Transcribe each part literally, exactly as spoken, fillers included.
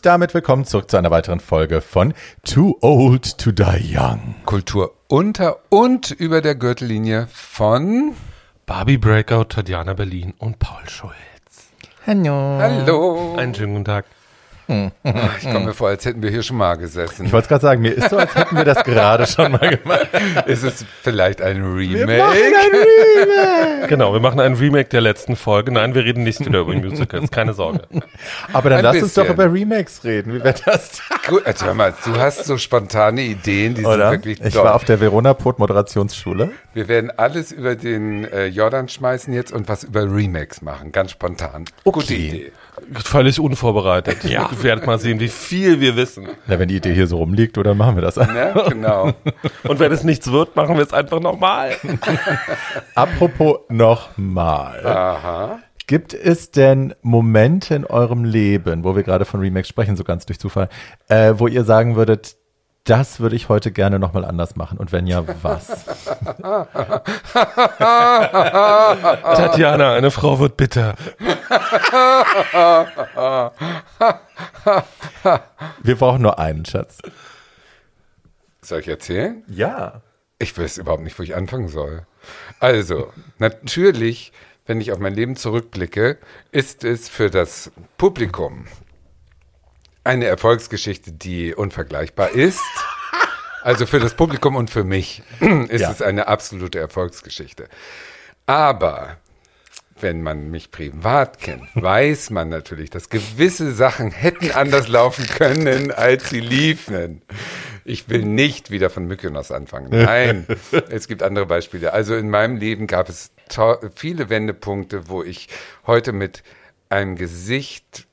Und damit willkommen zurück zu einer weiteren Folge von Too Old to Die Young. Kultur unter und über der Gürtellinie von Barbie Breakout, Tatjana Berlin und Paul Schulz. Hallo. Hallo. Einen schönen guten Tag. Ich komme mir vor, als hätten wir hier schon mal gesessen. Ich wollte es gerade sagen, mir ist so, als hätten wir das gerade schon mal gemacht. Ist es vielleicht ein Remake? Wir machen ein Remake. Genau, wir machen ein Remake der letzten Folge. Nein, wir reden nicht wieder über Musicals, keine Sorge. Aber dann Ein lass uns bisschen. doch über Remakes reden. Wie wäre das? Gut, also hör mal, du hast so spontane Ideen, die Oder? sind wirklich Ich toll. war auf der Verona Pot Moderationsschule. Wir werden alles über den äh, Jordan schmeißen jetzt und was über Remakes machen, ganz spontan. Okay. Gute Idee. Völlig unvorbereitet. Ja. Ihr werdet mal sehen, wie viel wir wissen. Na, wenn die Idee hier so rumliegt, oder machen wir das? Ne? Genau. Und wenn es nichts wird, machen wir es einfach nochmal. Apropos nochmal. Aha. Gibt es denn Momente in eurem Leben, wo wir gerade von Remakes sprechen, so ganz durch Zufall, äh, wo ihr sagen würdet, das würde ich heute gerne nochmal anders machen? Und wenn ja, was? Tatjana, eine Frau wird bitter. Wir brauchen nur einen, Schatz. Soll ich erzählen? Ja. Ich weiß überhaupt nicht, wo ich anfangen soll. Also, natürlich, wenn ich auf mein Leben zurückblicke, ist es für das Publikum eine Erfolgsgeschichte, die unvergleichbar ist. Also für das Publikum und für mich ist Ja. es eine absolute Erfolgsgeschichte. Aber wenn man mich privat kennt, weiß man natürlich, dass gewisse Sachen hätten anders laufen können, als sie liefen. Ich will nicht wieder von Mykonos anfangen. Nein, es gibt andere Beispiele. Also in meinem Leben gab es to- viele Wendepunkte, wo ich heute mit einem Gesicht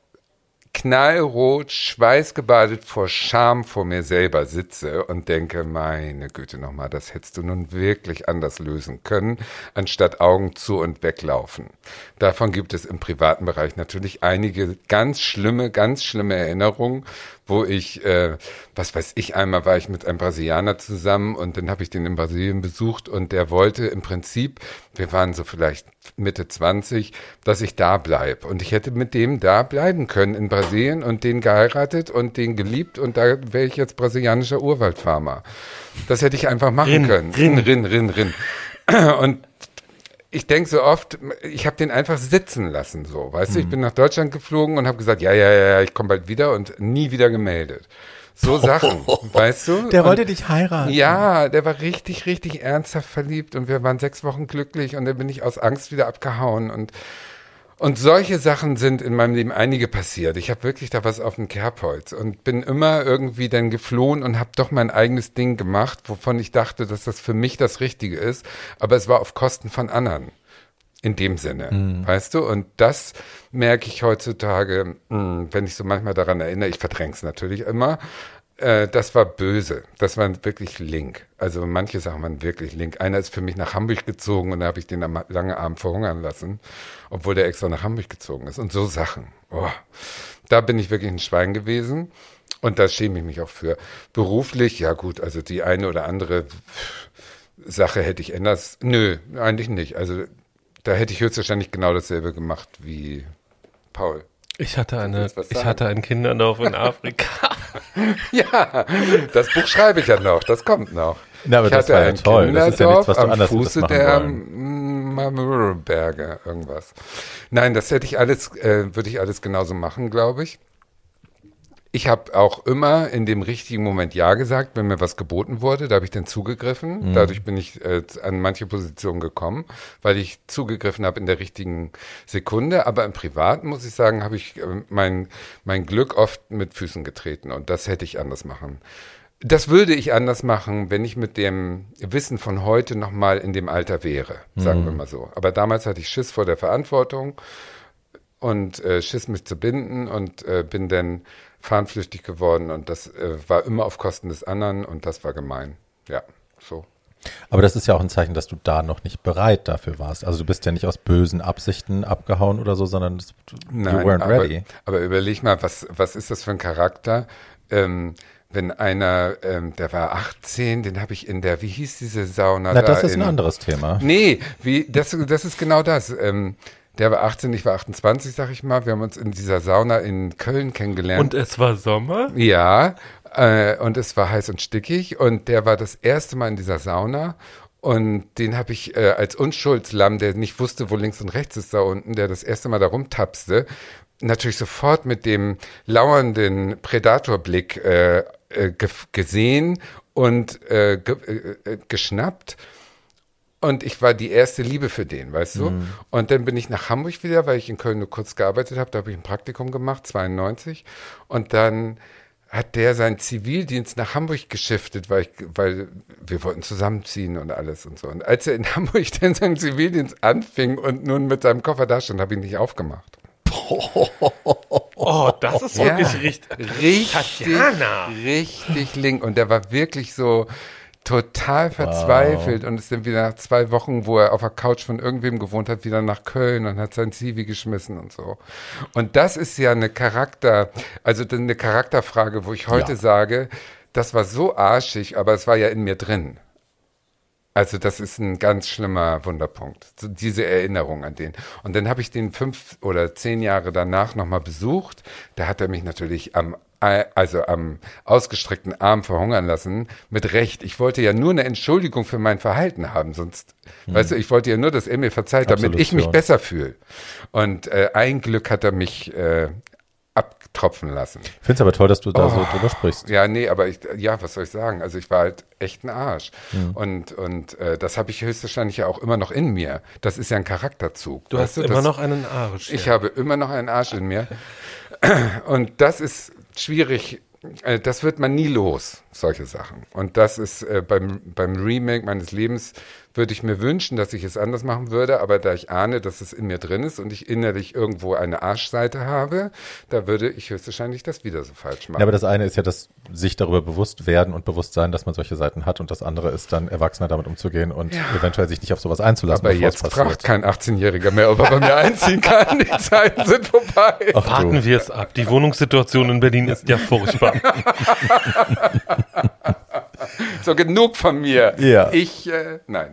knallrot, schweißgebadet vor Scham vor mir selber sitze und denke, meine Güte nochmal, das hättest du nun wirklich anders lösen können, anstatt Augen zu und weglaufen. Davon gibt es im privaten Bereich natürlich einige ganz schlimme, ganz schlimme Erinnerungen, wo ich, äh, was weiß ich, einmal war ich mit einem Brasilianer zusammen und dann habe ich den in Brasilien besucht und der wollte im Prinzip, wir waren so vielleicht Mitte zwanzig, dass ich da bleibe. Und ich hätte mit dem da bleiben können in Brasilien und den geheiratet und den geliebt und da wäre ich jetzt brasilianischer Urwaldfarmer. Das hätte ich einfach machen Rin, können. rin. rin, rin, rin. Und ich denke so oft, ich habe den einfach sitzen lassen, so, weißt du, ich bin nach Deutschland geflogen und habe gesagt, ja, ja, ja, ich komme bald wieder und nie wieder gemeldet. So Sachen, weißt du? Der Und- wollte dich heiraten. ja, der war richtig, richtig ernsthaft verliebt und wir waren sechs Wochen glücklich und dann bin ich aus Angst wieder abgehauen und und solche Sachen sind in meinem Leben einige passiert. Ich habe wirklich da was auf dem Kerbholz und bin immer irgendwie dann geflohen und habe doch mein eigenes Ding gemacht, wovon ich dachte, dass das für mich das Richtige ist, aber es war auf Kosten von anderen. In dem Sinne, Mhm. weißt du? Und das merke ich heutzutage, mh, wenn ich so manchmal daran erinnere, ich verdränge es natürlich immer, äh, das war böse. Das war wirklich link. Also manche Sachen waren wirklich link. Einer ist für mich nach Hamburg gezogen und da habe ich den am langen Abend verhungern lassen, obwohl der extra nach Hamburg gezogen ist. Und so Sachen. Oh. Da bin ich wirklich ein Schwein gewesen und da schäme ich mich auch für. Beruflich, ja gut, also die eine oder andere Sache hätte ich anders. Nö, eigentlich nicht. Also da hätte ich höchstwahrscheinlich genau dasselbe gemacht wie Paul. Ich hatte eine, willst was ich sagen? hatte ein Kinderdorf in Afrika. Ja, das Buch schreibe ich ja noch, das kommt noch. Na, aber ich das hatte war ja ein toll. Das ist ja nichts, was du am anders Fuße hättest machen der wollen. Marmorberge, irgendwas. Nein, das hätte ich alles, äh, würde ich alles genauso machen, glaube ich. Ich habe auch immer in dem richtigen Moment Ja gesagt, wenn mir was geboten wurde, da habe ich dann zugegriffen. Dadurch bin ich äh, an manche Positionen gekommen, weil ich zugegriffen habe in der richtigen Sekunde. Aber im Privaten, muss ich sagen, habe ich äh, mein, mein Glück oft mit Füßen getreten und das hätte ich anders machen. Das würde ich anders machen, wenn ich mit dem Wissen von heute nochmal in dem Alter wäre, sagen wir mal so. Aber damals hatte ich Schiss vor der Verantwortung und äh, Schiss mich zu binden und äh, bin dann fahnenflüchtig geworden und das äh, war immer auf Kosten des anderen und das war gemein. Ja, so. Aber das ist ja auch ein Zeichen, dass du da noch nicht bereit dafür warst. Also du bist ja nicht aus bösen Absichten abgehauen oder so, sondern das, Nein, you weren't aber, ready. aber überleg mal, was, was ist das für ein Charakter? Ähm, wenn einer, ähm, der war achtzehn, den habe ich in der, wie hieß diese Sauna Na, da? das ist in, ein anderes Thema. Nee, wie, das, das ist genau das. Ähm, Der war achtzehn, ich war achtundzwanzig, sag ich mal. Wir haben uns in dieser Sauna in Köln kennengelernt. Und es war Sommer? Ja, äh, und es war heiß und stickig. Und der war das erste Mal in dieser Sauna. Und den habe ich äh, als Unschuldslamm, der nicht wusste, wo links und rechts ist da unten, der das erste Mal da rumtapste, natürlich sofort mit dem lauernden Prädatorblick äh, äh, ge- gesehen und äh, ge- äh, geschnappt. Und ich war die erste Liebe für den, weißt du? Mhm. Und dann bin ich nach Hamburg wieder, weil ich in Köln nur kurz gearbeitet habe. Da habe ich ein Praktikum gemacht, zweiundneunzig. Und dann hat der seinen Zivildienst nach Hamburg geschiftet, weil, ich, weil wir wollten zusammenziehen und alles und so. Und als er in Hamburg dann seinen Zivildienst anfing und nun mit seinem Koffer da stand, habe ich ihn nicht aufgemacht. Oh, das ist wirklich ja, richtig. Richtig, Tatjana. Richtig link. Und der war wirklich so total verzweifelt wow. und ist dann wieder nach zwei Wochen, wo er auf der Couch von irgendwem gewohnt hat, wieder nach Köln und hat sein Zivi geschmissen und so. Und das ist ja eine Charakter, also eine Charakterfrage, wo ich heute ja. sage, das war so arschig, aber es war ja in mir drin. Also das ist ein ganz schlimmer Wunderpunkt, so diese Erinnerung an den. Und dann habe ich den fünf oder zehn Jahre danach nochmal besucht. Da hat er mich natürlich am also am ausgestreckten Arm verhungern lassen, mit Recht. Ich wollte ja nur eine Entschuldigung für mein Verhalten haben, sonst, hm. weißt du, ich wollte ja nur, dass er mir verzeiht, damit Absolut, ich mich ja. besser fühle. Und äh, ein Glück hat er mich äh, abtropfen lassen. Ich finde es aber toll, dass du da oh, so drüber sprichst. Ja, nee, aber ich, ja, was soll ich sagen? Also ich war halt echt ein Arsch. Hm. Und, und äh, das habe ich höchstwahrscheinlich ja auch immer noch in mir. Das ist ja ein Charakterzug. Du hast du, immer das, noch einen Arsch. Ich ja. habe immer noch einen Arsch in mir. Und das ist schwierig, äh, das wird man nie los, solche Sachen. Und das ist äh, beim, beim Remake meines Lebens, würde ich mir wünschen, dass ich es anders machen würde, aber da ich ahne, dass es in mir drin ist und ich innerlich irgendwo eine Arschseite habe, da würde ich höchstwahrscheinlich das wieder so falsch machen. Ja, aber das eine ist ja das sich darüber bewusst werden und bewusst sein, dass man solche Seiten hat und das andere ist dann erwachsener damit umzugehen und ja. eventuell sich nicht auf sowas einzulassen. Aber jetzt fragt kein achtzehnjähriger mehr, ob er bei mir einziehen kann. Die Zeiten sind vorbei. Ach, warten wir es ab. Die Wohnungssituation in Berlin ist ja furchtbar. So, genug von mir. Ja. Ich, äh, nein.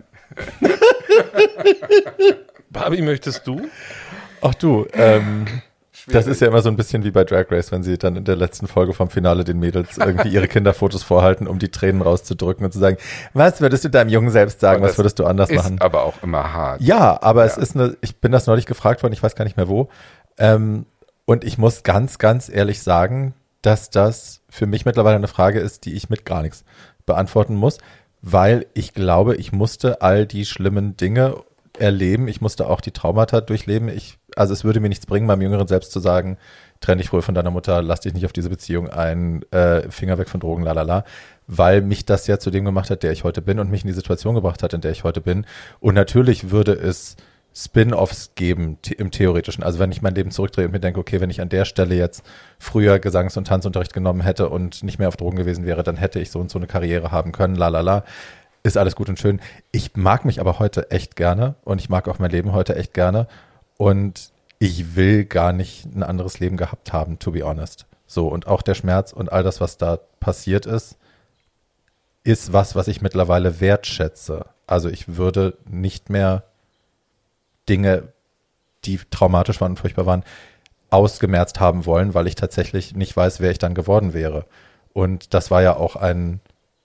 Barbie, möchtest du? Ach du, ähm, das ist ja immer so ein bisschen wie bei Drag Race, wenn sie dann in der letzten Folge vom Finale den Mädels irgendwie ihre Kinderfotos vorhalten, um die Tränen rauszudrücken und zu sagen, was würdest du deinem Jungen selbst sagen, was würdest du anders machen? Ist aber auch immer hart. Ja, aber ja. es ist eine, ich bin das neulich gefragt worden, ich weiß gar nicht mehr wo, ähm, und ich muss ganz, ganz ehrlich sagen, dass das für mich mittlerweile eine Frage ist, die ich mit gar nichts beantworten muss, weil ich glaube, ich musste all die schlimmen Dinge erleben. Ich musste auch die Traumata durchleben. Ich, also es würde mir nichts bringen, meinem Jüngeren selbst zu sagen, trenn dich früher von deiner Mutter, lass dich nicht auf diese Beziehung ein, äh, Finger weg von Drogen, lalala, weil mich das ja zu dem gemacht hat, der ich heute bin und mich in die Situation gebracht hat, in der ich heute bin. Und natürlich würde es Spin-offs geben the- im Theoretischen. Also wenn ich mein Leben zurückdrehe und mir denke, okay, wenn ich an der Stelle jetzt früher Gesangs- und Tanzunterricht genommen hätte und nicht mehr auf Drogen gewesen wäre, dann hätte ich so und so eine Karriere haben können, la la la. Ist alles gut und schön. Ich mag mich aber heute echt gerne und ich mag auch mein Leben heute echt gerne und ich will gar nicht ein anderes Leben gehabt haben, to be honest. So, und auch der Schmerz und all das, was da passiert ist, ist was, was ich mittlerweile wertschätze. Also ich würde nicht mehr Dinge, die traumatisch waren und furchtbar waren, ausgemerzt haben wollen, weil ich tatsächlich nicht weiß, wer ich dann geworden wäre. Und das war ja auch ein,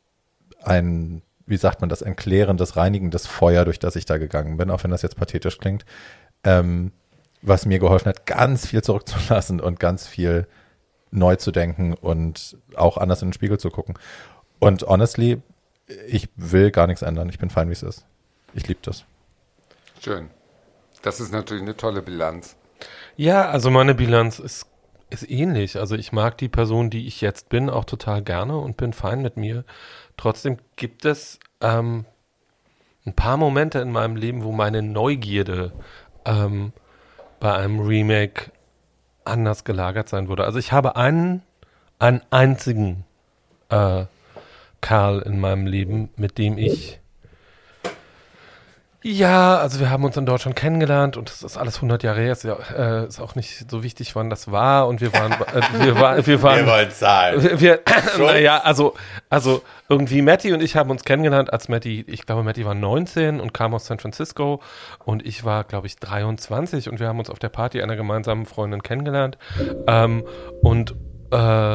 ein, wie sagt man das, ein klärendes, reinigendes Feuer, durch das ich da gegangen bin, auch wenn das jetzt pathetisch klingt, ähm, was mir geholfen hat, ganz viel zurückzulassen und ganz viel neu zu denken und auch anders in den Spiegel zu gucken. Und honestly, ich will gar nichts ändern. Ich bin fein, wie es ist. Ich liebe das. Schön. Das ist natürlich eine tolle Bilanz. Ja, also meine Bilanz ist, ist ähnlich. Also ich mag die Person, die ich jetzt bin, auch total gerne und bin fein mit mir. Trotzdem gibt es ähm, ein paar Momente in meinem Leben, wo meine Neugierde ähm, bei einem Remake anders gelagert sein würde. Also ich habe einen, einen einzigen äh, Karl in meinem Leben, mit dem ich Ja, also wir haben uns in Deutschland kennengelernt und das ist alles hundert Jahre her. Ist, ja, äh, ist auch nicht so wichtig, wann das war. Und wir waren, äh, wir, war, wir waren, Wir wollen zahlen. wir, wir naja, also, also irgendwie Matti und ich haben uns kennengelernt, als Matti, ich glaube Matti war neunzehn und kam aus San Francisco und ich war, glaube ich, dreiundzwanzig und wir haben uns auf der Party einer gemeinsamen Freundin kennengelernt ähm, und äh,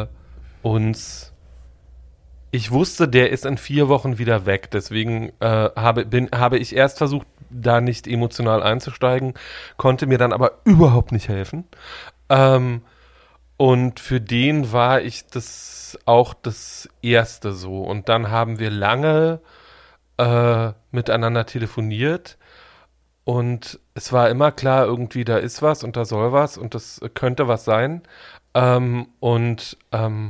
uns Ich wusste, der ist in vier Wochen wieder weg, deswegen äh, habe, bin, habe ich erst versucht, da nicht emotional einzusteigen, konnte mir dann aber überhaupt nicht helfen. Ähm, und für den war ich das auch das Erste so. Und dann haben wir lange äh, miteinander telefoniert und es war immer klar, irgendwie da ist was und da soll was und das könnte was sein. Ähm, und ähm,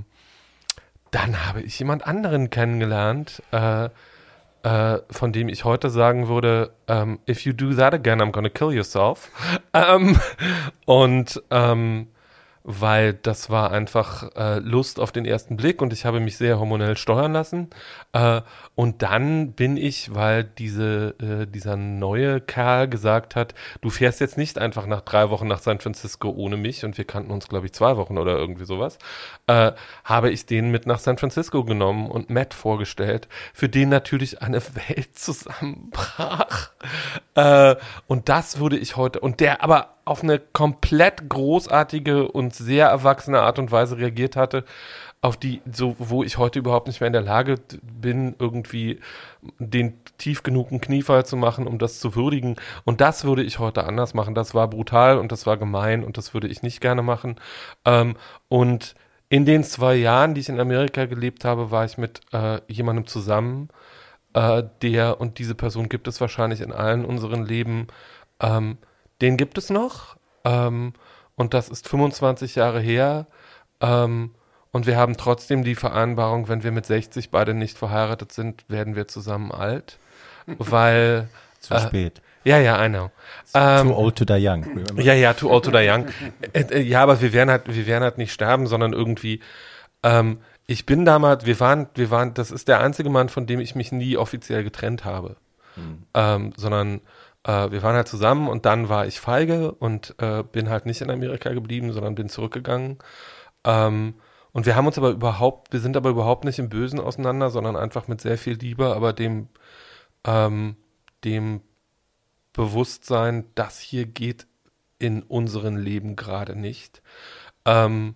Dann habe ich jemand anderen kennengelernt, äh, äh, von dem ich heute sagen würde, um, if you do that again, I'm gonna kill yourself. ähm, und ähm, weil das war einfach äh, Lust auf den ersten Blick und ich habe mich sehr hormonell steuern lassen. Äh, und dann bin ich, weil diese, äh, dieser neue Kerl gesagt hat, du fährst jetzt nicht einfach nach drei Wochen nach San Francisco ohne mich und wir kannten uns, glaube ich, zwei Wochen oder irgendwie sowas, äh, habe ich den mit nach San Francisco genommen und Matt vorgestellt, für den natürlich eine Welt zusammenbrach. Äh, und das würde ich heute, und der aber auf eine komplett großartige und sehr erwachsene Art und Weise reagiert hatte, auf die, so, wo ich heute überhaupt nicht mehr in der Lage bin, irgendwie den tief genugen Kniefall zu machen, um das zu würdigen. Und das würde ich heute anders machen. Das war brutal und das war gemein und das würde ich nicht gerne machen. Ähm, und in den zwei Jahren, die ich in Amerika gelebt habe, war ich mit äh, jemandem zusammen, äh, der, und diese Person gibt es wahrscheinlich in allen unseren Leben, ähm, den gibt es noch, ähm, und das ist fünfundzwanzig Jahre her, ähm, und wir haben trotzdem die Vereinbarung, wenn wir mit sechzig beide nicht verheiratet sind, werden wir zusammen alt, weil... Zu äh, spät. Ja, ja, I know. Too Ähm, old to die young. Remember? ja, ja, too old to die young. Äh, äh, ja, aber wir werden halt, wir werden halt nicht sterben, sondern irgendwie, ähm, ich bin damals, wir waren, wir waren, das ist der einzige Mann, von dem ich mich nie offiziell getrennt habe, hm. ähm, sondern äh, wir waren halt zusammen und dann war ich feige und äh, bin halt nicht in Amerika geblieben, sondern bin zurückgegangen. Ähm, und wir haben uns aber überhaupt, wir sind aber überhaupt nicht im Bösen auseinander, sondern einfach mit sehr viel Liebe, aber dem, ähm, dem Bewusstsein, das hier geht in unserem Leben gerade nicht. Ähm,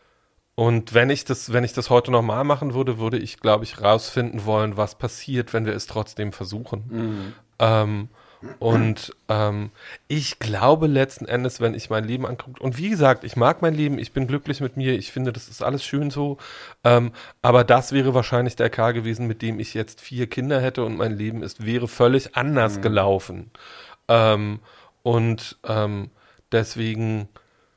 und wenn ich das, wenn ich das heute nochmal machen würde, würde ich, glaube ich, rausfinden wollen, was passiert, wenn wir es trotzdem versuchen. Mhm. Ähm, und ähm, ich glaube letzten Endes, wenn ich mein Leben angucke, und wie gesagt, ich mag mein Leben, ich bin glücklich mit mir, ich finde, das ist alles schön so, ähm, aber das wäre wahrscheinlich der Kerl gewesen, mit dem ich jetzt vier Kinder hätte und mein Leben ist, wäre völlig anders mhm. gelaufen. Ähm, und ähm, deswegen,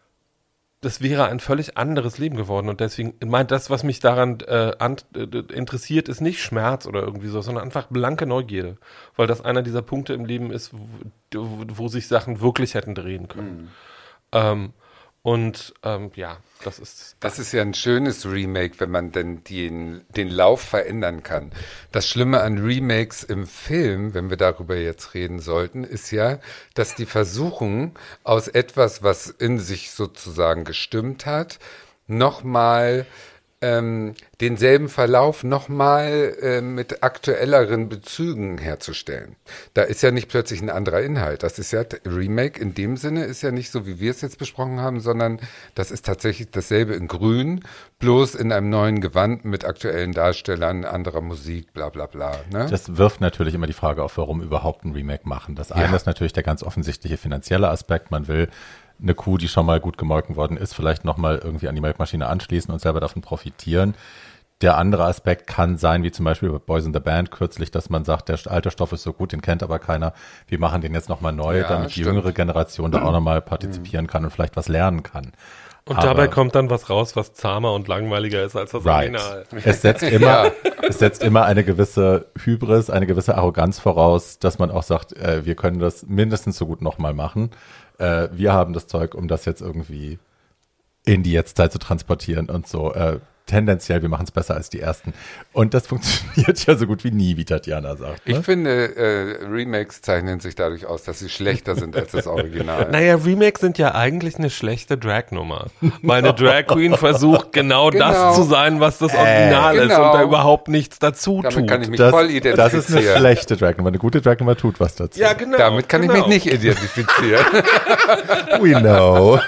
das wäre ein völlig anderes Leben geworden und deswegen, meint das, was mich daran äh, an, äh, interessiert, ist nicht Schmerz oder irgendwie so, sondern einfach blanke Neugierde, weil das einer dieser Punkte im Leben ist, wo, wo sich Sachen wirklich hätten drehen können. Mhm. Ähm, und ähm, ja, das ist... Das ist ja ein schönes Remake, wenn man denn den, den Lauf verändern kann. Das Schlimme an Remakes im Film, wenn wir darüber jetzt reden sollten, ist ja, dass die versuchen, aus etwas, was in sich sozusagen gestimmt hat, nochmal ähm, denselben Verlauf nochmal äh, mit aktuelleren Bezügen herzustellen. Da ist ja nicht plötzlich ein anderer Inhalt. Das ist ja, Remake in dem Sinne ist ja nicht so, wie wir es jetzt besprochen haben, sondern das ist tatsächlich dasselbe in Grün, bloß in einem neuen Gewand mit aktuellen Darstellern, anderer Musik, bla bla bla. Ne? Das wirft natürlich immer die Frage auf, warum überhaupt ein Remake machen. Das eine ja. ist natürlich der ganz offensichtliche finanzielle Aspekt. Man will eine Kuh, die schon mal gut gemolken worden ist, vielleicht nochmal irgendwie an die Melkmaschine anschließen und selber davon profitieren. Der andere Aspekt kann sein, wie zum Beispiel bei Boys in the Band kürzlich, dass man sagt, der alte Stoff ist so gut, den kennt aber keiner. Wir machen den jetzt nochmal neu, ja, damit stimmt. die jüngere Generation da auch nochmal partizipieren kann und vielleicht was lernen kann. Und aber dabei kommt dann was raus, was zahmer und langweiliger ist als das right. Original. Es setzt immer, ja. es setzt immer eine gewisse Hybris, eine gewisse Arroganz voraus, dass man auch sagt, äh, wir können das mindestens so gut nochmal machen. Äh, wir haben das Zeug, um das jetzt irgendwie in die Jetztzeit zu transportieren und so. Äh, tendenziell, wir machen es besser als die ersten. Und das funktioniert ja so gut wie nie, wie Tatjana sagt. Ne? Ich finde, äh, Remakes zeichnen sich dadurch aus, dass sie schlechter sind als das Original. Naja, Remakes sind ja eigentlich eine schlechte Drag-Nummer. Weil eine Drag Queen versucht, genau, Genau. das zu sein, was das Original Äh, ist genau. und da überhaupt nichts dazu Damit tut. kann ich mich Das, voll das identifizieren. ist eine schlechte Dragnummer. Eine gute Dragnummer tut was dazu. ja, genau. Damit kann genau. ich mich nicht identifizieren. We know.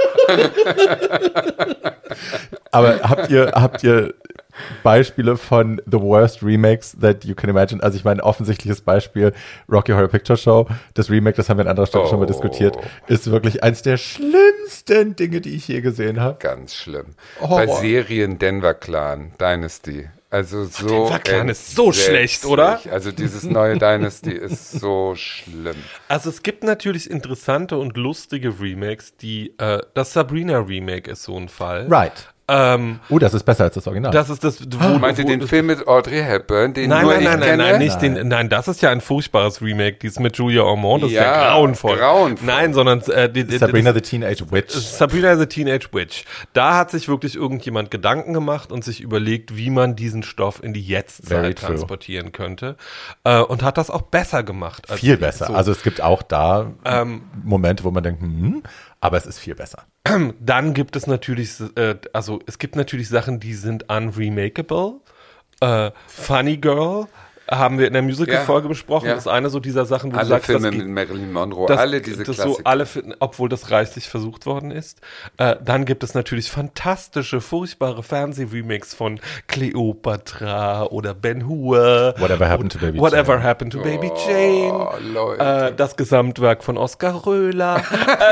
Aber habt ihr, habt ihr Beispiele von the worst remakes that you can imagine? Also ich meine, offensichtliches Beispiel, Rocky Horror Picture Show, das Remake, das haben wir an anderer Stelle Oh. schon mal diskutiert, ist wirklich eins der schlimmsten Dinge, die ich je gesehen habe. Ganz schlimm. Horror. Bei Serien Denver Clan, Dynasty. Also so Denver Clan ist so schlecht, oder? Also dieses neue Dynasty ist so schlimm. Also es gibt natürlich interessante und lustige Remakes, die, äh, das Sabrina-Remake ist so ein Fall. Right. Ähm, Oh, das ist besser als das Original. das ist das, wo, Meint ihr wo, den Film mit Audrey Hepburn, den Nein, nur nein, ich nein, nein, kenne? nein, nicht Nein. den, nein, das ist ja ein furchtbares Remake, dieses mit Julia Ormond, das ist Ja, ja grauenvoll. grauenvoll. Nein, sondern äh, die, die, Sabrina das, the Teenage Witch. Sabrina the Teenage Witch. Da hat sich wirklich irgendjemand Gedanken gemacht und sich überlegt, wie man diesen Stoff in die Very Jetztzeit true. transportieren könnte. Äh, und hat das auch besser gemacht. Als Viel die- besser. so. Also es gibt auch da Ähm, Momente, wo man denkt, hm, aber es ist viel besser. Dann gibt es natürlich, äh, also es gibt natürlich Sachen, die sind unremakable. Äh, Funny Girl haben wir in der Musical-Folge Ja, besprochen. ja. Das ist eine so dieser Sachen, wo Alle du sagst, Filme das mit geht- Marilyn Monroe, das, alle diese das Klassiker. so alle finden, obwohl das reichlich versucht worden ist. Äh, dann gibt es natürlich fantastische, furchtbare Fernseh-Remakes von Cleopatra oder Ben Hur. Whatever Happened to Baby Whatever Jane. Happened to Baby Oh, Jane. Leute. Äh, das Gesamtwerk von Oskar Röhler.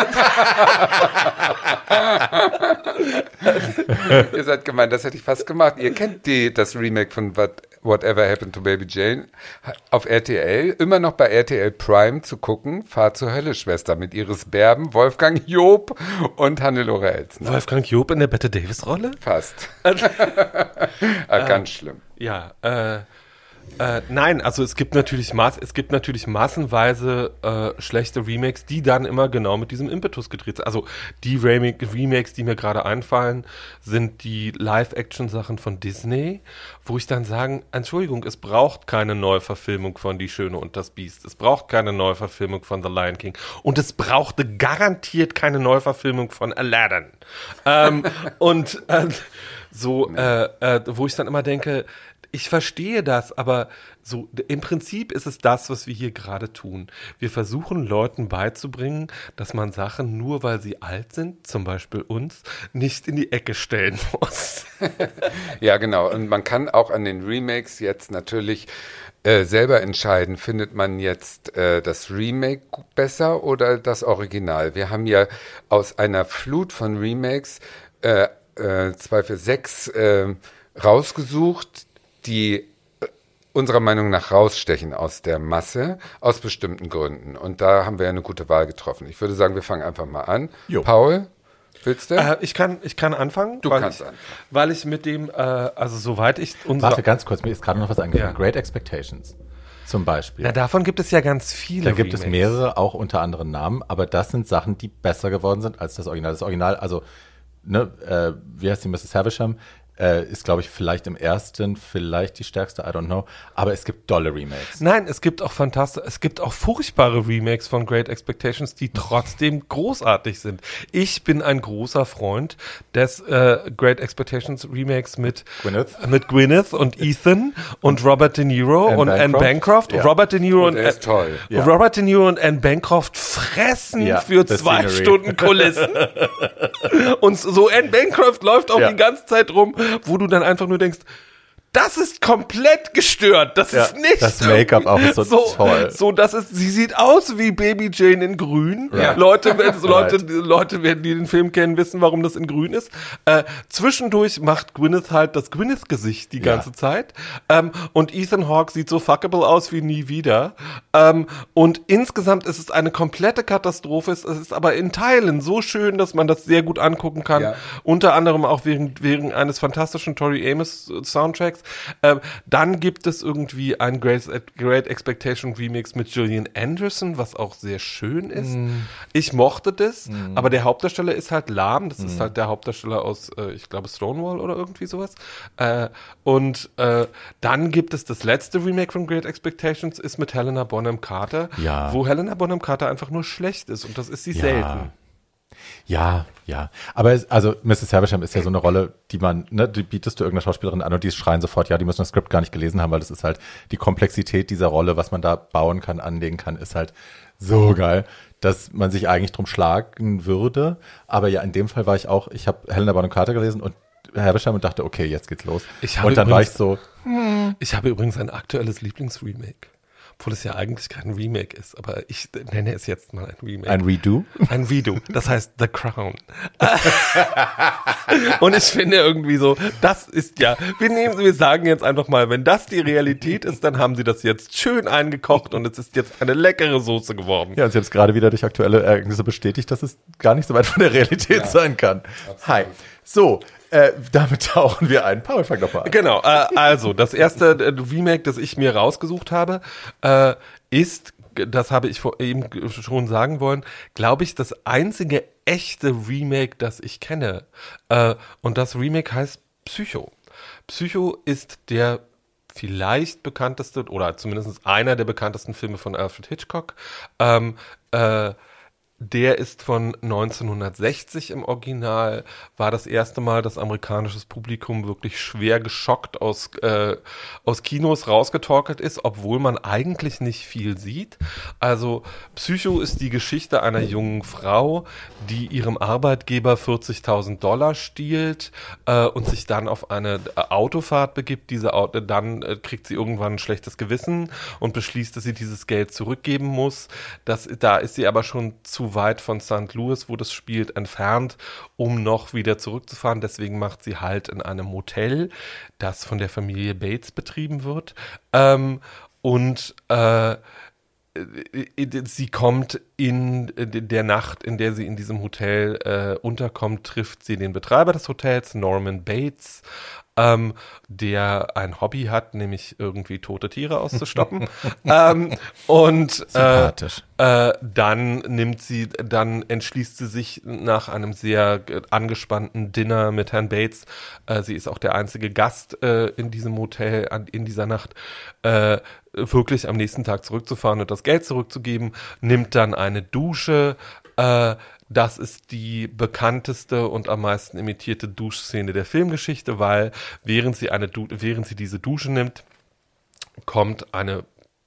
Ihr seid gemeint, das hätte ich fast gemacht. Ihr kennt die, das Remake von What, Whatever Happened to Baby Jane auf R T L, immer noch bei R T L Prime zu gucken. Fahr zur Hölle, Schwester, mit Iris Berben, Wolfgang Job und Hannelore Elsner. Wolfgang Job in der Bette Davis-Rolle? Fast. ah, ganz schlimm. Ja, äh, äh, nein, also es gibt natürlich Maß, es gibt natürlich massenweise äh, schlechte Remakes, die dann immer genau mit diesem Impetus gedreht sind. Also die Remake, Remakes, die mir gerade einfallen, sind die Live-Action-Sachen von Disney, wo ich dann sagen, Entschuldigung, es braucht keine Neuverfilmung von Die Schöne und das Biest, es braucht keine Neuverfilmung von The Lion King und es brauchte garantiert keine Neuverfilmung von Aladdin. ähm, und äh, so, äh, äh, wo ich dann immer denke, ich verstehe das, aber so im Prinzip ist es das, was wir hier gerade tun. Wir versuchen Leuten beizubringen, dass man Sachen nur, weil sie alt sind, zum Beispiel uns, nicht in die Ecke stellen muss. Ja, genau. Und man kann auch an den Remakes jetzt natürlich äh, selber entscheiden, findet man jetzt äh, das Remake besser oder das Original. Wir haben ja aus einer Flut von Remakes äh, äh, zwei für sechs äh, rausgesucht, die äh, unserer Meinung nach rausstechen aus der Masse, aus bestimmten Gründen. Und da haben wir ja eine gute Wahl getroffen. Ich würde sagen, wir fangen einfach mal an. Jo. Paul, willst du? Äh, ich kann, ich kann anfangen, Du weil, kannst ich, anfangen. weil ich mit dem, äh, also soweit ich unsere, Warte ganz kurz, mir ist gerade noch was eingefallen. Ja. Great Expectations zum Beispiel. na, davon gibt es ja ganz viele. Da gibt es Remakes. mehrere, auch unter anderen Namen, aber das sind Sachen, die besser geworden sind als das Original. Das Original, also, ne, äh, wie heißt die, Missus Havisham, äh, ist, glaube ich, vielleicht im ersten, vielleicht die stärkste, I don't know, aber es gibt dolle Remakes. Nein, es gibt auch fantastisch, es gibt auch furchtbare Remakes von Great Expectations, die trotzdem großartig sind. Ich bin ein großer Freund des äh, Great Expectations Remakes mit Gwyneth. äh, mit Gwyneth und Ethan und Robert De Niro Anne und Anne Bancroft. Bancroft. Ja. Robert De Niro und, der ist toll. Ja. Robert De Niro und Anne Bancroft fressen Ja, für the zwei scenery. Stunden Kulissen. Und so Anne Bancroft läuft auch Ja. die ganze Zeit rum, wo du dann einfach nur denkst, das ist komplett gestört. Das Ja, ist nicht das Make-up auch ist so toll. So, das ist, sie sieht aus wie Baby Jane in Grün. Ja. Leute, wenn- so Leute, Right. Leute, werden, die den Film kennen, wissen, warum das in Grün ist. Äh, zwischendurch macht Gwyneth halt das Gwyneth-Gesicht die Ja. ganze Zeit. Ähm, und Ethan Hawke sieht so fuckable aus wie nie wieder. Ähm, und insgesamt ist es eine komplette Katastrophe. Es ist aber in Teilen so schön, dass man das sehr gut angucken kann. Ja. Unter anderem auch wegen, wegen eines fantastischen Tori Amos Soundtracks. Dreamworks. Ähm, dann gibt es irgendwie ein Great, Great Expectation Remix mit Gillian Anderson, was auch sehr schön ist. Mm. Ich mochte das, mm. aber der Hauptdarsteller ist halt lahm. Das mm. ist halt der Hauptdarsteller aus, äh, ich glaube, Stonewall oder irgendwie sowas. Äh, und äh, dann gibt es das letzte Remake von Great Expectations, ist mit Helena Bonham Carter, ja. wo Helena Bonham Carter einfach nur schlecht ist und das ist sie ja. selten. Ja, ja. Aber es, also Missus Havisham ist ja so eine Rolle, die man, ne, die bietest du irgendeiner Schauspielerin an und die schreien sofort, ja, die müssen das Skript gar nicht gelesen haben, weil das ist halt die Komplexität dieser Rolle, was man da bauen kann, anlegen kann, ist halt so geil, dass man sich eigentlich drum schlagen würde. Aber ja, in dem Fall war ich auch, ich habe Helena Bonham Carter gelesen und Havisham und dachte, okay, jetzt geht's los. Ich habe und dann übrigens, war ich so, hm. Ich habe übrigens ein aktuelles Lieblingsremake. Obwohl es ja eigentlich kein Remake ist, aber ich nenne es jetzt mal ein Remake. Ein Redo? Ein Redo. Das heißt The Crown. Und ich finde irgendwie so, das ist ja, wir nehmen, wir sagen jetzt einfach mal, wenn das die Realität ist, dann haben sie das jetzt schön eingekocht und es ist jetzt eine leckere Soße geworden. Ja, und sie haben es gerade wieder durch aktuelle Ereignisse bestätigt, dass es gar nicht so weit von der Realität ja, sein kann. Absolut. Hi. So, Äh, damit tauchen wir ein. Paul, fang doch mal an. Genau, äh, also das erste äh, Remake, das ich mir rausgesucht habe, äh, ist, das habe ich vor, eben schon sagen wollen, glaube ich, das einzige echte Remake, das ich kenne. Äh, und das Remake heißt Psycho. Psycho ist der vielleicht bekannteste oder zumindest einer der bekanntesten Filme von Alfred Hitchcock. Ähm, äh, Der ist von neunzehnhundertsechzig im Original, war das erste Mal, dass amerikanisches Publikum wirklich schwer geschockt aus, äh, aus Kinos rausgetorkelt ist, obwohl man eigentlich nicht viel sieht. Also Psycho ist die Geschichte einer jungen Frau, die ihrem Arbeitgeber vierzigtausend Dollar stiehlt äh, und sich dann auf eine Autofahrt begibt. Diese Auto, dann äh, kriegt sie irgendwann ein schlechtes Gewissen und beschließt, dass sie dieses Geld zurückgeben muss. Das, da ist sie aber schon zu weit von Sankt Louis, wo das spielt, entfernt, um noch wieder zurückzufahren. Deswegen macht sie Halt in einem Motel, das von der Familie Bates betrieben wird. Ähm, und äh, sie kommt in der Nacht, in der sie in diesem Hotel äh, unterkommt, trifft sie den Betreiber des Hotels, Norman Bates, ähm, der ein Hobby hat, nämlich irgendwie tote Tiere auszustoppen. ähm, und äh, äh, dann nimmt sie, dann entschließt sie sich nach einem sehr angespannten Dinner mit Herrn Bates, äh, sie ist auch der einzige Gast äh, in diesem Hotel an, in dieser Nacht, äh, wirklich am nächsten Tag zurückzufahren und das Geld zurückzugeben, nimmt dann eine Dusche. Äh, das ist die bekannteste und am meisten imitierte Duschszene der Filmgeschichte, weil während sie eine du- während sie diese Dusche nimmt, kommt eine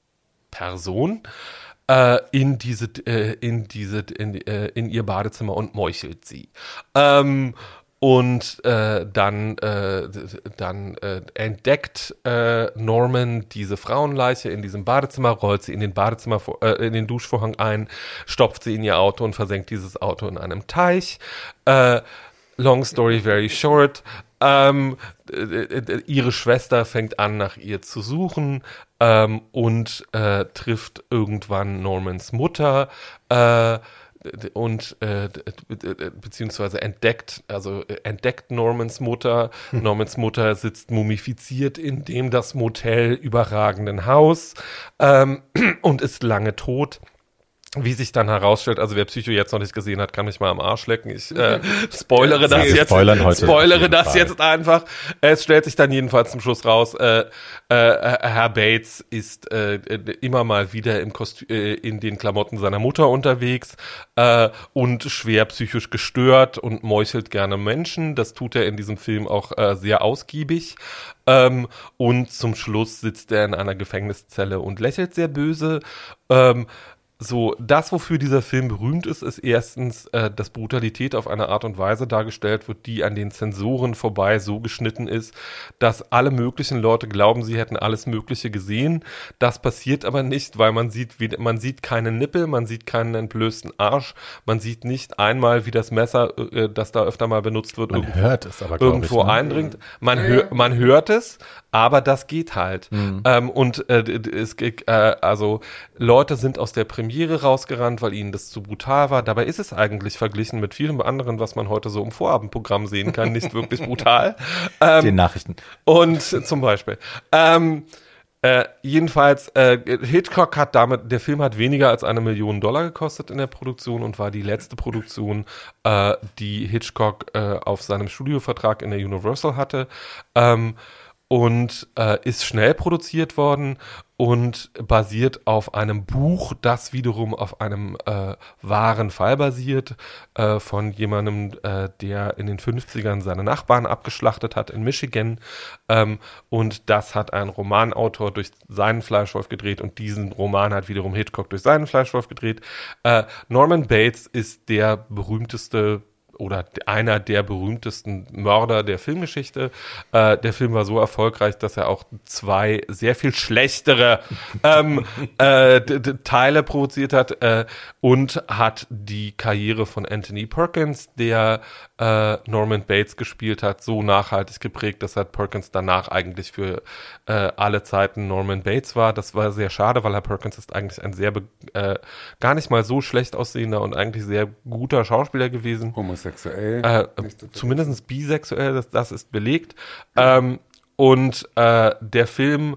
Person äh, in diese äh, in diese in, äh, in ihr Badezimmer und meuchelt sie. Ähm, Und äh, dann, äh, dann äh, entdeckt äh, Norman diese Frauenleiche in diesem Badezimmer, rollt sie in den Badezimmer, äh, in den Duschvorhang ein, stopft sie in ihr Auto und versenkt dieses Auto in einem Teich. Äh, long story very short. Ähm, äh, ihre Schwester fängt an, nach ihr zu suchen ähm, und äh, trifft irgendwann Normans Mutter. Äh, und äh, beziehungsweise entdeckt, also entdeckt Normans Mutter. Hm. Normans Mutter sitzt mumifiziert in dem das Motel überragenden Haus ähm, und ist lange tot. Wie sich dann herausstellt, also wer Psycho jetzt noch nicht gesehen hat, kann mich mal am Arsch lecken. Ich äh, spoilere das jetzt. Spoilern heute spoilere das Fall. jetzt einfach. Es stellt sich dann jedenfalls zum Schluss raus, äh, äh, Herr Bates ist äh, immer mal wieder im Kostü- äh, in den Klamotten seiner Mutter unterwegs äh, und schwer psychisch gestört und meuchelt gerne Menschen. Das tut er in diesem Film auch äh, sehr ausgiebig. Ähm, und zum Schluss sitzt er in einer Gefängniszelle und lächelt sehr böse. Ähm, So, das, wofür dieser Film berühmt ist, ist erstens, äh, dass Brutalität auf eine Art und Weise dargestellt wird, die an den Zensoren vorbei so geschnitten ist, dass alle möglichen Leute glauben, sie hätten alles Mögliche gesehen. Das passiert aber nicht, weil man sieht, wie, man sieht keinen Nippel, man sieht keinen entblößten Arsch, man sieht nicht einmal, wie das Messer, äh, das da öfter mal benutzt wird, man irgendwo, hört es aber, irgendwo ich, ne? eindringt. Man, hör, man hört es, aber das geht halt. Mhm. Ähm, und äh, es, äh, also Leute sind aus der Premiere Premiere rausgerannt, weil ihnen das zu brutal war. Dabei ist es eigentlich verglichen mit vielem anderen, was man heute so im Vorabendprogramm sehen kann, nicht wirklich brutal. Ähm, Den Nachrichten. Und zum Beispiel. Ähm, Äh, jedenfalls, äh, Hitchcock hat damit, der Film hat weniger als eine Million Dollar gekostet in der Produktion und war die letzte Produktion, äh, die Hitchcock äh, auf seinem Studiovertrag in der Universal hatte. Ähm, und äh, ist schnell produziert worden und basiert auf einem Buch, das wiederum auf einem äh, wahren Fall basiert, äh, von jemandem, äh, der in den fünfzigern seine Nachbarn abgeschlachtet hat in Michigan. Ähm, und das hat ein Romanautor durch seinen Fleischwolf gedreht und diesen Roman hat wiederum Hitchcock durch seinen Fleischwolf gedreht. Äh, Norman Bates ist der berühmteste oder einer der berühmtesten Mörder der Filmgeschichte. Äh, der Film war so erfolgreich, dass er auch zwei sehr viel schlechtere ähm, äh, d- d- Teile produziert hat äh, und hat die Karriere von Anthony Perkins, der äh, Norman Bates gespielt hat, so nachhaltig geprägt, dass halt Perkins danach eigentlich für äh, alle Zeiten Norman Bates war. Das war sehr schade, weil Herr Perkins ist eigentlich ein sehr be- äh, gar nicht mal so schlecht aussehender und eigentlich sehr guter Schauspieler gewesen. Homosexuell. Äh, zumindest bisexuell, das, das ist belegt. Ähm, und äh, der Film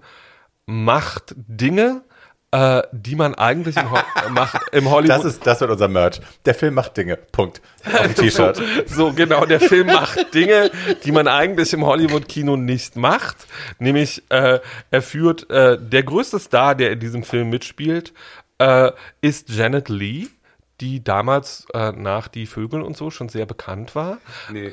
macht Dinge, äh, die man eigentlich im, Ho- macht, im Hollywood... Das ist, das wird unser Merch. Der Film macht Dinge. Punkt. Auf dem T-Shirt. So, so, genau, der Film macht Dinge, die man eigentlich im Hollywood-Kino nicht macht. Nämlich, äh, er führt, äh, der größte Star, der in diesem Film mitspielt, äh, ist Janet Leigh, die damals äh, nach Die Vögel und so schon sehr bekannt war. Nee.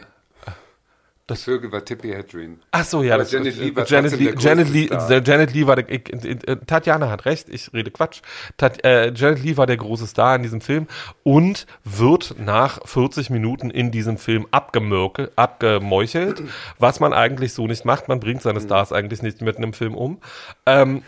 Das Die Vögel war Tippi Hedren. Ach so, ja. Aber Das, Janet Leigh war Janet trotzdem Leigh, der Janet größte Leigh, Star. Janet Leigh war der, ich, äh, Tatjana hat recht, ich rede Quatsch. Tat, äh, Janet Leigh war der große Star in diesem Film und wird nach vierzig Minuten in diesem Film abgemörke, abgemeuchelt, was man eigentlich so nicht macht. Man bringt seine Stars eigentlich nicht mitten im Film um. Ähm,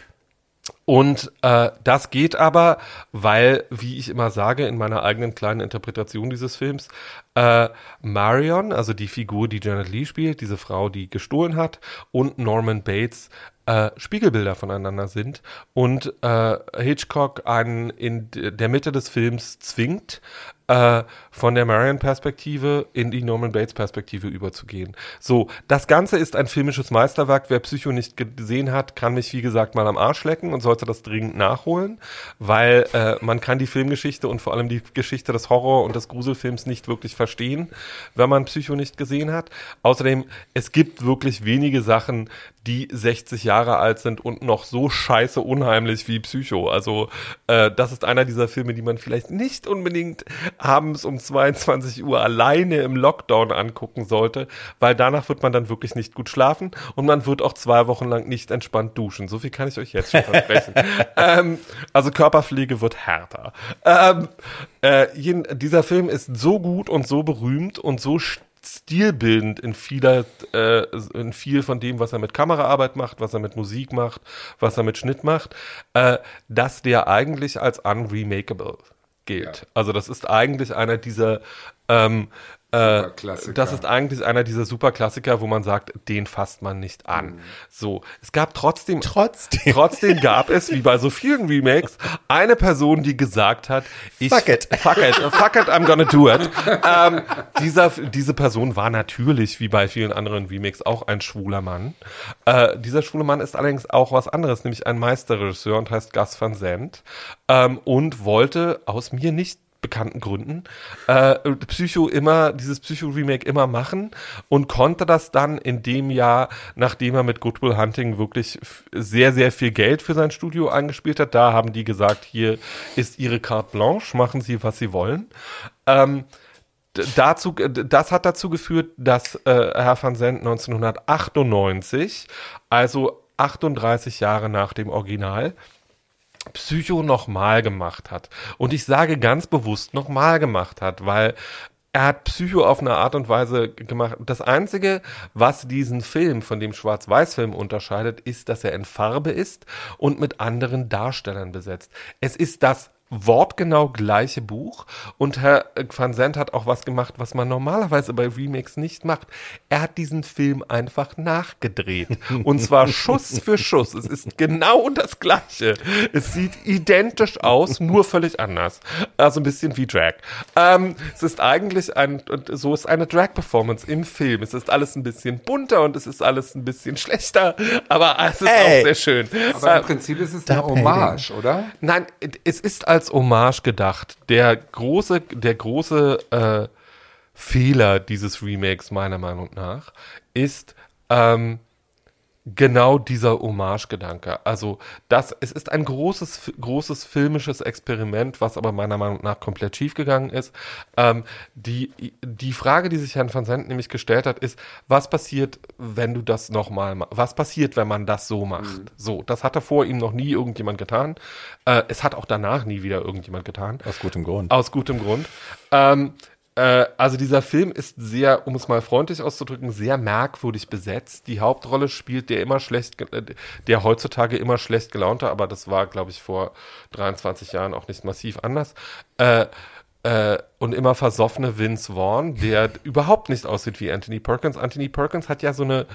Und äh, das geht aber, weil, wie ich immer sage, in meiner eigenen kleinen Interpretation dieses Films, äh, Marion, also die Figur, die Janet Leigh spielt, diese Frau, die gestohlen hat, und Norman Bates äh, Spiegelbilder voneinander sind und äh, Hitchcock einen in der Mitte des Films zwingt, äh, von der Marion-Perspektive in die Norman Bates-Perspektive überzugehen. So, das Ganze ist ein filmisches Meisterwerk. Wer Psycho nicht gesehen hat, kann mich, wie gesagt, mal am Arsch lecken und sollte das dringend nachholen, weil äh, man kann die Filmgeschichte und vor allem die Geschichte des Horror- und des Gruselfilms nicht wirklich verstehen, wenn man Psycho nicht gesehen hat. Außerdem, es gibt wirklich wenige Sachen, die sechzig Jahre alt sind und noch so scheiße unheimlich wie Psycho. Also äh, das ist einer dieser Filme, die man vielleicht nicht unbedingt abends um zweiundzwanzig Uhr alleine im Lockdown angucken sollte, weil danach wird man dann wirklich nicht gut schlafen und man wird auch zwei Wochen lang nicht entspannt duschen. So viel kann ich euch jetzt schon versprechen. ähm, also Körperpflege wird härter. Ähm, äh, jeden, dieser Film ist so gut und so berühmt und so stilbildend in vieler, äh, in viel von dem, was er mit Kameraarbeit macht, was er mit Musik macht, was er mit Schnitt macht, äh, dass der eigentlich als unremakable gilt. Ja. Also das ist eigentlich einer dieser ähm, äh, das ist eigentlich einer dieser Superklassiker, wo man sagt, den fasst man nicht an. Mhm. So, es gab trotzdem, trotzdem, trotzdem gab es, wie bei so vielen Remakes, eine Person, die gesagt hat, ich, fuck it, fuck it, fuck it, I'm gonna do it. Ähm, dieser, diese Person war natürlich, wie bei vielen anderen Remakes, auch ein schwuler Mann. Äh, dieser schwule Mann ist allerdings auch was anderes, nämlich ein Meisterregisseur und heißt Gus Van Sant ähm, und wollte aus mir nicht bekannten Gründen äh, Psycho immer, dieses Psycho-Remake immer machen und konnte das dann in dem Jahr, nachdem er mit Good Will Hunting wirklich f- sehr, sehr viel Geld für sein Studio eingespielt hat. Da haben die gesagt, hier ist ihre Carte Blanche, machen Sie, was Sie wollen. Ähm, d- dazu, das hat dazu geführt, dass äh, Herr Van Sant neunzehnhundertachtundneunzig, also achtunddreißig Jahre nach dem Original, Psycho nochmal gemacht hat. Und ich sage ganz bewusst nochmal gemacht hat, weil er hat Psycho auf eine Art und Weise gemacht. Das Einzige, was diesen Film von dem Schwarz-Weiß-Film unterscheidet, ist, dass er in Farbe ist und mit anderen Darstellern besetzt. Es ist das wortgenau gleiche Buch und Herr Van Zandt hat auch was gemacht, was man normalerweise bei Remakes nicht macht. Er hat diesen Film einfach nachgedreht und zwar Schuss für Schuss. Es ist genau das Gleiche. Es sieht identisch aus, nur völlig anders. Also ein bisschen wie Drag. Ähm, es ist eigentlich ein, und so ist eine Drag-Performance im Film. Es ist alles ein bisschen bunter und es ist alles ein bisschen schlechter, aber es ist Ey. auch sehr schön. Aber Äh, im Prinzip ist es eine Hommage, oder? Nein, es ist als Hommage gedacht. Der große, der große äh, Fehler dieses Remakes meiner Meinung nach ist ähm, genau dieser Hommage-Gedanke. Also das, es ist ein großes, großes filmisches Experiment, was aber meiner Meinung nach komplett schiefgegangen ist. Ähm, die, die Frage, die sich Herrn Van Zandt nämlich gestellt hat, ist, was passiert, wenn du das nochmal machst? Was passiert, wenn man das so macht? Mhm. So, das hatte vor ihm noch nie irgendjemand getan. Äh, es hat auch danach nie wieder irgendjemand getan. Aus gutem Grund. Aus gutem Grund. Ähm, Äh, also dieser Film ist sehr, um es mal freundlich auszudrücken, sehr merkwürdig besetzt. Die Hauptrolle spielt der immer schlecht, äh, der heutzutage immer schlecht gelaunte, aber das war, glaube ich, vor dreiundzwanzig Jahren auch nicht massiv anders. Äh, äh, und immer versoffene Vince Vaughn, der überhaupt nicht aussieht wie Anthony Perkins. Anthony Perkins hat ja so eine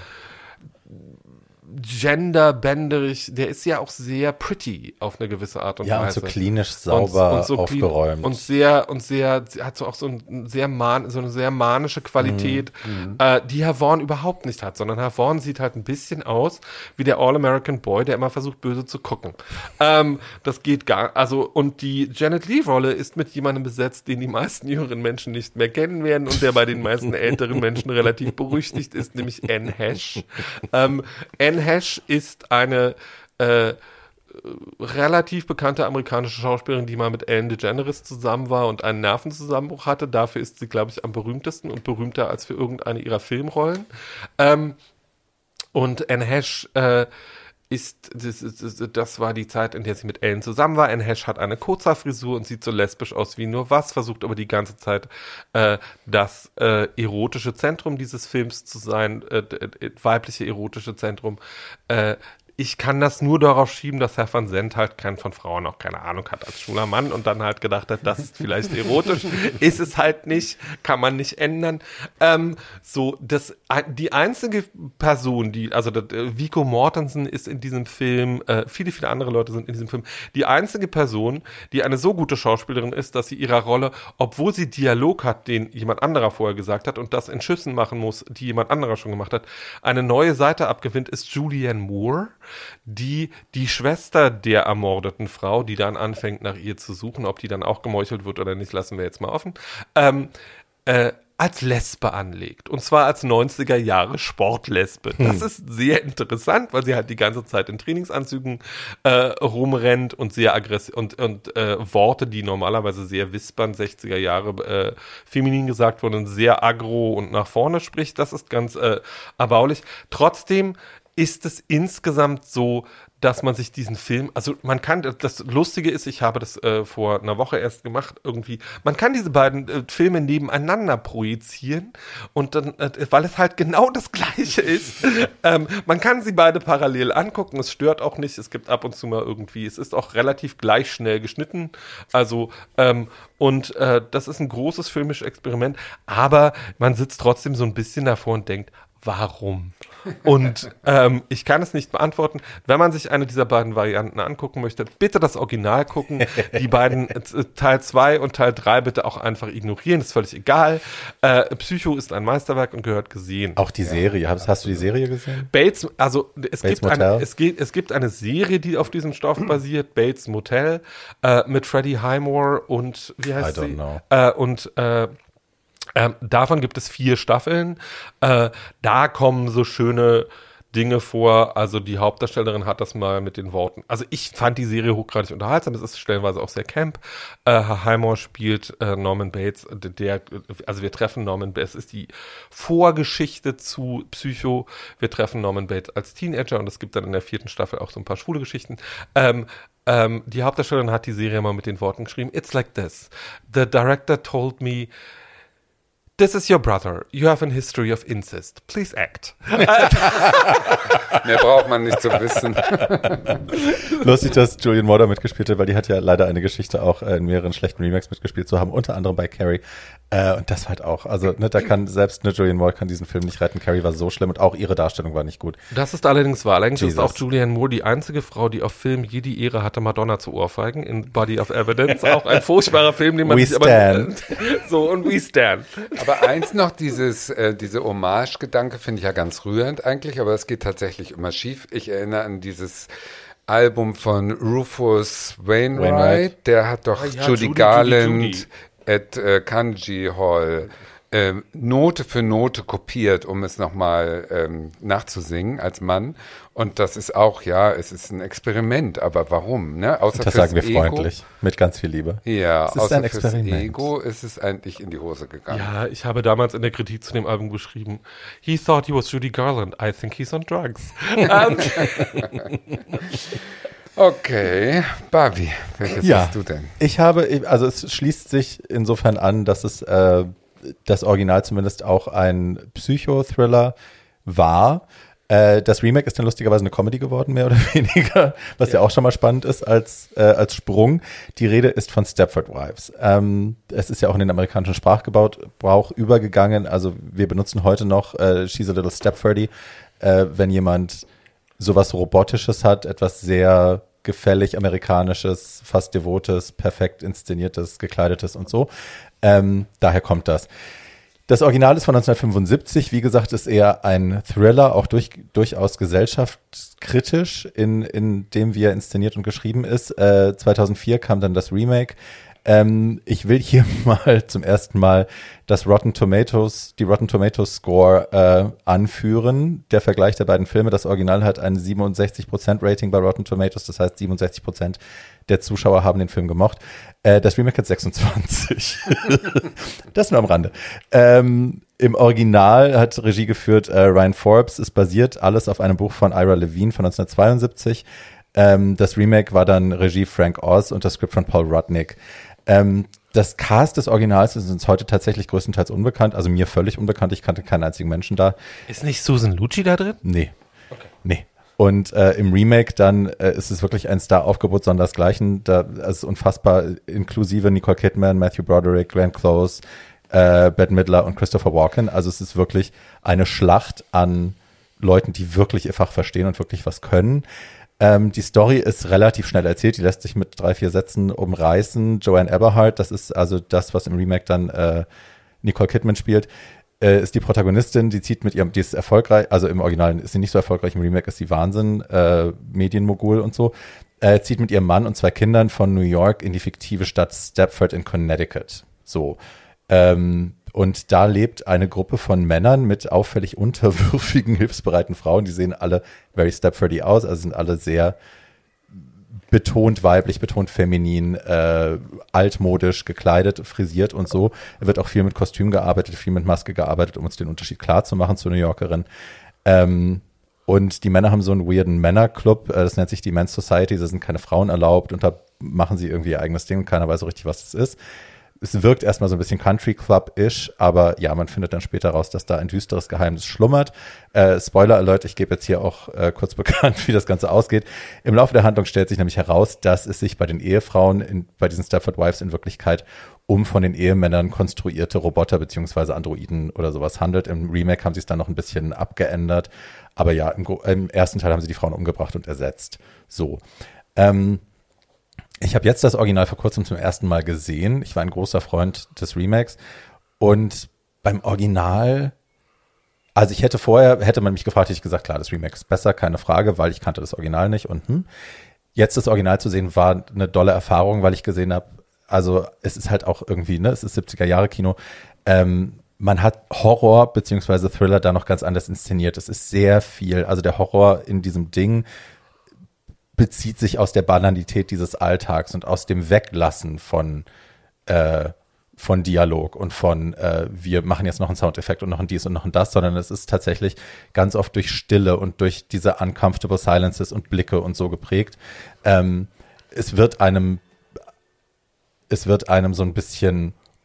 genderbänderig, der ist ja auch sehr pretty auf eine gewisse Art und Ja, und Weise. so klinisch sauber und, und so aufgeräumt. Clean, und sehr, und sehr, hat so auch so, ein sehr man, so eine sehr manische Qualität, mm, äh, die Herr Vaughn überhaupt nicht hat, sondern Herr Vaughn sieht halt ein bisschen aus wie der All-American Boy, der immer versucht, böse zu gucken. Ähm, das geht gar, also, und die Janet Leigh-Rolle ist mit jemandem besetzt, den die meisten jüngeren Menschen nicht mehr kennen werden und der bei den meisten älteren Menschen relativ berüchtigt ist, nämlich Anne Hesh. Ähm, Anne Hesh ist eine äh, relativ bekannte amerikanische Schauspielerin, die mal mit Ellen DeGeneres zusammen war und einen Nervenzusammenbruch hatte. Dafür ist sie, glaube ich, am berühmtesten und berühmter als für irgendeine ihrer Filmrollen. Ähm, und Anne Hesh äh, ist, das, das, das war die Zeit, in der sie mit Ellen zusammen war. Anne Hesh hat eine Kurzhaarfrisur und sieht so lesbisch aus wie nur was, versucht aber die ganze Zeit äh, das äh, erotische Zentrum dieses Films zu sein, äh, äh, weibliche erotische Zentrum. Äh, Ich kann das nur darauf schieben, dass Herr Van Zandt halt kein, von Frauen auch keine Ahnung hat als schwuler Mann und dann halt gedacht hat, das ist vielleicht erotisch. Ist es halt nicht, kann man nicht ändern. Ähm, so, das, die einzige Person, die, also das, äh, Viggo Mortensen ist in diesem Film, äh, viele, viele andere Leute sind in diesem Film, die einzige Person, die eine so gute Schauspielerin ist, dass sie ihrer Rolle, obwohl sie Dialog hat, den jemand anderer vorher gesagt hat und das in Schüssen machen muss, die jemand anderer schon gemacht hat, eine neue Seite abgewinnt, ist Julianne Moore, die die Schwester der ermordeten Frau, die dann anfängt, nach ihr zu suchen, ob die dann auch gemeuchelt wird oder nicht, lassen wir jetzt mal offen, ähm, äh, als Lesbe anlegt. Und zwar als neunziger Jahre Sportlesbe. Das hm. ist sehr interessant, weil sie halt die ganze Zeit in Trainingsanzügen äh, rumrennt und sehr aggressiv und, und äh, Worte, die normalerweise sehr wispern, sechziger Jahre äh, feminin gesagt wurden, sehr aggro und nach vorne spricht. Das ist ganz äh, erbaulich. Trotzdem ist es insgesamt so, dass man sich diesen Film, also man kann, das Lustige ist, ich habe das äh, vor einer Woche erst gemacht, irgendwie, man kann diese beiden äh, Filme nebeneinander projizieren und dann, äh, weil es halt genau das Gleiche ist, ähm, man kann sie beide parallel angucken, es stört auch nicht, es gibt ab und zu mal irgendwie, es ist auch relativ gleich schnell geschnitten, also, ähm, und äh, das ist ein großes filmisches Experiment, aber man sitzt trotzdem so ein bisschen davor und denkt, warum? Und ähm, ich kann es nicht beantworten. Wenn man sich eine dieser beiden Varianten angucken möchte, bitte das Original gucken. Die beiden äh, Teil zwei und Teil drei bitte auch einfach ignorieren. Ist völlig egal. Äh, Psycho ist ein Meisterwerk und gehört gesehen. Auch die Serie. Hast, hast du die Serie gesehen? Bates, also es Bates gibt, eine, es, geht, es gibt eine Serie, die auf diesem Stoff basiert, Bates Motel, äh, mit Freddie Highmore und wie heißt I don't sie? know. Äh, und äh, Ähm, davon gibt es vier Staffeln. Äh, da kommen so schöne Dinge vor. Also die Hauptdarstellerin hat das mal mit den Worten. Also ich fand die Serie hochgradig unterhaltsam. Es ist stellenweise auch sehr camp. Äh, Herr Highmore spielt äh, Norman Bates. Der, also wir treffen Norman Bates. Es ist die Vorgeschichte zu Psycho. Wir treffen Norman Bates als Teenager und es gibt dann in der vierten Staffel auch so ein paar schwule Geschichten. Ähm, ähm, die Hauptdarstellerin hat die Serie mal mit den Worten geschrieben. It's like this. The director told me, This is your brother. You have a history of incest. Please act. Mehr braucht man nicht zu wissen. Lustig, dass Julianne Moore da mitgespielt hat, weil die hat ja leider eine Geschichte auch in mehreren schlechten Remakes mitgespielt zu haben, unter anderem bei Carrie. Äh, und das halt auch. Also, ne, da kann selbst eine Julianne Moore kann diesen Film nicht retten. Carrie war so schlimm und auch ihre Darstellung war nicht gut. Das ist allerdings wahr. Allerdings Jesus. ist auch Julianne Moore die einzige Frau, die auf Film je die Ehre hatte, Madonna zu ohrfeigen in Body of Evidence. Auch ein furchtbarer Film, den man We sich stand. aber so und We Stand. Aber eins noch, dieses, äh, diese Hommage-Gedanke finde ich ja ganz rührend eigentlich, aber es geht tatsächlich immer schief. Ich erinnere an dieses Album von Rufus Wainwright, Wainwright. der hat doch Ah ja, Judy, Judy, Garland Judy, Judy. at äh, Carnegie Hall ähm, Note für Note kopiert, um es nochmal ähm, nachzusingen als Mann. Und das ist auch, ja, es ist ein Experiment, aber warum? Ne? Außer Das fürs sagen wir Ego. freundlich, mit ganz viel Liebe. Ja, Es ist außer ein fürs Experiment. Ego ist es eigentlich in die Hose gegangen. Ja, ich habe damals in der Kritik zu dem Album geschrieben, he thought he was Judy Garland. I think he's on drugs. um, Okay, Barbie, welches Ja, hast du denn? ich habe, also es schließt sich insofern an, dass es äh, das Original zumindest auch ein Psychothriller war. Äh, das Remake ist dann lustigerweise eine Comedy geworden, mehr oder weniger, was ja, ja auch schon mal spannend ist als, äh, als Sprung. Die Rede ist von Stepford Wives. Ähm, es ist ja auch in den amerikanischen Sprachgebrauch übergegangen. Also wir benutzen heute noch äh, She's a Little Stepfordy, äh, wenn jemand sowas Robotisches hat, etwas sehr gefällig Amerikanisches, fast Devotes, perfekt inszeniertes, gekleidetes und so. Ähm, daher kommt das. Das Original ist von neunzehnhundertfünfundsiebzig. Wie gesagt, ist eher ein Thriller, auch durch, durchaus gesellschaftskritisch, in, in dem wie er inszeniert und geschrieben ist. Äh, zweitausendvier kam dann das Remake. Ähm, ich will hier mal zum ersten Mal das Rotten Tomatoes, die Rotten Tomatoes Score äh, anführen. Der Vergleich der beiden Filme. Das Original hat ein siebenundsechzig Prozent Rating bei Rotten Tomatoes. Das heißt, siebenundsechzig Prozent der Zuschauer haben den Film gemocht. Äh, das Remake hat sechsundzwanzig. Das nur am Rande. Ähm, Im Original hat Regie geführt äh, Ryan Forbes. Es basiert alles auf einem Buch von Ira Levine von neunzehnhundertzweiundsiebzig. Ähm, das Remake war dann Regie Frank Oz und das Skript von Paul Rudnick. Ähm, das Cast des Originals ist uns heute tatsächlich größtenteils unbekannt. Also mir völlig unbekannt. Ich kannte keinen einzigen Menschen da. ist nicht Susan Lucci da drin? Nee. Okay. Nee. Und äh, im Remake dann äh, ist es wirklich ein Star-Aufgebot sondersgleichen. Da ist unfassbar, inklusive Nicole Kidman, Matthew Broderick, Glenn Close, äh, Bette Midler und Christopher Walken. Also es ist wirklich eine Schlacht an Leuten, die wirklich ihr Fach verstehen und wirklich was können. Ähm, die Story ist relativ schnell erzählt. Die lässt sich mit drei, vier Sätzen umreißen. Joanne Eberhardt, das ist also das, was im Remake dann äh, Nicole Kidman spielt, äh, ist die Protagonistin, die zieht mit ihrem, die ist erfolgreich, also im Original ist sie nicht so erfolgreich, im Remake ist sie Wahnsinn, äh, Medienmogul und so, äh, zieht mit ihrem Mann und zwei Kindern von New York in die fiktive Stadt Stepford in Connecticut. So. Ähm, und da lebt eine Gruppe von Männern mit auffällig unterwürfigen, hilfsbereiten Frauen, die sehen alle very Stepfordy aus, also sind alle sehr betont weiblich, betont feminin, äh, altmodisch gekleidet, frisiert und so. Er wird auch viel mit Kostüm gearbeitet, viel mit Maske gearbeitet, um uns den Unterschied klar zu machen zur New Yorkerin. Ähm, und die Männer haben so einen weirden Männerclub, äh, das nennt sich die Men's Society, da sind keine Frauen erlaubt und da machen sie irgendwie ihr eigenes Ding und keiner weiß so richtig, was das ist. Es wirkt erstmal so ein bisschen Country Club-ish, aber ja, man findet dann später raus, dass da ein düsteres Geheimnis schlummert. Äh, Spoiler Alert, ich gebe jetzt hier auch äh, kurz bekannt, wie das Ganze ausgeht. Im Laufe der Handlung stellt sich nämlich heraus, dass es sich bei den Ehefrauen, in, bei diesen Stepford Wives in Wirklichkeit um von den Ehemännern konstruierte Roboter beziehungsweise Androiden oder sowas handelt. Im Remake haben sie es dann noch ein bisschen abgeändert, aber ja, im, im ersten Teil haben sie die Frauen umgebracht und ersetzt. So. Ähm, Ich habe jetzt das Original vor kurzem zum ersten Mal gesehen. Ich war ein großer Freund des Remakes. Und beim Original, also ich hätte vorher, hätte man mich gefragt, hätte ich gesagt, klar, das Remake ist besser, keine Frage, weil ich kannte das Original nicht. Und hm, jetzt das Original zu sehen, war eine dolle Erfahrung, weil ich gesehen habe, also es ist halt auch irgendwie, ne, es ist siebziger-Jahre-Kino. Ähm, man hat Horror beziehungsweise Thriller da noch ganz anders inszeniert. Es ist sehr viel, also der Horror in diesem Ding bezieht sich aus der Banalität dieses Alltags und aus dem Weglassen von, äh, von Dialog und von äh, wir machen jetzt noch einen Soundeffekt und noch ein dies und noch ein das, sondern es ist tatsächlich ganz oft durch Stille und durch diese uncomfortable silences und Blicke und so geprägt. Ähm, es wird einem es wird einem so ein bisschen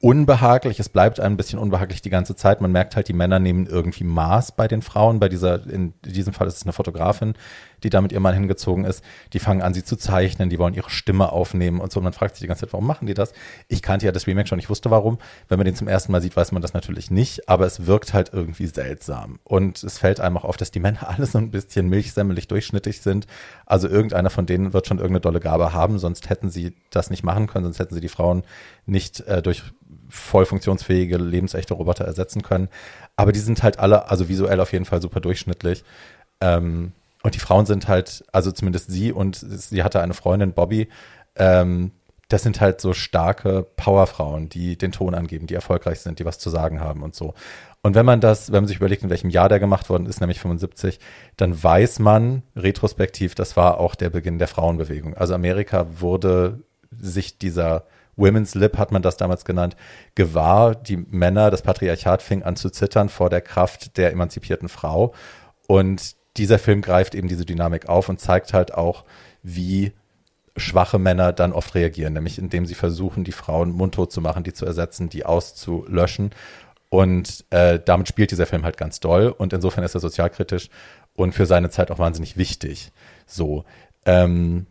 unbehaglich, es bleibt ein bisschen unbehaglich die ganze Zeit. Man merkt halt, die Männer nehmen irgendwie Maß bei den Frauen. Bei dieser, in diesem Fall ist es eine Fotografin, die da mit ihrem Mann hingezogen ist. Die fangen an, sie zu zeichnen, die wollen ihre Stimme aufnehmen und so. Und man fragt sich die ganze Zeit, warum machen die das? Ich kannte ja das Remake schon, ich wusste warum. Wenn man den zum ersten Mal sieht, weiß man das natürlich nicht, aber es wirkt halt irgendwie seltsam. Und es fällt einem auch auf, dass die Männer alle so ein bisschen milchsemmelig durchschnittlich sind. Also irgendeiner von denen wird schon irgendeine dolle Gabe haben, sonst hätten sie das nicht machen können, sonst hätten sie die Frauen nicht äh, durch voll funktionsfähige, lebensechte Roboter ersetzen können. Aber die sind halt alle, also visuell auf jeden Fall super durchschnittlich. Ähm, und die Frauen sind halt, also zumindest sie und sie hatte eine Freundin, Bobby, ähm, das sind halt so starke Powerfrauen, die den Ton angeben, die erfolgreich sind, die was zu sagen haben und so. Und wenn man das, wenn man sich überlegt, in welchem Jahr der gemacht worden ist, nämlich fünfundsiebzig, dann weiß man retrospektiv, das war auch der Beginn der Frauenbewegung. Also Amerika wurde sich dieser Women's Lib hat man das damals genannt, gewahr, die Männer, das Patriarchat fing an zu zittern vor der Kraft der emanzipierten Frau. Und dieser Film greift eben diese Dynamik auf und zeigt halt auch, wie schwache Männer dann oft reagieren, nämlich indem sie versuchen, die Frauen mundtot zu machen, die zu ersetzen, die auszulöschen. Und äh, damit spielt dieser Film halt ganz doll. Und insofern ist er sozialkritisch und für seine Zeit auch wahnsinnig wichtig. So, ähm,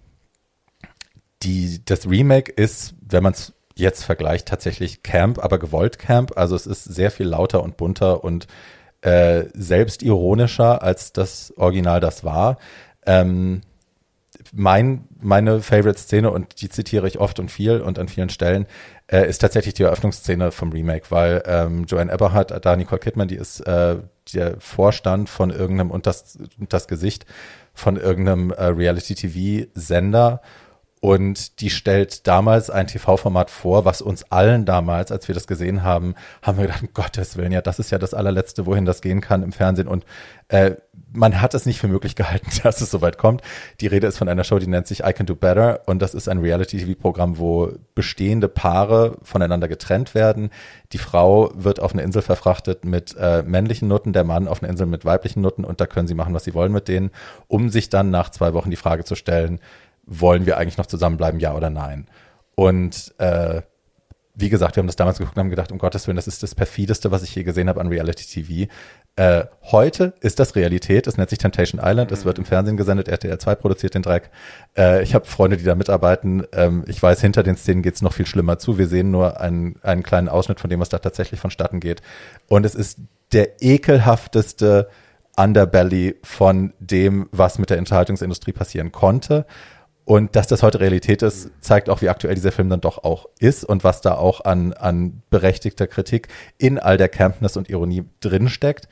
Die, das Remake ist, wenn man es jetzt vergleicht, tatsächlich Camp, aber gewollt Camp. Also es ist sehr viel lauter und bunter und äh, selbstironischer, als das Original das war. Ähm, mein, meine Favorite-Szene, und die zitiere ich oft und viel und an vielen Stellen, äh, ist tatsächlich die Eröffnungsszene vom Remake, weil ähm, Joanne Eberhardt, da Nicole Kidman, die ist äh, der Vorstand von irgendeinem und das, das Gesicht von irgendeinem äh, Reality-T V-Sender. Und die stellt damals ein T V-Format vor, was uns allen damals, als wir das gesehen haben, haben wir gedacht, um Gottes Willen, ja, das ist ja das allerletzte, wohin das gehen kann im Fernsehen. Und äh, man hat es nicht für möglich gehalten, dass es so weit kommt. Die Rede ist von einer Show, die nennt sich I Can Do Better. Und das ist ein Reality-T V-Programm, wo bestehende Paare voneinander getrennt werden. Die Frau wird auf eine Insel verfrachtet mit äh, männlichen Nutten, der Mann auf eine Insel mit weiblichen Nutten. Und da können sie machen, was sie wollen mit denen, um sich dann nach zwei Wochen die Frage zu stellen, wollen wir eigentlich noch zusammenbleiben, ja oder nein? Und äh, wie gesagt, wir haben das damals geguckt und haben gedacht, um Gottes Willen, das ist das perfideste, was ich je gesehen habe an Reality-T V. Äh, heute ist das Realität, es nennt sich Temptation Island, es wird im Fernsehen gesendet, R T L zwei produziert den Dreck. Äh, ich habe Freunde, die da mitarbeiten. Ähm, ich weiß, hinter den Szenen geht es noch viel schlimmer zu. Wir sehen nur einen, einen kleinen Ausschnitt von dem, was da tatsächlich vonstatten geht. Und es ist der ekelhafteste Underbelly von dem, was mit der Unterhaltungsindustrie passieren konnte. Und dass das heute Realität ist, zeigt auch, wie aktuell dieser Film dann doch auch ist und was da auch an, an berechtigter Kritik in all der Campness und Ironie drinsteckt.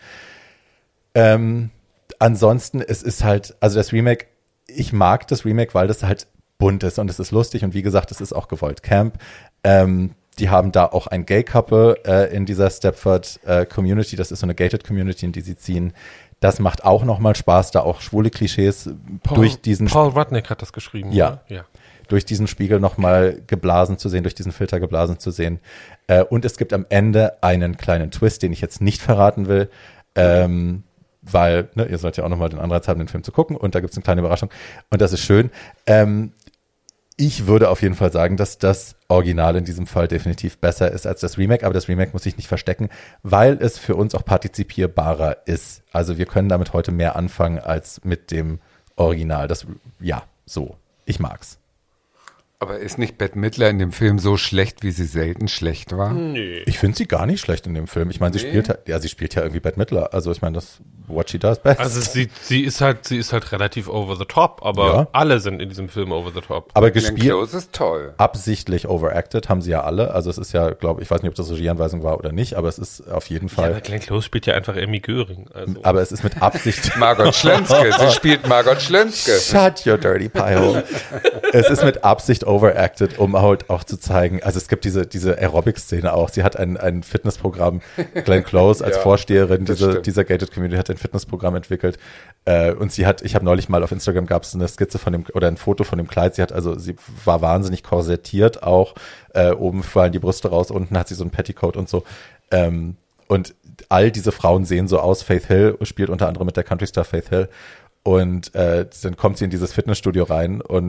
Ähm, ansonsten, es ist halt, also das Remake, ich mag das Remake, weil das halt bunt ist und es ist lustig und wie gesagt, es ist auch gewollt Camp. Ähm, die haben da auch ein Gay-Couple äh, in dieser Stepford-Community, äh, das ist so eine gated Community, in die sie ziehen. Das macht auch nochmal Spaß, da auch schwule Klischees Paul, durch diesen... Paul Rudnick hat das geschrieben. Ja, ja. durch diesen Spiegel nochmal geblasen zu sehen, durch diesen Filter geblasen zu sehen. Äh, und es gibt am Ende einen kleinen Twist, den ich jetzt nicht verraten will, ähm, weil ne, ihr sollt ja auch nochmal den Anreiz haben, den Film zu gucken. Und da gibt es eine kleine Überraschung. Und das ist schön. Ähm, Ich würde auf jeden Fall sagen, dass das Original in diesem Fall definitiv besser ist als das Remake, aber das Remake muss sich nicht verstecken, weil es für uns auch partizipierbarer ist. Also wir können damit heute mehr anfangen als mit dem Original. Das, ja, so. Ich mag's. Aber ist nicht Bette Midler in dem Film so schlecht, wie sie selten schlecht war? Nee. Ich finde sie gar nicht schlecht in dem Film. Ich meine, sie Nee. spielt ja, sie spielt ja irgendwie Bette Midler. Also ich meine, das What She Does Best. Also sie, sie ist halt, sie ist halt relativ over the top, aber Ja. alle sind in diesem Film over the top. aber Glenn gespielt, Close ist toll. absichtlich overacted, haben sie ja alle. Also es ist ja, glaube ich, weiß nicht, ob das Regieanweisung war oder nicht, aber es ist auf jeden Ja, Fall. aber Glenn Close spielt ja einfach Emmy Göring. Also. Aber es ist mit Absicht. Margot Schlönske, sie spielt Margot Schlönske. Shut your dirty pie hole. Es ist mit Absicht overacted, um halt auch zu zeigen, also es gibt diese, diese Aerobic-Szene auch. Sie hat ein, ein Fitnessprogramm, Glenn Close als Ja, Vorsteherin das diese, stimmt. dieser Gated Community hat ein Fitnessprogramm entwickelt. Äh, und sie hat, ich habe neulich mal auf Instagram gab es eine Skizze von dem, oder ein Foto von dem Kleid. Sie hat also, sie war wahnsinnig korsettiert auch. Äh, oben fallen die Brüste raus, unten hat sie so ein Petticoat und so. Ähm, und all diese Frauen sehen so aus. Faith Hill spielt unter anderem mit der Country-Star Faith Hill. Und äh, dann kommt sie in dieses Fitnessstudio rein und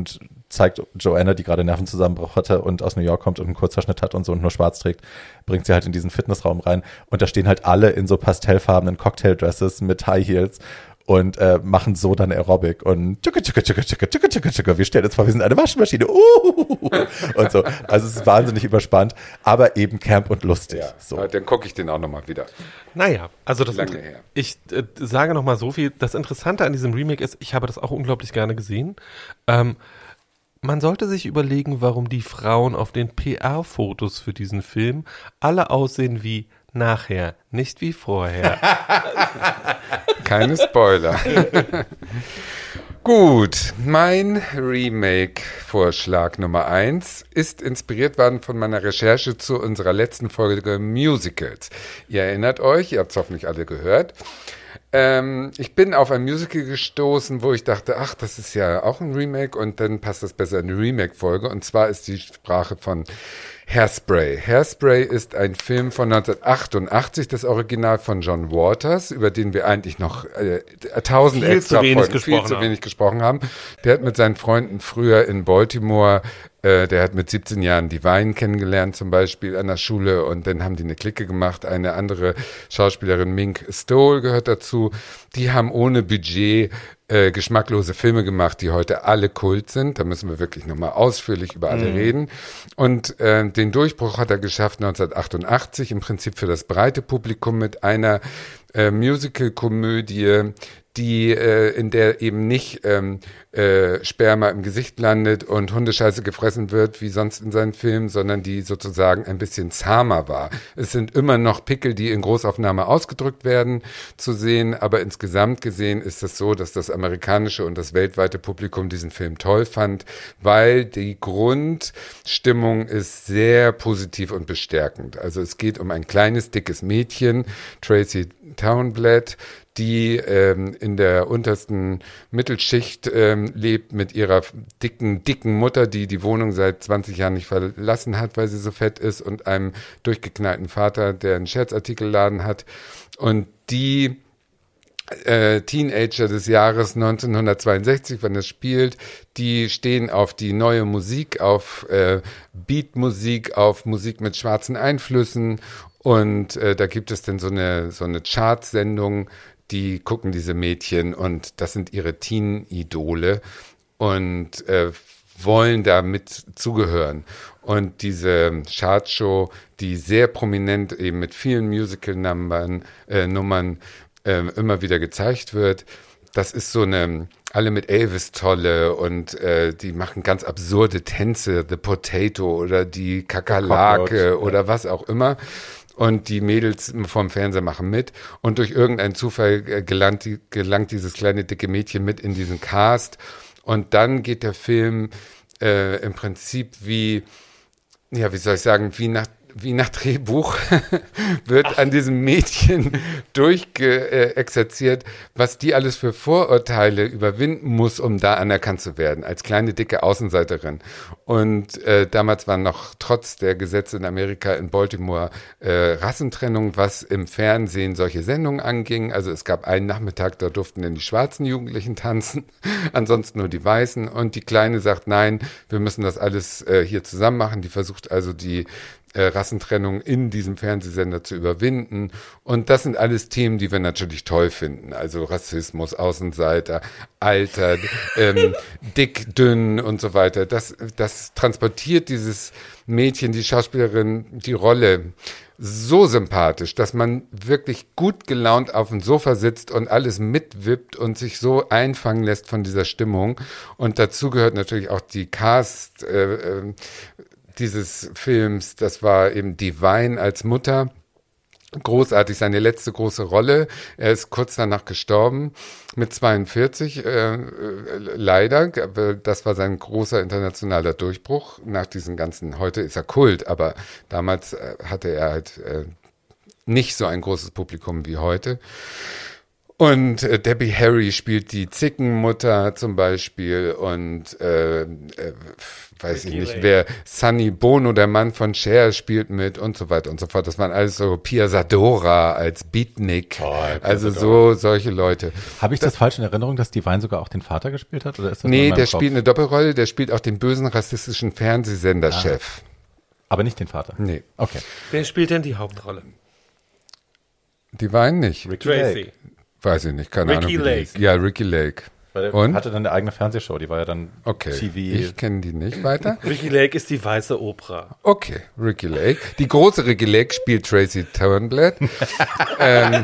zeigt Joanna, die gerade Nervenzusammenbruch hatte und aus New York kommt und einen Kurzhaarschnitt hat und so und nur schwarz trägt, bringt sie halt in diesen Fitnessraum rein und da stehen halt alle in so pastellfarbenen Cocktaildresses mit High Heels und äh, machen so dann Aerobic und tschicke, tschicke, tschicke, tschicke, tschicke, tschicke, tschicke. Wir stellen uns vor, wir sind eine Waschmaschine. Uh, und so. Also es ist wahnsinnig überspannt, aber eben camp und lustig. Ja, so. dann gucke ich den auch nochmal wieder. Naja, also das Lange Inter- her. ich äh, sage noch mal so viel. Das Interessante an diesem Remake ist, ich habe das auch unglaublich gerne gesehen. Ähm, man sollte sich überlegen, warum die Frauen auf den P R-Fotos für diesen Film alle aussehen wie nachher, nicht wie vorher. Keine Spoiler. Gut, mein Remake-Vorschlag Nummer eins ist inspiriert worden von meiner Recherche zu unserer letzten Folge Musicals. Ihr erinnert euch, ihr habt es hoffentlich alle gehört. Ähm, ich bin auf ein Musical gestoßen, wo ich dachte, ach, das ist ja auch ein Remake und dann passt das besser in die Remake-Folge. Und zwar ist die Sprache von Hairspray. Hairspray ist ein Film von neunzehnhundertachtundachtzig, das Original von John Waters, über den wir eigentlich noch äh, tausend Viel extra zu wenig Folgen, gesprochen viel zu haben. wenig gesprochen haben. Der hat mit seinen Freunden früher in Baltimore, äh, der hat mit siebzehn Jahren Divine kennengelernt zum Beispiel an der Schule und dann haben die eine Clique gemacht. Eine andere Schauspielerin, Mink Stole, gehört dazu. Die haben ohne Budget äh, geschmacklose Filme gemacht, die heute alle Kult sind. Da müssen wir wirklich nochmal ausführlich über alle mhm. reden. Und äh, den Durchbruch hat er geschafft neunzehnhundertachtundachtzig, im Prinzip für das breite Publikum mit einer äh, Musical-Komödie, die äh, in der eben nicht ähm, äh, Sperma im Gesicht landet und Hundescheiße gefressen wird, wie sonst in seinen Filmen, sondern die sozusagen ein bisschen zahmer war. Es sind immer noch Pickel, die in Großaufnahme ausgedrückt werden, zu sehen, aber insgesamt gesehen ist es so, dass das amerikanische und das weltweite Publikum diesen Film toll fand, weil die Grundstimmung ist sehr positiv und bestärkend. Also es geht um ein kleines, dickes Mädchen, Tracy Townblad, die ähm, in der untersten Mittelschicht ähm, lebt mit ihrer dicken, dicken Mutter, die die Wohnung seit zwanzig Jahren nicht verlassen hat, weil sie so fett ist, und einem durchgeknallten Vater, der einen Scherzartikelladen hat. Und die äh, Teenager des Jahres neunzehnhundertzweiundsechzig, wenn es spielt, die stehen auf die neue Musik, auf äh, Beatmusik, auf Musik mit schwarzen Einflüssen. Und äh, da gibt es dann so eine, so eine Chartsendung, die gucken diese Mädchen und das sind ihre Teen-Idole und äh, wollen da mit zugehören. Und diese Chartshow, die sehr prominent eben mit vielen Musical-Nummern äh, Nummern, äh, immer wieder gezeigt wird, das ist so eine, alle mit Elvis-Tolle und äh, die machen ganz absurde Tänze, The Potato oder die Kakerlake oder ja. was auch immer. Und die Mädels vom Fernseher machen mit. Und durch irgendeinen Zufall gelangt, gelangt dieses kleine, dicke Mädchen mit in diesen Cast. Und dann geht der Film äh, im Prinzip wie, ja, wie soll ich sagen, wie nach, wie nach Drehbuch wird Ach. an diesem Mädchen durchgeexerziert, was die alles für Vorurteile überwinden muss, um da anerkannt zu werden, als kleine, dicke Außenseiterin. Und äh, damals waren noch trotz der Gesetze in Amerika in Baltimore äh, Rassentrennung, was im Fernsehen solche Sendungen anging. Also es gab einen Nachmittag, da durften dann die schwarzen Jugendlichen tanzen, ansonsten nur die Weißen. Und die Kleine sagt, nein, wir müssen das alles äh, hier zusammen machen. Die versucht also die Äh, Rassentrennung in diesem Fernsehsender zu überwinden. Und das sind alles Themen, die wir natürlich toll finden. Also Rassismus, Außenseiter, Alter, ähm, dick, dünn und so weiter. Das, das transportiert dieses Mädchen, die Schauspielerin, die Rolle so sympathisch, dass man wirklich gut gelaunt auf dem Sofa sitzt und alles mitwippt und sich so einfangen lässt von dieser Stimmung. Und dazu gehört natürlich auch die Cast, äh, äh, dieses Films, das war eben Divine als Mutter. Großartig, seine letzte große Rolle. Er ist kurz danach gestorben, mit zweiundvierzig, äh, leider. Das war sein großer internationaler Durchbruch nach diesen ganzen, heute ist er Kult, aber damals äh, hatte er halt äh, nicht so ein großes Publikum wie heute. Und äh, Debbie Harry spielt die Zickenmutter zum Beispiel und äh, äh, weiß ich nicht, wer, Sonny Bono, der Mann von Cher, spielt mit und so weiter und so fort. Das waren alles so Pia Zadora als Beatnik, Oh, also so solche Leute. Habe ich das, das falsch in Erinnerung, dass Divine sogar auch den Vater gespielt hat? Oder ist das nee, der Kopf? Spielt eine Doppelrolle, der spielt auch den bösen rassistischen Fernsehsenderchef. Ah. Aber nicht den Vater? Nee. Okay. Wer spielt denn die Hauptrolle? Divine nicht. Ricky Tracy. Lake. Weiß ich nicht, keine Ricky Ahnung. Lake. Ja, Ricky Lake. Weil der Und? hatte dann eine eigene Fernsehshow, die war ja dann Okay, T V. ich kenne die nicht weiter. Ricky Lake ist die weiße Oprah. Okay, Ricky Lake. Die große Ricky Lake spielt Tracy Turnblad. ähm,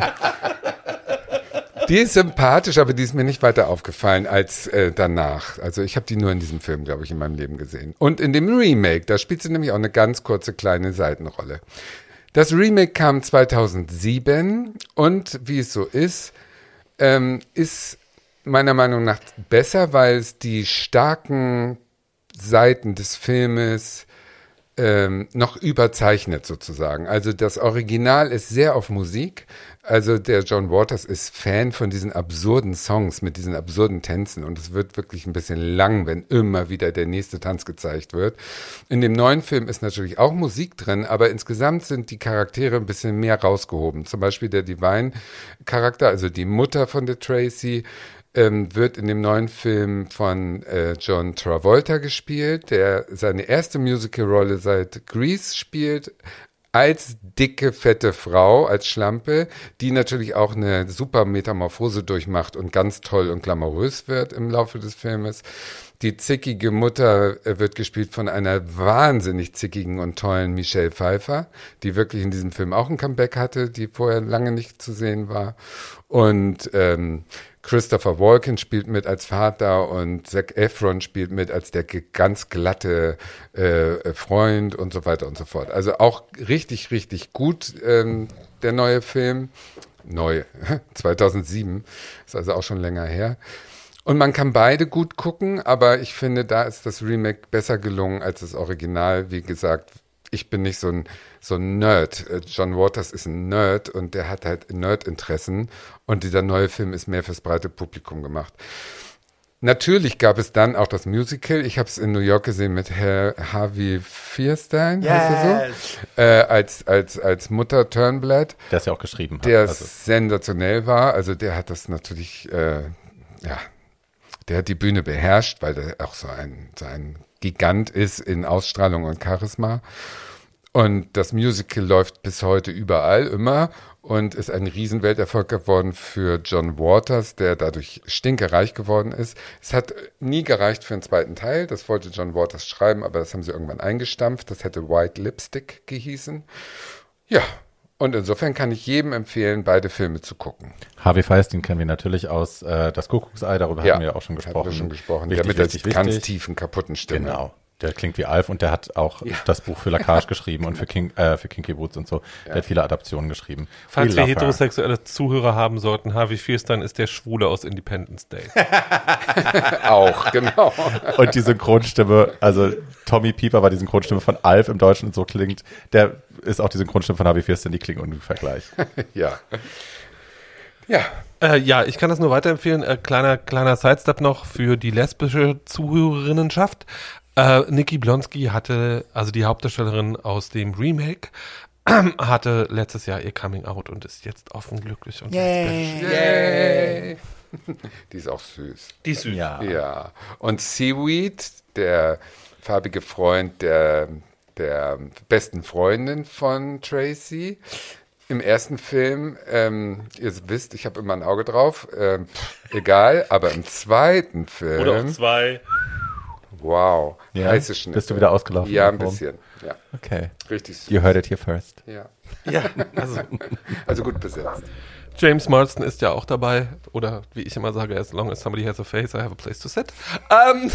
die ist sympathisch, aber die ist mir nicht weiter aufgefallen als äh, danach. Also ich habe die nur in diesem Film, glaube ich, in meinem Leben gesehen. Und in dem Remake, da spielt sie nämlich auch eine ganz kurze kleine Seitenrolle. Das Remake kam zweitausendsieben und wie es so ist, ähm, ist meiner Meinung nach besser, weil es die starken Seiten des Filmes ähm, noch überzeichnet sozusagen. Also das Original ist sehr auf Musik. Also der John Waters ist Fan von diesen absurden Songs mit diesen absurden Tänzen und es wird wirklich ein bisschen lang, wenn immer wieder der nächste Tanz gezeigt wird. In dem neuen Film ist natürlich auch Musik drin, aber insgesamt sind die Charaktere ein bisschen mehr rausgehoben. Zum Beispiel der Divine-Charakter, also die Mutter von der Tracy, ähm, wird in dem neuen Film von äh, John Travolta gespielt, der seine erste Musical-Rolle seit Grease spielt, als dicke, fette Frau, als Schlampe, die natürlich auch eine super Metamorphose durchmacht und ganz toll und glamourös wird im Laufe des Filmes. Die zickige Mutter wird gespielt von einer wahnsinnig zickigen und tollen Michelle Pfeiffer, die wirklich in diesem Film auch ein Comeback hatte, die vorher lange nicht zu sehen war. Und ähm, Christopher Walken spielt mit als Vater und Zac Efron spielt mit als der ganz glatte äh, Freund und so weiter und so fort. Also auch richtig, richtig gut, ähm, der neue Film. Neu, zweitausendsieben, ist also auch schon länger her. Und man kann beide gut gucken, aber ich finde, da ist das Remake besser gelungen als das Original. Wie gesagt, ich bin nicht so ein, so ein Nerd. John Waters ist ein Nerd und der hat halt Nerd-Interessen. Und dieser neue Film ist mehr fürs breite Publikum gemacht. Natürlich gab es dann auch das Musical. Ich habe es in New York gesehen mit Herr Harvey Fierstein, yes. heißt er so, äh, als, als, als Mutter Turnblad. Der es ja auch geschrieben hat. Der also. sensationell war. Also der hat das natürlich, äh, ja, der hat die Bühne beherrscht, weil der auch so ein, so ein Gigant ist in Ausstrahlung und Charisma. Und das Musical läuft bis heute überall immer und ist ein Riesenwelterfolg geworden für John Waters, der dadurch stinkereich geworden ist. Es hat nie gereicht für einen zweiten Teil. Das wollte John Waters schreiben, aber das haben sie irgendwann eingestampft. Das hätte White Lipstick gehießen. Ja, und insofern kann ich jedem empfehlen, beide Filme zu gucken. Harvey Fierstein kennen wir natürlich aus äh, Das Kuckucksei, darüber ja, hatten wir ja auch schon gesprochen. Hatten wir schon gesprochen. Wichtig, der mit wichtig, der ganz wichtig. tiefen, kaputten Stimme. Genau. Der klingt wie Alf und der hat auch ja. das Buch für Lacage geschrieben und für, King, äh, für Kinky Boots und so. Der ja. hat viele Adaptionen geschrieben. Falls wir heterosexuelle her. Zuhörer haben sollten, Harvey Fierstein ist der Schwule aus Independence Day. Auch, genau. Und die Synchronstimme, also Tommy Pieper war die Synchronstimme von Alf im Deutschen und so klingt, der ist auch die Synchronstimme von Harvey Fierstein, die klingen ungefähr gleich. Ja. Ja. Äh, ja, ich kann das nur weiterempfehlen. Äh, kleiner, kleiner Sidestep noch für die lesbische Zuhörerinnenschaft. Äh, Nikki Blonsky hatte, also die Hauptdarstellerin aus dem Remake, hatte letztes Jahr ihr Coming Out und ist jetzt offen, glücklich und lesbisch. Yay. Die ist auch süß. Die ist süß. Ja. ja. Und Seaweed, der farbige Freund der, der besten Freundin von Tracy, im ersten Film, ähm, ihr wisst, ich habe immer ein Auge drauf, ähm, egal, aber im zweiten Film. Oder auch zwei. Wow, ja? heiße Schnitte. Bist du wieder ausgelaufen? Ja, ein bisschen, ja. Okay. Richtig süß. You heard it here first. Ja. Ja, also. Also gut besetzt. James Marsden ist ja auch dabei, oder wie ich immer sage, as long as somebody has a face, I have a place to sit. Ähm,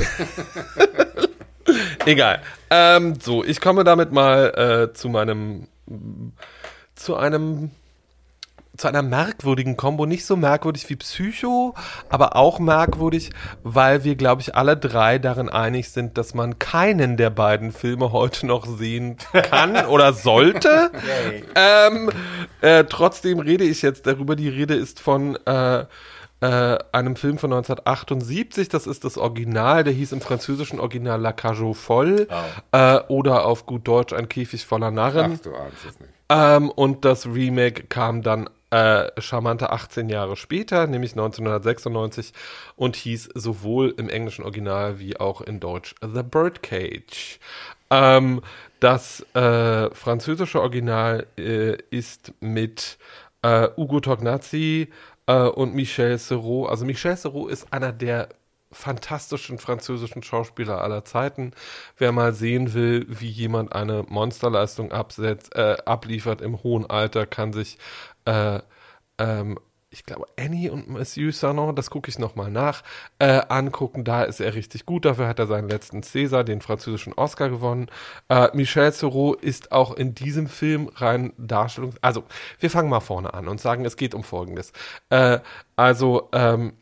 egal. Ähm, so, ich komme damit mal äh, zu meinem, zu einem zu einer merkwürdigen Kombo, nicht so merkwürdig wie Psycho, aber auch merkwürdig, weil wir, glaube ich, alle drei darin einig sind, dass man keinen der beiden Filme heute noch sehen kann oder sollte. ähm, äh, trotzdem rede ich jetzt darüber. Die Rede ist von äh, äh, einem Film von neunzehnhundertachtundsiebzig. Das ist das Original. Der hieß im französischen Original La Cage aux Folles oh. äh, oder auf gut Deutsch Ein Käfig voller Narren. Ach, du ahnst es nicht. Ähm, und das Remake kam dann äh, charmante achtzehn Jahre später, nämlich neunzehnhundertsechsundneunzig und hieß sowohl im englischen Original wie auch in Deutsch The Birdcage. Ähm, das äh, französische Original äh, ist mit äh, Ugo Tognazzi äh, und Michel Serrault. Also Michel Serrault ist einer der fantastischen französischen Schauspieler aller Zeiten. Wer mal sehen will, wie jemand eine Monsterleistung absetzt, äh, abliefert im hohen Alter, kann sich äh, ähm, ich glaube, Annie und Monsieur Sanon, das gucke ich nochmal nach, äh, angucken. Da ist er richtig gut. Dafür hat er seinen letzten César, den französischen Oscar, gewonnen. Äh, Michel Serrault ist auch in diesem Film rein Darstellung. Also, wir fangen mal vorne an und sagen, es geht um Folgendes. Äh, also, ähm,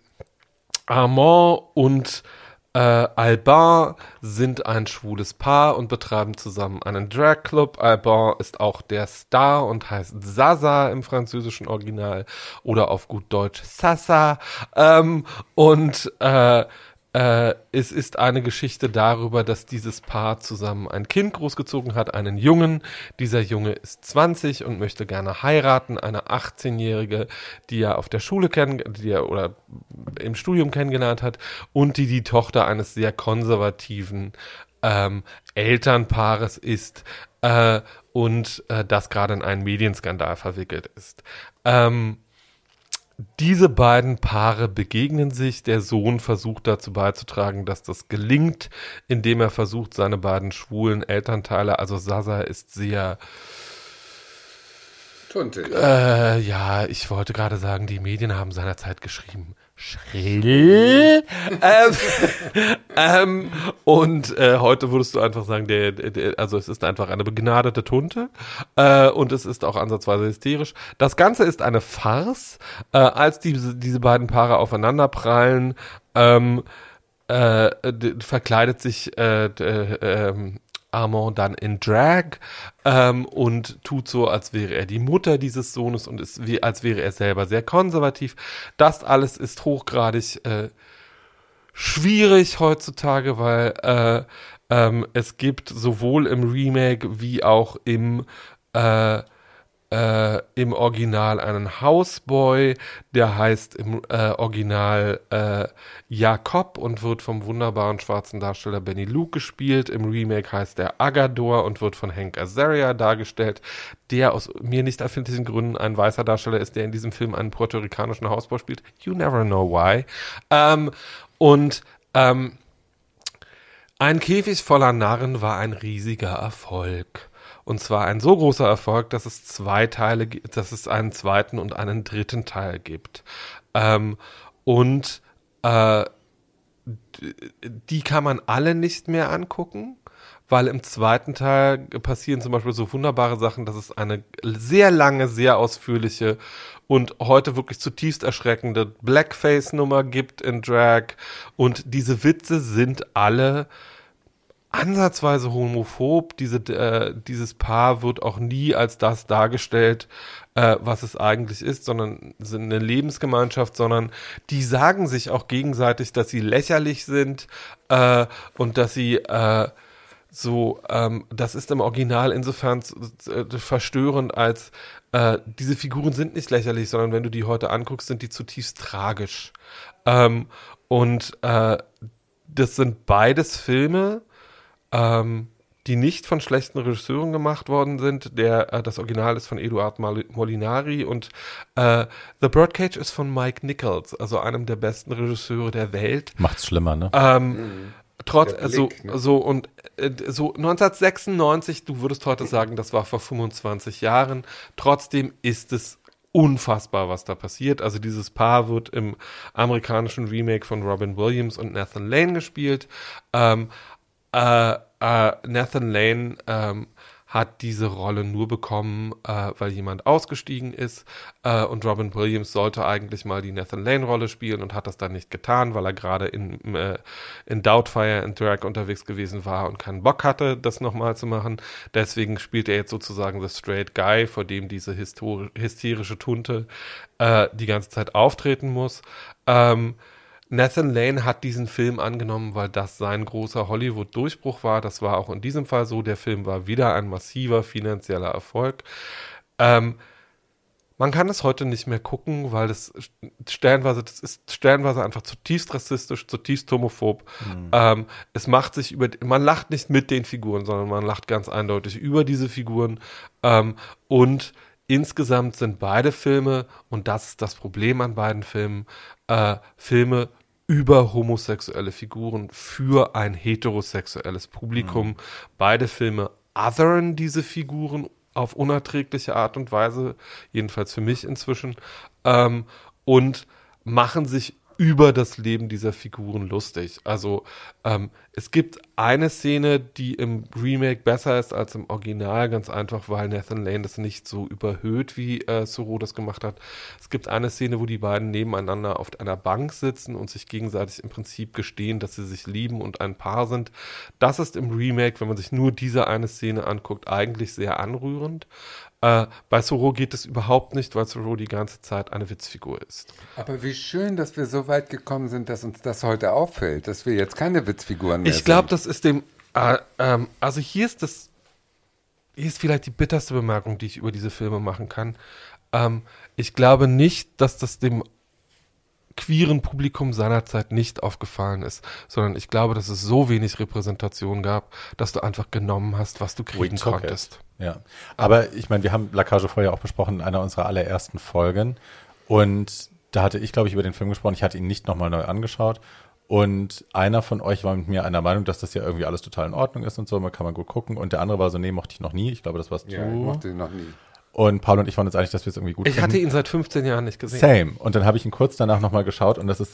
Armand und äh, Alban sind ein schwules Paar und betreiben zusammen einen Drag-Club. Alban ist auch der Star und heißt Zaza im französischen Original oder auf gut Deutsch Sasa. Ähm, und äh, äh, es ist eine Geschichte darüber, dass dieses Paar zusammen ein Kind großgezogen hat, einen Jungen. Dieser Junge ist zwanzig und möchte gerne heiraten. Eine achtzehnjährige, die er auf der Schule kennen, die er oder im Studium kennengelernt hat und die die Tochter eines sehr konservativen ähm, Elternpaares ist äh, und äh, das gerade in einen Medienskandal verwickelt ist. Ähm, Diese beiden Paare begegnen sich. Der Sohn versucht dazu beizutragen, dass das gelingt, indem er versucht, seine beiden schwulen Elternteile, also Sasa ist sehr, Tuntig. äh, ja, ich wollte gerade sagen, die Medien haben seinerzeit geschrieben, schrill. ähm, ähm, und äh, heute würdest du einfach sagen, der, der, also es ist einfach eine begnadete Tunte äh, und es ist auch ansatzweise hysterisch. Das Ganze ist eine Farce, äh, als diese, diese beiden Paare aufeinander prallen, ähm, äh, d- verkleidet sich äh, d- äh, ähm, Armand dann in Drag ähm, und tut so, als wäre er die Mutter dieses Sohnes und ist wie, als wäre er selber sehr konservativ. Das alles ist hochgradig äh, schwierig heutzutage, weil äh, ähm, es gibt sowohl im Remake wie auch im äh, äh, im Original einen Houseboy, der heißt im äh, Original äh, Jakob und wird vom wunderbaren schwarzen Darsteller Benny Luke gespielt. Im Remake heißt er Agador und wird von Hank Azaria dargestellt, der aus mir nicht erfindlichen Gründen ein weißer Darsteller ist, der in diesem Film einen puerto-ricanischen Hausboy spielt. You never know why. Ähm, und ähm, Ein Käfig voller Narren war ein riesiger Erfolg. Und zwar ein so großer Erfolg, dass es zwei Teile, dass es einen zweiten und einen dritten Teil gibt. Ähm, und äh, die kann man alle nicht mehr angucken, weil im zweiten Teil passieren zum Beispiel so wunderbare Sachen, dass es eine sehr lange, sehr ausführliche und heute wirklich zutiefst erschreckende Blackface-Nummer gibt in Drag. Und diese Witze sind alle ansatzweise homophob. Diese, äh, dieses Paar wird auch nie als das dargestellt, äh, was es eigentlich ist, sondern sind eine Lebensgemeinschaft, sondern die sagen sich auch gegenseitig, dass sie lächerlich sind äh, und dass sie äh, so, ähm, das ist im Original insofern äh, verstörend, als äh, diese Figuren sind nicht lächerlich, sondern wenn du die heute anguckst, sind die zutiefst tragisch. Ähm, und äh, das sind beides Filme, Ähm, die nicht von schlechten Regisseuren gemacht worden sind. Der, äh, das Original ist von Eduard Mal- Molinari und äh, The Birdcage ist von Mike Nichols, also einem der besten Regisseure der Welt. Macht's schlimmer, ne? Ähm, Mhm. Trotz, Der also, Blick, ne? so und äh, so neunzehnhundertsechsundneunzig, du würdest heute sagen, das war vor fünfundzwanzig Jahren. Trotzdem ist es unfassbar, was da passiert. Also dieses Paar wird im amerikanischen Remake von Robin Williams und Nathan Lane gespielt. Ähm, Äh, äh, Nathan Lane ähm, hat diese Rolle nur bekommen, äh, weil jemand ausgestiegen ist äh, und Robin Williams sollte eigentlich mal die Nathan Lane-Rolle spielen und hat das dann nicht getan, weil er gerade in, äh, in Doubtfire and Drag unterwegs gewesen war und keinen Bock hatte, das nochmal zu machen. Deswegen spielt er jetzt sozusagen the straight guy, vor dem diese histori- hysterische Tunte äh, die ganze Zeit auftreten muss. Ähm, Nathan Lane hat diesen Film angenommen, weil das sein großer Hollywood-Durchbruch war. Das war auch in diesem Fall so. Der Film war wieder ein massiver finanzieller Erfolg. Ähm, man kann es heute nicht mehr gucken, weil das stellenweise, das ist stellenweise einfach zutiefst rassistisch, zutiefst homophob. Mhm. Ähm, es macht sich über, man lacht nicht mit den Figuren, sondern man lacht ganz eindeutig über diese Figuren. Ähm, und insgesamt sind beide Filme, und das ist das Problem an beiden Filmen, äh, Filme über homosexuelle Figuren für ein heterosexuelles Publikum. Mhm. Beide Filme othern diese Figuren auf unerträgliche Art und Weise, jedenfalls für mich inzwischen, ähm, und machen sich über das Leben dieser Figuren lustig. Also ähm, es gibt eine Szene, die im Remake besser ist als im Original, ganz einfach, weil Nathan Lane das nicht so überhöht, wie äh, Theroux das gemacht hat. Es gibt eine Szene, wo die beiden nebeneinander auf einer Bank sitzen und sich gegenseitig im Prinzip gestehen, dass sie sich lieben und ein Paar sind. Das ist im Remake, wenn man sich nur diese eine Szene anguckt, eigentlich sehr anrührend. Äh, bei Theroux geht es überhaupt nicht, weil Theroux die ganze Zeit eine Witzfigur ist. Aber wie schön, dass wir so weit gekommen sind, dass uns das heute auffällt, dass wir jetzt keine Witzfiguren mehr Ich glaube, sind. das ist dem, äh, ähm, also hier ist das, hier ist vielleicht die bitterste Bemerkung, die ich über diese Filme machen kann. Ähm, ich glaube nicht, dass das dem queeren Publikum seinerzeit nicht aufgefallen ist, sondern ich glaube, dass es so wenig Repräsentation gab, dass du einfach genommen hast, was du kriegen konntest. Ja, aber ich meine, wir haben La Cage vorher auch besprochen in einer unserer allerersten Folgen und da hatte ich, glaube ich, über den Film gesprochen. Ich hatte ihn nicht nochmal neu angeschaut und einer von euch war mit mir einer Meinung, dass das ja irgendwie alles total in Ordnung ist und so, man kann man gut gucken und der andere war so, nee, mochte ich noch nie. Ich glaube, das war's Ja, du. ich mochte ihn noch nie. Und Paul und ich waren uns einig, dass wir es irgendwie gut Ich finden. hatte ihn seit fünfzehn Jahren nicht gesehen. Same. Und dann habe ich ihn kurz danach nochmal geschaut und das ist,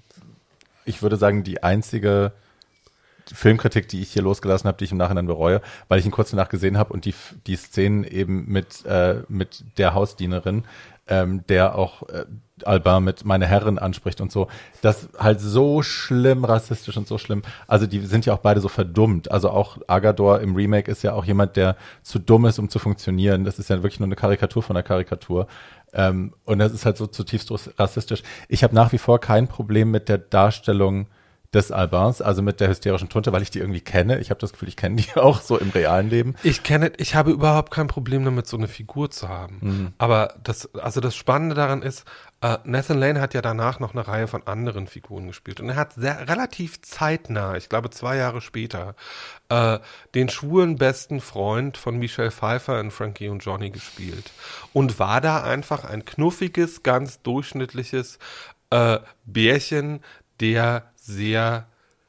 ich würde sagen, die einzige Filmkritik, die ich hier losgelassen habe, die ich im Nachhinein bereue, weil ich ihn kurz danach gesehen habe und die, die Szenen eben mit, äh, mit der Hausdienerin, ähm, der auch äh, Albin mit meine Herren anspricht und so, das halt so schlimm rassistisch und so schlimm. Also die sind ja auch beide so verdummt. Also auch Agador im Remake ist ja auch jemand, der zu dumm ist, um zu funktionieren. Das ist ja wirklich nur eine Karikatur von einer Karikatur. Ähm, und das ist halt so zutiefst rassistisch. Ich habe nach wie vor kein Problem mit der Darstellung des Albins, also mit der hysterischen Tunte, weil ich die irgendwie kenne. Ich habe das Gefühl, ich kenne die auch so im realen Leben. Ich kenne, ich habe überhaupt kein Problem damit, so eine Figur zu haben. Mhm. Aber das, also das Spannende daran ist, äh, Nathan Lane hat ja danach noch eine Reihe von anderen Figuren gespielt und er hat sehr relativ zeitnah, ich glaube zwei Jahre später, äh, den schwulen besten Freund von Michelle Pfeiffer in Frankie und Johnny gespielt und war da einfach ein knuffiges, ganz durchschnittliches äh, Bärchen, der sehr,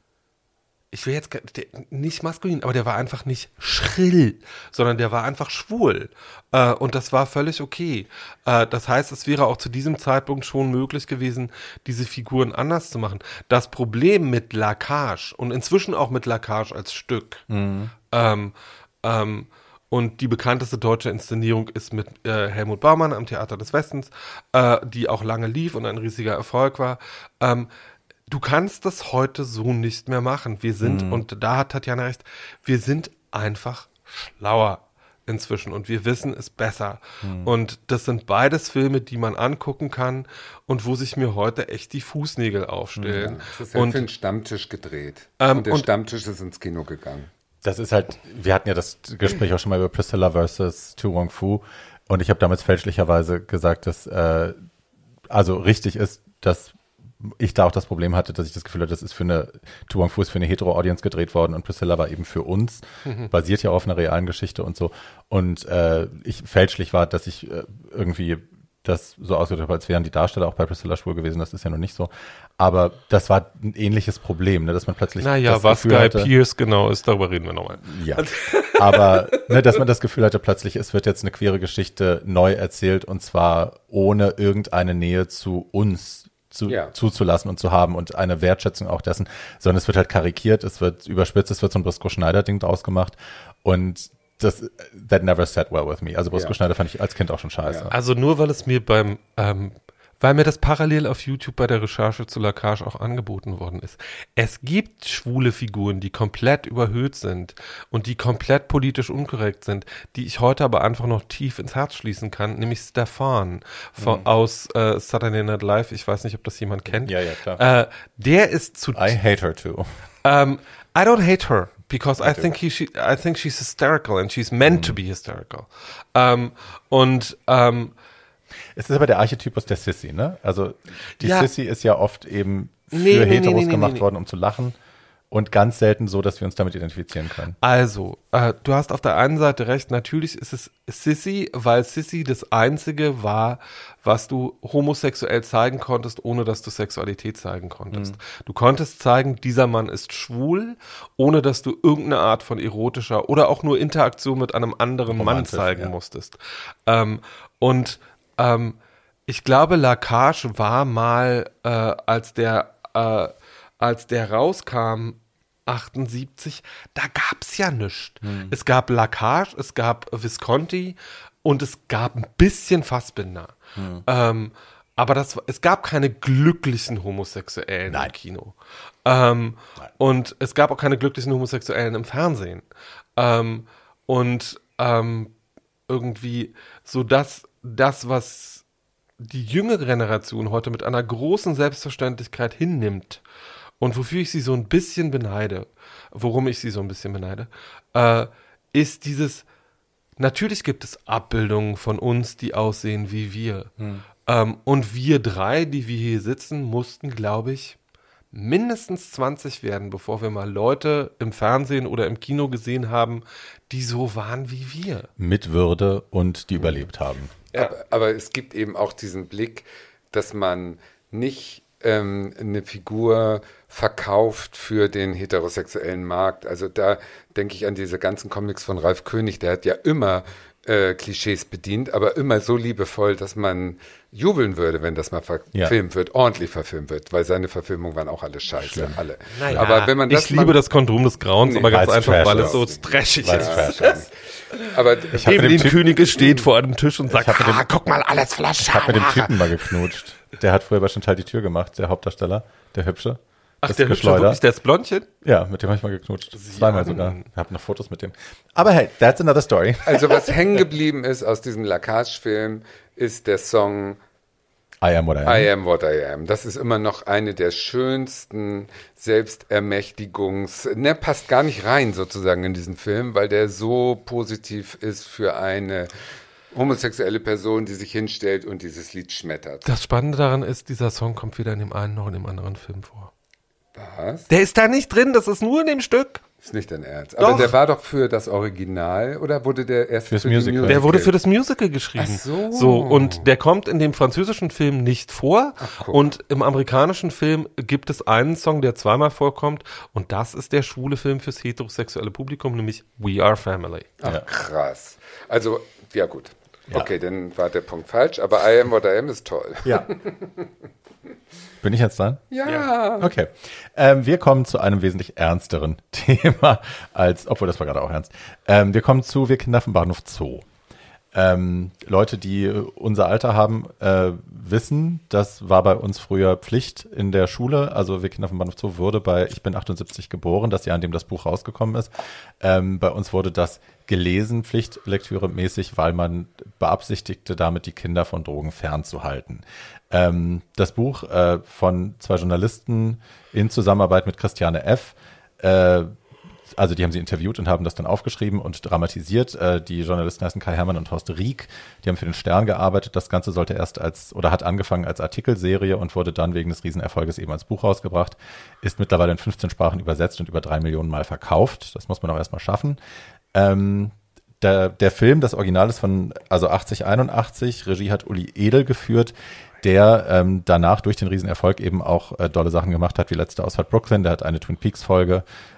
ich will jetzt der, nicht maskulin, aber der war einfach nicht schrill, sondern der war einfach schwul. Äh, und das war völlig okay. Äh, das heißt, es wäre auch zu diesem Zeitpunkt schon möglich gewesen, diese Figuren anders zu machen. Das Problem mit La Cage und inzwischen auch mit La Cage als Stück, mhm. ähm, ähm, und die bekannteste deutsche Inszenierung ist mit äh, Helmut Baumann am Theater des Westens, äh, die auch lange lief und ein riesiger Erfolg war. Ähm, Du kannst das heute so nicht mehr machen. Wir sind, mhm. und da hat Tatjana recht, wir sind einfach schlauer inzwischen und wir wissen es besser. Mhm. Und das sind beides Filme, die man angucken kann und wo sich mir heute echt die Fußnägel aufstellen. Ja, das ist ja und, für den Stammtisch gedreht. Ähm, und der und, Stammtisch ist ins Kino gegangen. Das ist halt, wir hatten ja das Gespräch auch schon mal über Priscilla versus Tu Wong Fu und ich habe damals fälschlicherweise gesagt, dass äh, also richtig ist, dass ich da auch das Problem hatte, dass ich das Gefühl hatte, das ist für eine, Tu Wong Fu ist für eine Hetero-Audience gedreht worden und Priscilla war eben für uns, mhm. basiert ja auf einer realen Geschichte und so. Und äh, ich fälschlich war, dass ich äh, irgendwie das so ausgedrückt habe, als wären die Darsteller auch bei Priscilla schwul gewesen. Das ist ja noch nicht so. Aber das war ein ähnliches Problem, ne, dass man plötzlich naja, das was Gefühl Guy hatte, Pearce genau ist, darüber reden wir nochmal. Ja, aber ne, dass man das Gefühl hatte, plötzlich, es wird jetzt eine queere Geschichte neu erzählt und zwar ohne irgendeine Nähe zu uns Zu, ja. zuzulassen und zu haben und eine Wertschätzung auch dessen, sondern es wird halt karikiert, es wird überspitzt, es wird so ein Briscoe-Schneider-Ding draus gemacht und das, that never sat well with me. Also Bosco Ja. Schneider fand ich als Kind auch schon scheiße. Ja. Also nur weil es mir beim, ähm, weil mir das parallel auf YouTube bei der Recherche zu Lacage auch angeboten worden ist. Es gibt schwule Figuren, die komplett überhöht sind und die komplett politisch unkorrekt sind, die ich heute aber einfach noch tief ins Herz schließen kann, nämlich Stefan von, Mhm. aus äh, Saturday Night Live. Ich weiß nicht, ob das jemand kennt. Ja, ja, klar. Äh, der ist zu I hate her too. Um, I don't hate her because I think he, she, I think she's hysterical and she's meant to be hysterical. Um, und um, Es ist aber der Archetypus der Sissy, ne? Also die Ja. Sissy ist ja oft eben für Nee, nee, nee, Heteros nee, nee, gemacht nee. worden, um zu lachen und ganz selten so, dass wir uns damit identifizieren können. Also, äh, du hast auf der einen Seite recht, natürlich ist es Sissy, weil Sissy das Einzige war, was du homosexuell zeigen konntest, ohne dass du Sexualität zeigen konntest. Du konntest zeigen, dieser Mann ist schwul, ohne dass du irgendeine Art von erotischer oder auch nur Interaktion mit einem anderen Mann Romantisch, zeigen ja. musstest. Ähm, und ähm, ich glaube, Lacage war mal, äh, als der, äh, als der rauskam, achtundsiebzig, da gab's ja nichts. Hm. Es gab Lacage, es gab Visconti und es gab ein bisschen Fassbinder. Hm. Ähm, aber das, es gab keine glücklichen Homosexuellen Nein. im Kino. Ähm, und es gab auch keine glücklichen Homosexuellen im Fernsehen. Ähm, und ähm, irgendwie so das, das, was die jüngere Generation heute mit einer großen Selbstverständlichkeit hinnimmt und wofür ich sie so ein bisschen beneide, worum ich sie so ein bisschen beneide, äh, ist dieses, natürlich gibt es Abbildungen von uns, die aussehen wie wir. Hm. Ähm, und wir drei, die wir hier sitzen, mussten, glaube ich, mindestens zwanzig werden, bevor wir mal Leute im Fernsehen oder im Kino gesehen haben, die so waren wie wir. Mit Würde und die überlebt haben. Ja. Aber, aber es gibt eben auch diesen Blick, dass man nicht ähm, eine Figur verkauft für den heterosexuellen Markt. Also da denke ich an diese ganzen Comics von Ralf König, der hat ja immer äh, Klischees bedient, aber immer so liebevoll, dass man jubeln würde, wenn das mal verfilmt Ja. wird, ordentlich verfilmt wird, weil seine Verfilmungen waren auch alle scheiße, alle. Naja, aber wenn man das ich liebe mal, das Kondom des Grauens, Nee, aber ganz weil's einfach, Trash weil es ist. so trashig Weil's ist. Trash ist. aber Ich hab Neben mit den dem Typ- König steht vor einem Tisch und sagt, hab mit dem- ah, guck mal, alles voller Ich habe mit dem Schamhaare. Typen mal geknutscht. Der hat früher bei Chantal die Tür gemacht, der Hauptdarsteller, der Hübsche. Ach, Das der Hübsche, Geschleuder. wirklich, der ist Blondchen? Ja, mit dem habe ich mal geknutscht. Zweimal Ja. sogar. Ich habe noch Fotos mit dem. Aber hey, that's another story. Also was hängen geblieben ist aus diesem Lacage-Film, ist der Song I am what I am. I Am What I Am. Das ist immer noch eine der schönsten Selbstermächtigungs... Ne, passt gar nicht rein sozusagen in diesen Film, weil der so positiv ist für eine homosexuelle Person, die sich hinstellt und dieses Lied schmettert. Das Spannende daran ist, dieser Song kommt weder in dem einen noch in dem anderen Film vor. Was? Der ist da nicht drin, das ist nur in dem Stück. Ist nicht dein Ernst. Aber Doch. der war doch für das Original oder wurde der erst Fürs für die Musical. Der wurde für das Musical geschrieben. Ach so. So, und der kommt in dem französischen Film nicht vor. Ach, guck. Und im amerikanischen Film gibt es einen Song, der zweimal vorkommt. Und das ist der schwule Film fürs heterosexuelle Publikum, nämlich We Are Family. Ach, Ja. krass. Also, ja gut. Ja. Okay, dann war der Punkt falsch, aber I Am What I Am ist toll. Ja. Bin ich jetzt dran? Ja. Okay. Ähm, wir kommen zu einem wesentlich ernsteren Thema als, obwohl das war gerade auch ernst. Ähm, wir kommen zu Wir Kinder vom Bahnhof Zoo. Ähm, Leute, die unser Alter haben, äh, wissen, das war bei uns früher Pflicht in der Schule. Also Wir Kinder vom Bahnhof Zoo wurde bei, ich bin achtundsiebzig geboren, das Jahr, in dem das Buch rausgekommen ist. Ähm, bei uns wurde das gelesen, Pflichtlektüre mäßig, weil man beabsichtigte, damit die Kinder von Drogen fernzuhalten. Ähm, das Buch äh, von zwei Journalisten in Zusammenarbeit mit Christiane F., äh, also die haben sie interviewt und haben das dann aufgeschrieben und dramatisiert. Äh, die Journalisten heißen Kai Hermann und Horst Rieck. Die haben für den Stern gearbeitet. Das Ganze sollte erst als, oder hat angefangen als Artikelserie und wurde dann wegen des Riesenerfolges eben als Buch rausgebracht. Ist mittlerweile in fünfzehn Sprachen übersetzt und über drei Millionen Mal verkauft. Das muss man auch erstmal schaffen. Ähm, der, der Film, das Original ist von, also achtzig einundachtzig. Regie hat Uli Edel geführt, der ähm, danach durch den Riesenerfolg eben auch äh, dolle Sachen gemacht hat, wie Letzte Ausfahrt Brooklyn. Der hat eine Twin Peaks Folge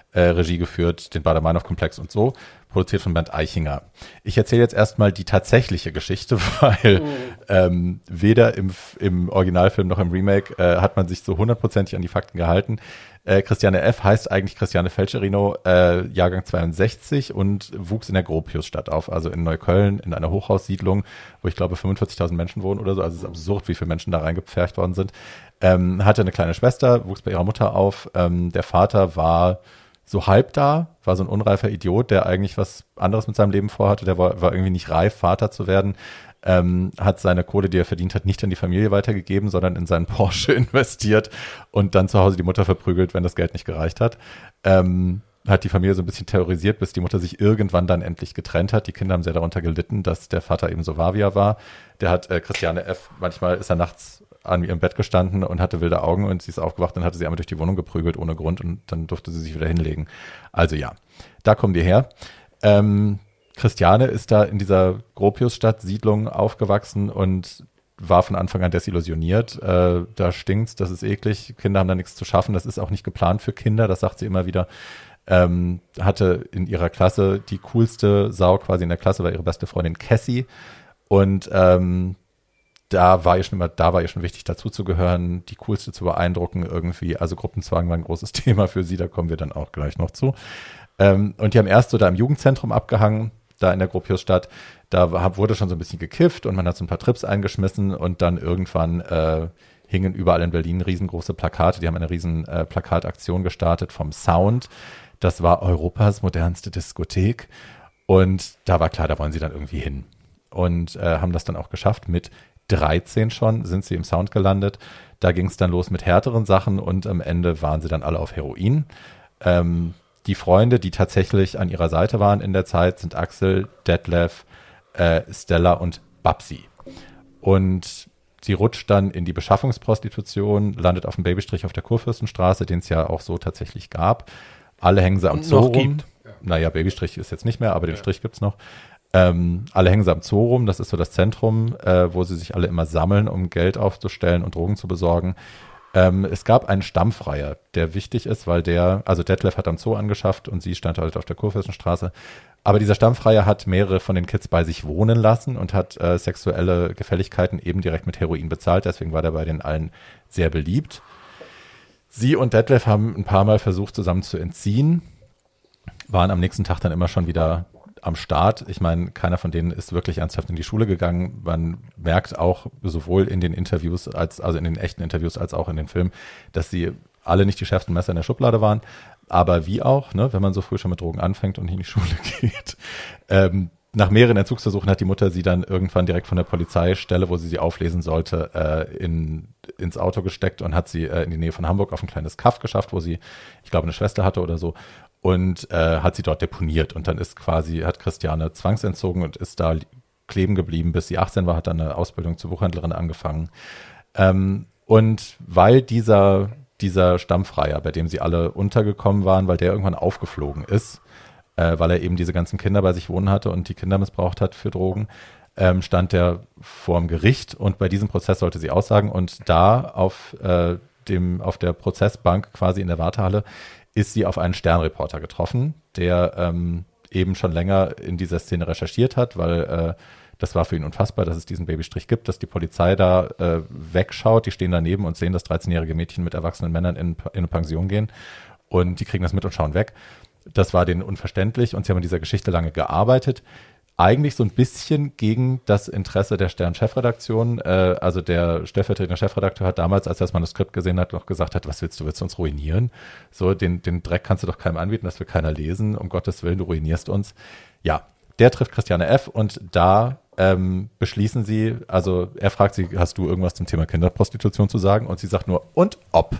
äh, Regie geführt, den Baader-Meinhof-Komplex und so, produziert von Bernd Eichinger. Ich erzähle jetzt erstmal die tatsächliche Geschichte, weil mhm. ähm, weder im, im Originalfilm noch im Remake äh, hat man sich so hundertprozentig an die Fakten gehalten. Äh, Christiane F. heißt eigentlich Christiane Felcherino, äh, Jahrgang zweiundsechzig und wuchs in der Gropiusstadt auf, also in Neukölln, in einer Hochhaussiedlung, wo ich glaube fünfundvierzigtausend Menschen wohnen oder so. Also es ist absurd, wie viele Menschen da reingepfercht worden sind. Ähm, hatte eine kleine Schwester, wuchs bei ihrer Mutter auf. Ähm, der Vater war so halb da, war so ein unreifer Idiot, der eigentlich was anderes mit seinem Leben vorhatte. Der war, war irgendwie nicht reif, Vater zu werden. Ähm, hat seine Kohle, die er verdient hat, nicht an die Familie weitergegeben, sondern in seinen Porsche investiert und dann zu Hause die Mutter verprügelt, wenn das Geld nicht gereicht hat. Ähm, hat die Familie so ein bisschen terrorisiert, bis die Mutter sich irgendwann dann endlich getrennt hat. Die Kinder haben sehr darunter gelitten, dass der Vater eben so war, wie er war. Der hat äh, Christiane F., manchmal ist er nachts an ihrem Bett gestanden und hatte wilde Augen und sie ist aufgewacht und hatte sie einmal durch die Wohnung geprügelt ohne Grund und dann durfte sie sich wieder hinlegen. Also ja, da kommen wir her. Ähm, Christiane ist da in dieser Gropiusstadt-Siedlung aufgewachsen und war von Anfang an desillusioniert. Äh, da stinkt's, das ist eklig, Kinder haben da nichts zu schaffen, das ist auch nicht geplant für Kinder, das sagt sie immer wieder. Ähm, hatte in ihrer Klasse die coolste Sau quasi in der Klasse, war ihre beste Freundin Cassie und ähm, da war ihr schon immer, da war ihr schon wichtig, dazu zu gehören, die coolste zu beeindrucken irgendwie. Also Gruppenzwang war ein großes Thema für sie, da kommen wir dann auch gleich noch zu. Ähm, und die haben erst so da im Jugendzentrum abgehangen, da in der Gropiusstadt. Da war, wurde schon so ein bisschen gekifft und man hat so ein paar Trips eingeschmissen und dann irgendwann äh, hingen überall in Berlin riesengroße Plakate. Die haben eine riesen äh, Plakataktion gestartet vom Sound. Das war Europas modernste Diskothek und da war klar, da wollen sie dann irgendwie hin. Und äh, haben das dann auch geschafft. Mit dreizehn schon sind sie im Sound gelandet. Da ging es dann los mit härteren Sachen und am Ende waren sie dann alle auf Heroin. Ähm, die Freunde, die tatsächlich an ihrer Seite waren in der Zeit, sind Axel, Detlef, äh, Stella und Babsi. Und sie rutscht dann in die Beschaffungsprostitution, landet auf dem Babystrich auf der Kurfürstenstraße, den es ja auch so tatsächlich gab. Alle hängen sie am Zoo rum. Gibt. Naja, Babystrich ist jetzt nicht mehr, aber den ja. Strich gibt's noch. Ähm, alle hängen sie am Zoo rum, das ist so das Zentrum, äh, wo sie sich alle immer sammeln, um Geld aufzustellen und Drogen zu besorgen. Ähm, es gab einen Stammfreier, der wichtig ist, weil der, also Detlef hat am Zoo angeschafft und sie stand halt auf der Kurfürstenstraße. Aber dieser Stammfreier hat mehrere von den Kids bei sich wohnen lassen und hat äh, sexuelle Gefälligkeiten eben direkt mit Heroin bezahlt. Deswegen war der bei den allen sehr beliebt. Sie und Detlef haben ein paar Mal versucht, zusammen zu entziehen, waren am nächsten Tag dann immer schon wieder am Start. Ich meine, keiner von denen ist wirklich ernsthaft in die Schule gegangen. Man merkt auch sowohl in den Interviews, als also in den echten Interviews, als auch in den Filmen, dass sie alle nicht die schärfsten Messer in der Schublade waren. Aber wie auch, ne, wenn man so früh schon mit Drogen anfängt und nicht in die Schule geht. Ähm, nach mehreren Entzugsversuchen hat die Mutter sie dann irgendwann direkt von der Polizeistelle, wo sie sie auflesen sollte, äh, in, ins Auto gesteckt und hat sie äh, in die Nähe von Hamburg auf ein kleines Kaff geschafft, wo sie, ich glaube, eine Schwester hatte oder so. Und äh, hat sie dort deponiert. Und dann ist quasi, hat Christiane zwangsentzogen und ist da kleben geblieben, bis sie achtzehn war, hat dann eine Ausbildung zur Buchhändlerin angefangen. Ähm, und weil dieser, dieser Stammfreier, bei dem sie alle untergekommen waren, weil der irgendwann aufgeflogen ist, äh, weil er eben diese ganzen Kinder bei sich wohnen hatte und die Kinder missbraucht hat für Drogen, ähm, stand der vorm Gericht und bei diesem Prozess sollte sie aussagen. Und da auf, äh, dem, auf der Prozessbank quasi in der Wartehalle ist sie auf einen Sternreporter getroffen, der ähm, eben schon länger in dieser Szene recherchiert hat, weil äh, das war für ihn unfassbar, dass es diesen Babystrich gibt, dass die Polizei da äh, wegschaut, die stehen daneben und sehen, dass dreizehnjährige Mädchen mit erwachsenen Männern in, in eine Pension gehen und die kriegen das mit und schauen weg. Das war denen unverständlich und sie haben an dieser Geschichte lange gearbeitet. Eigentlich so ein bisschen gegen das Interesse der Stern-Chefredaktion. Äh, also der stellvertretende Chefredakteur hat damals, als er das Manuskript gesehen hat, noch gesagt hat, was willst du, willst du uns ruinieren? So, den, den Dreck kannst du doch keinem anbieten, das will keiner lesen. Um Gottes Willen, du ruinierst uns. Ja, der trifft Christiane F. und da ähm, beschließen sie, also er fragt sie, hast du irgendwas zum Thema Kinderprostitution zu sagen? Und sie sagt nur, und ob.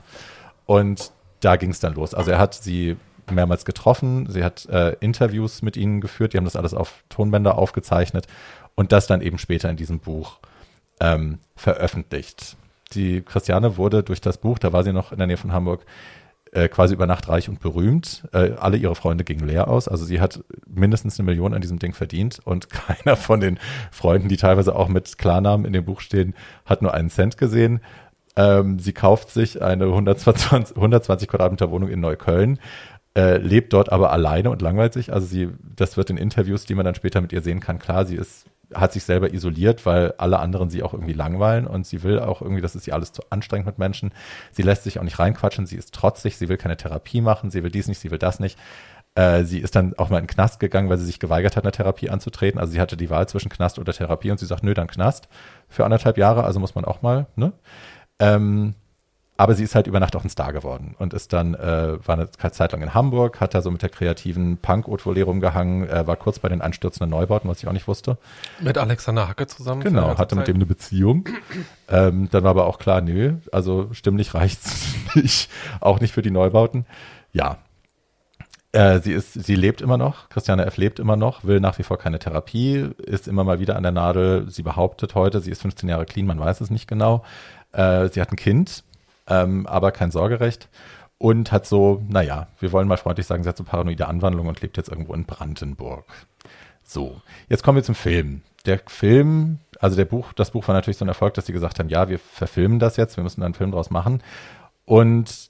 Und da ging es dann los. Also er hat sie mehrmals getroffen, sie hat äh, Interviews mit ihnen geführt, die haben das alles auf Tonbänder aufgezeichnet und das dann eben später in diesem Buch ähm, veröffentlicht. Die Christiane wurde durch das Buch, da war sie noch in der Nähe von Hamburg, äh, quasi über Nacht reich und berühmt. Äh, alle ihre Freunde gingen leer aus, also sie hat mindestens eine Million an diesem Ding verdient und keiner von den Freunden, die teilweise auch mit Klarnamen in dem Buch stehen, hat nur einen Cent gesehen. Ähm, sie kauft sich eine hundertzwanzig Quadratmeter Wohnung in Neukölln äh, lebt dort aber alleine und langweilt sich. Also sie, das wird in Interviews, die man dann später mit ihr sehen kann, klar, sie ist, hat sich selber isoliert, weil alle anderen sie auch irgendwie langweilen und sie will auch irgendwie, das ist ihr alles zu anstrengend mit Menschen. Sie lässt sich auch nicht reinquatschen, sie ist trotzig, sie will keine Therapie machen, sie will dies nicht, sie will das nicht. Äh, sie ist dann auch mal in den Knast gegangen, weil sie sich geweigert hat, eine Therapie anzutreten. Also sie hatte die Wahl zwischen Knast oder Therapie und sie sagt, nö, dann Knast für anderthalb Jahre, also muss man auch mal, ne? Ähm, Aber sie ist halt über Nacht auch ein Star geworden und ist dann, äh, war eine Zeit lang in Hamburg, hat da so mit der kreativen Punk-Haute-Volée rumgehangen, äh, war kurz bei den anstürzenden Neubauten, was ich auch nicht wusste. Mit Alexander Hacke zusammen? Genau, hatte mit dem eine Beziehung. ähm, dann war aber auch klar, nö, also stimmlich reicht's nicht, auch nicht für die Neubauten. Ja, äh, sie ist, sie lebt immer noch, Christiane F. lebt immer noch, will nach wie vor keine Therapie, ist immer mal wieder an der Nadel. Sie behauptet heute, sie ist fünfzehn Jahre clean, man weiß es nicht genau. Äh, sie hat ein Kind. Ähm, aber kein Sorgerecht und hat so, naja, wir wollen mal freundlich sagen, sie hat so paranoide Anwandlung und lebt jetzt irgendwo in Brandenburg. So, jetzt kommen wir zum Film. Der Film, also der Buch, das Buch war natürlich so ein Erfolg, dass sie gesagt haben, ja, wir verfilmen das jetzt, wir müssen da einen Film draus machen. Und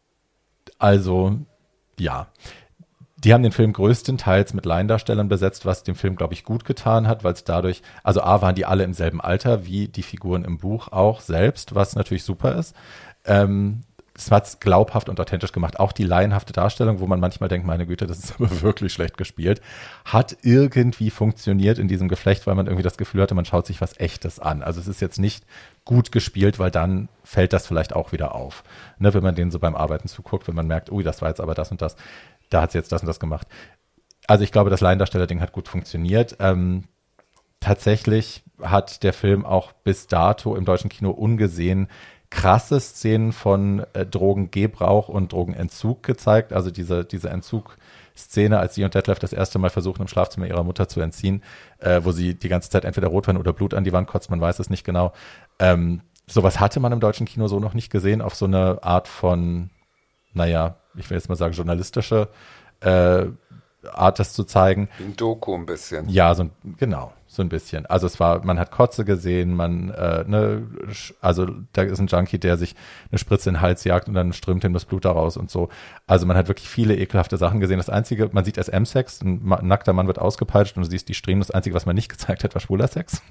also, ja, die haben den Film größtenteils mit Laiendarstellern besetzt, was dem Film, glaube ich, gut getan hat, weil es dadurch, also A, waren die alle im selben Alter, wie die Figuren im Buch auch selbst, was natürlich super ist. Ähm, das hat es glaubhaft und authentisch gemacht. Auch die laienhafte Darstellung, wo man manchmal denkt, meine Güte, das ist aber wirklich schlecht gespielt, hat irgendwie funktioniert in diesem Geflecht, weil man irgendwie das Gefühl hatte, man schaut sich was Echtes an. Also es ist jetzt nicht gut gespielt, weil dann fällt das vielleicht auch wieder auf. Ne, wenn man denen so beim Arbeiten zuguckt, wenn man merkt, ui, das war jetzt aber das und das, da hat sie jetzt das und das gemacht. Also ich glaube, das Laiendarsteller-Ding hat gut funktioniert. Ähm, tatsächlich hat der Film auch bis dato im deutschen Kino ungesehen krasse Szenen von äh, Drogengebrauch und Drogenentzug gezeigt. Also diese, diese Entzugszene, als sie und Detlef das erste Mal versuchen, im Schlafzimmer ihrer Mutter zu entziehen, äh, wo sie die ganze Zeit entweder Rotwein oder Blut an die Wand kotzt, man weiß es nicht genau. Ähm, sowas hatte man im deutschen Kino so noch nicht gesehen, auf so eine Art von, naja, ich will jetzt mal sagen, journalistische äh, Art, das zu zeigen. Ein Doku ein bisschen. Ja, so ein, genau. So ein bisschen. Also es war, man hat Kotze gesehen, man, äh, ne, also da ist ein Junkie, der sich eine Spritze in den Hals jagt und dann strömt ihm das Blut daraus und so. Also man hat wirklich viele ekelhafte Sachen gesehen. Das Einzige, man sieht S M-Sex, ein nackter Mann wird ausgepeitscht und du siehst die Striemen. Das Einzige, was man nicht gezeigt hat, war schwuler Sex.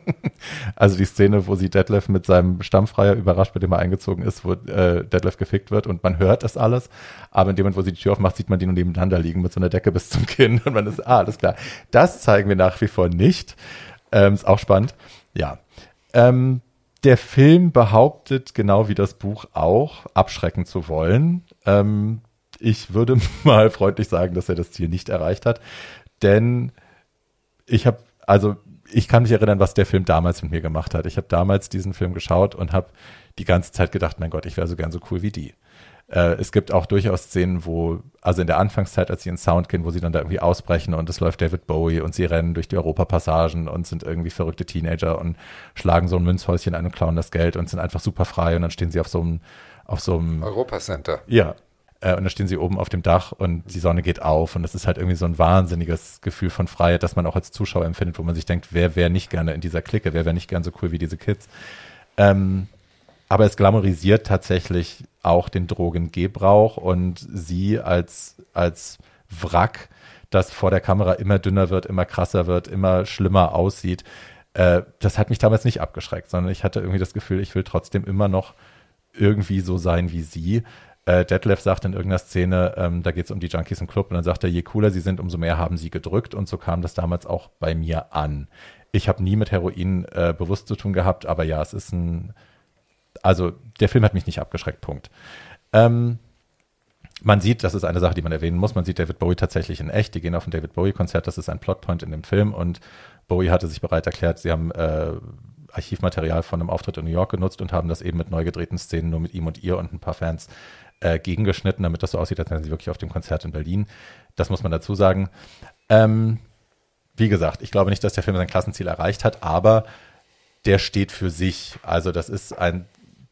Also die Szene, wo sie Detlef mit seinem Stammfreier überrascht, mit dem er eingezogen ist, wo äh, Detlef gefickt wird und man hört das alles. Aber in dem Moment, wo sie die Tür aufmacht, sieht man die nur nebeneinander liegen mit so einer Decke bis zum Kinn und man ist, ah, alles klar. Das zeigen wir nach wie vor nicht. Ähm, ist auch spannend. Ja. Ähm, der Film behauptet, genau wie das Buch auch, abschrecken zu wollen. Ähm, ich würde mal freundlich sagen, dass er das Ziel nicht erreicht hat. Denn ich habe, also ich kann mich erinnern, was der Film damals mit mir gemacht hat. Ich habe damals diesen Film geschaut und habe die ganze Zeit gedacht, mein Gott, ich wäre so gern so cool wie die. Äh, es gibt auch durchaus Szenen, wo, also in der Anfangszeit, als sie in Sound gehen, wo sie dann da irgendwie ausbrechen und es läuft David Bowie und sie rennen durch die Europapassagen und sind irgendwie verrückte Teenager und schlagen so ein Münzhäuschen ein und klauen das Geld und sind einfach super frei und dann stehen sie auf so einem, auf so einem Europacenter. Ja. Äh, und dann stehen sie oben auf dem Dach und die Sonne geht auf und das ist halt irgendwie so ein wahnsinniges Gefühl von Freiheit, das man auch als Zuschauer empfindet, wo man sich denkt, wer wäre nicht gerne in dieser Clique, wer wäre nicht gern so cool wie diese Kids. Ähm, Aber es glamourisiert tatsächlich auch den Drogengebrauch und sie als, als Wrack, das vor der Kamera immer dünner wird, immer krasser wird, immer schlimmer aussieht. Äh, das hat mich damals nicht abgeschreckt, sondern ich hatte irgendwie das Gefühl, ich will trotzdem immer noch irgendwie so sein wie sie. Äh, Detlef sagt in irgendeiner Szene, ähm, da geht es um die Junkies im Club und dann sagt er, je cooler sie sind, umso mehr haben sie gedrückt und so kam das damals auch bei mir an. Ich habe nie mit Heroin äh, bewusst zu tun gehabt, aber ja, es ist ein Also der Film hat mich nicht abgeschreckt, Punkt. Ähm, man sieht, das ist eine Sache, die man erwähnen muss, man sieht David Bowie tatsächlich in echt. Die gehen auf ein David Bowie-Konzert, das ist ein Plotpoint in dem Film und Bowie hatte sich bereit erklärt, sie haben äh, Archivmaterial von einem Auftritt in New York genutzt und haben das eben mit neu gedrehten Szenen nur mit ihm und ihr und ein paar Fans äh, gegengeschnitten, damit das so aussieht, als wären sie wirklich auf dem Konzert in Berlin. Das muss man dazu sagen. Ähm, wie gesagt, ich glaube nicht, dass der Film sein Klassenziel erreicht hat, aber der steht für sich. Also das ist ein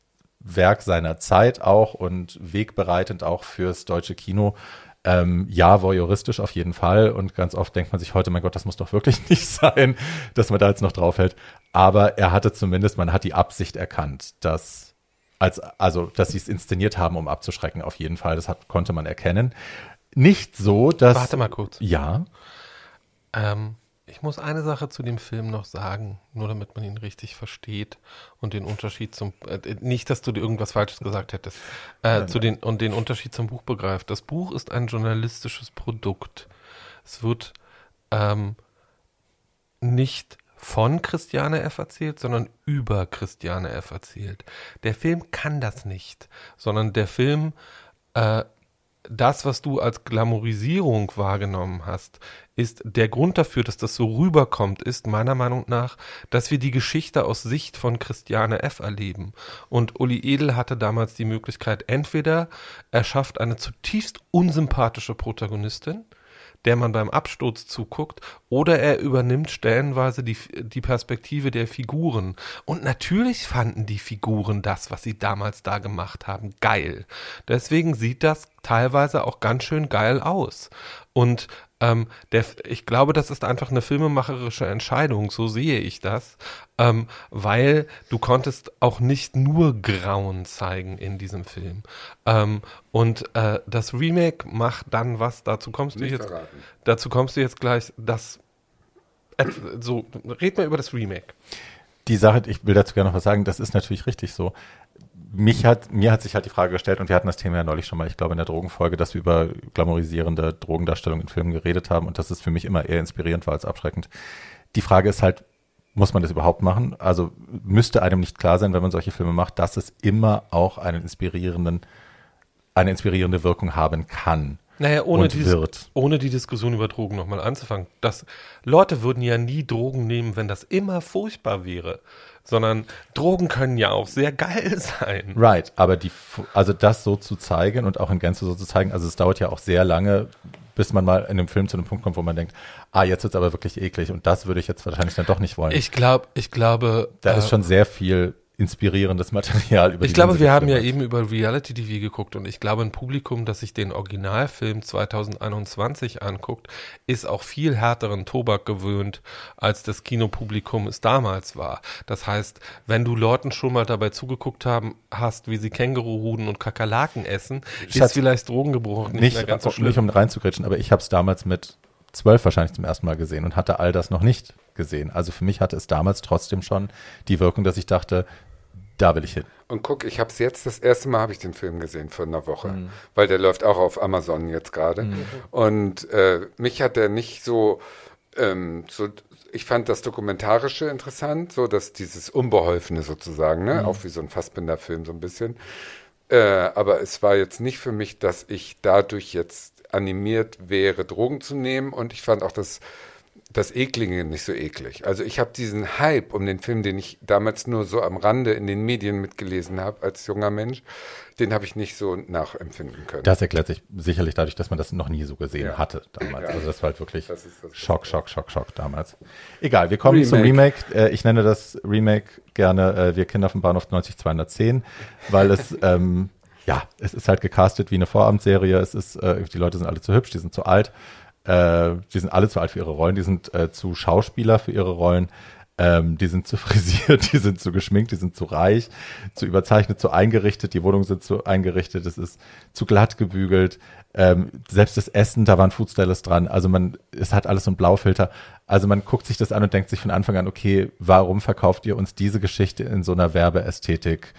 Werk seiner Zeit auch und wegbereitend auch fürs deutsche Kino. Ähm, ja, voyeuristisch auf jeden Fall und ganz oft denkt man sich heute, mein Gott, das muss doch wirklich nicht sein, dass man da jetzt noch draufhält. Aber er hatte zumindest, man hat die Absicht erkannt, dass als, also, dass sie es inszeniert haben, um abzuschrecken, auf jeden Fall. Das hat, konnte man erkennen. nicht so, dass... Warte mal kurz. Ja. Ähm, ich muss eine Sache zu dem Film noch sagen, nur damit man ihn richtig versteht und den Unterschied zum, äh, nicht, dass du dir irgendwas Falsches gesagt hättest, äh, zu den, und den Unterschied zum Buch begreift. Das Buch ist ein journalistisches Produkt. Es wird ähm, nicht von Christiane F. erzählt, sondern über Christiane F. erzählt. Der Film kann das nicht, sondern der Film, äh, das, was du als Glamourisierung wahrgenommen hast, ist der Grund dafür, dass das so rüberkommt, ist meiner Meinung nach, dass wir die Geschichte aus Sicht von Christiane F. erleben. Und Uli Edel hatte damals die Möglichkeit, entweder er schafft eine zutiefst unsympathische Protagonistin, der man beim Absturz zuguckt, oder er übernimmt stellenweise die, die Perspektive der Figuren. Und natürlich fanden die Figuren das, was sie damals da gemacht haben, geil. Deswegen sieht das teilweise auch ganz schön geil aus. Und ähm, der, ich glaube, das ist einfach eine filmemacherische Entscheidung, so sehe ich das, ähm, weil du konntest auch nicht nur Grauen zeigen in diesem Film. Ähm, und äh, das Remake macht dann was, dazu kommst du Nicht jetzt, verraten. dazu kommst du jetzt gleich, das, äh, so, red mal über das Remake. Die Sache, ich will dazu gerne noch was sagen, das ist natürlich richtig so. Mich hat, mir hat sich halt die Frage gestellt, und wir hatten das Thema ja neulich schon mal, ich glaube in der Drogenfolge, dass wir über glamourisierende Drogendarstellung in Filmen geredet haben und dass es für mich immer eher inspirierend war als abschreckend. Die Frage ist halt, muss man das überhaupt machen? Also müsste einem nicht klar sein, wenn man solche Filme macht, dass es immer auch einen inspirierenden, eine inspirierende Wirkung haben kann. Naja, ohne, und dieses, wird. ohne die Diskussion über Drogen nochmal anzufangen. Das, Leute würden ja nie Drogen nehmen, wenn das immer furchtbar wäre. Sondern Drogen können ja auch sehr geil sein. Right, aber die, also das so zu zeigen und auch in Gänze so zu zeigen, also es dauert ja auch sehr lange, bis man mal in einem Film zu einem Punkt kommt, wo man denkt, ah, jetzt wird's aber wirklich eklig und das würde ich jetzt wahrscheinlich dann doch nicht wollen. Ich glaube, ich glaube. Da äh, ist schon sehr viel inspirierendes Material über Ich die glaube, Linse wir haben ja gefilmt. eben über Reality-T V geguckt und ich glaube, ein Publikum, das sich den Originalfilm zwanzig einundzwanzig anguckt, ist auch viel härteren Tobak gewöhnt, als das Kinopublikum es damals war. Das heißt, wenn du Leuten schon mal dabei zugeguckt haben, hast, wie sie Kängururuden und Kakerlaken essen, Schatz, ist vielleicht Drogengebrauch nicht, nicht, mehr ganz so nicht schlimm. um reinzugrätschen, aber ich habe es damals mit zwölf wahrscheinlich zum ersten Mal gesehen und hatte all das noch nicht gesehen. Also für mich hatte es damals trotzdem schon die Wirkung, dass ich dachte, da will ich hin. Und guck, ich habe es jetzt, das erste Mal habe ich den Film gesehen vor einer Woche, mhm. weil der läuft auch auf Amazon jetzt gerade. Mhm. Und äh, mich hat der nicht so, ähm, so, ich fand das Dokumentarische interessant, so dass dieses Unbeholfene sozusagen, ne, mhm. auch wie so ein Fassbinder-Film so ein bisschen. Äh, aber es war jetzt nicht für mich, dass ich dadurch jetzt animiert wäre, Drogen zu nehmen. Und ich fand auch das das Eklige nicht so eklig. Also ich habe diesen Hype um den Film, den ich damals nur so am Rande in den Medien mitgelesen habe als junger Mensch, den habe ich nicht so nachempfinden können. Das erklärt sich sicherlich dadurch, dass man das noch nie so gesehen Ja. hatte damals. Ja. Also das war halt wirklich Das ist das Schock, Schock, Schock, Schock damals. Egal, wir kommen Remake. zum Remake. Äh, ich nenne das Remake gerne äh, Wir Kinder vom Bahnhof neunzig zweihundertzehn, weil es, ähm, ja, es ist halt gecastet wie eine Vorabendserie. Es ist, äh, die Leute sind alle zu hübsch, die sind zu alt. Äh, die sind alle zu alt für ihre Rollen, die sind äh, zu Schauspieler für ihre Rollen, ähm, die sind zu frisiert, die sind zu geschminkt, die sind zu reich, zu überzeichnet, zu eingerichtet, die Wohnungen sind zu eingerichtet, es ist zu glatt gebügelt, ähm, selbst das Essen, da waren Foodstylist dran, also man, es hat alles so einen Blaufilter, also man guckt sich das an und denkt sich von Anfang an, okay, warum verkauft ihr uns diese Geschichte in so einer Werbeästhetik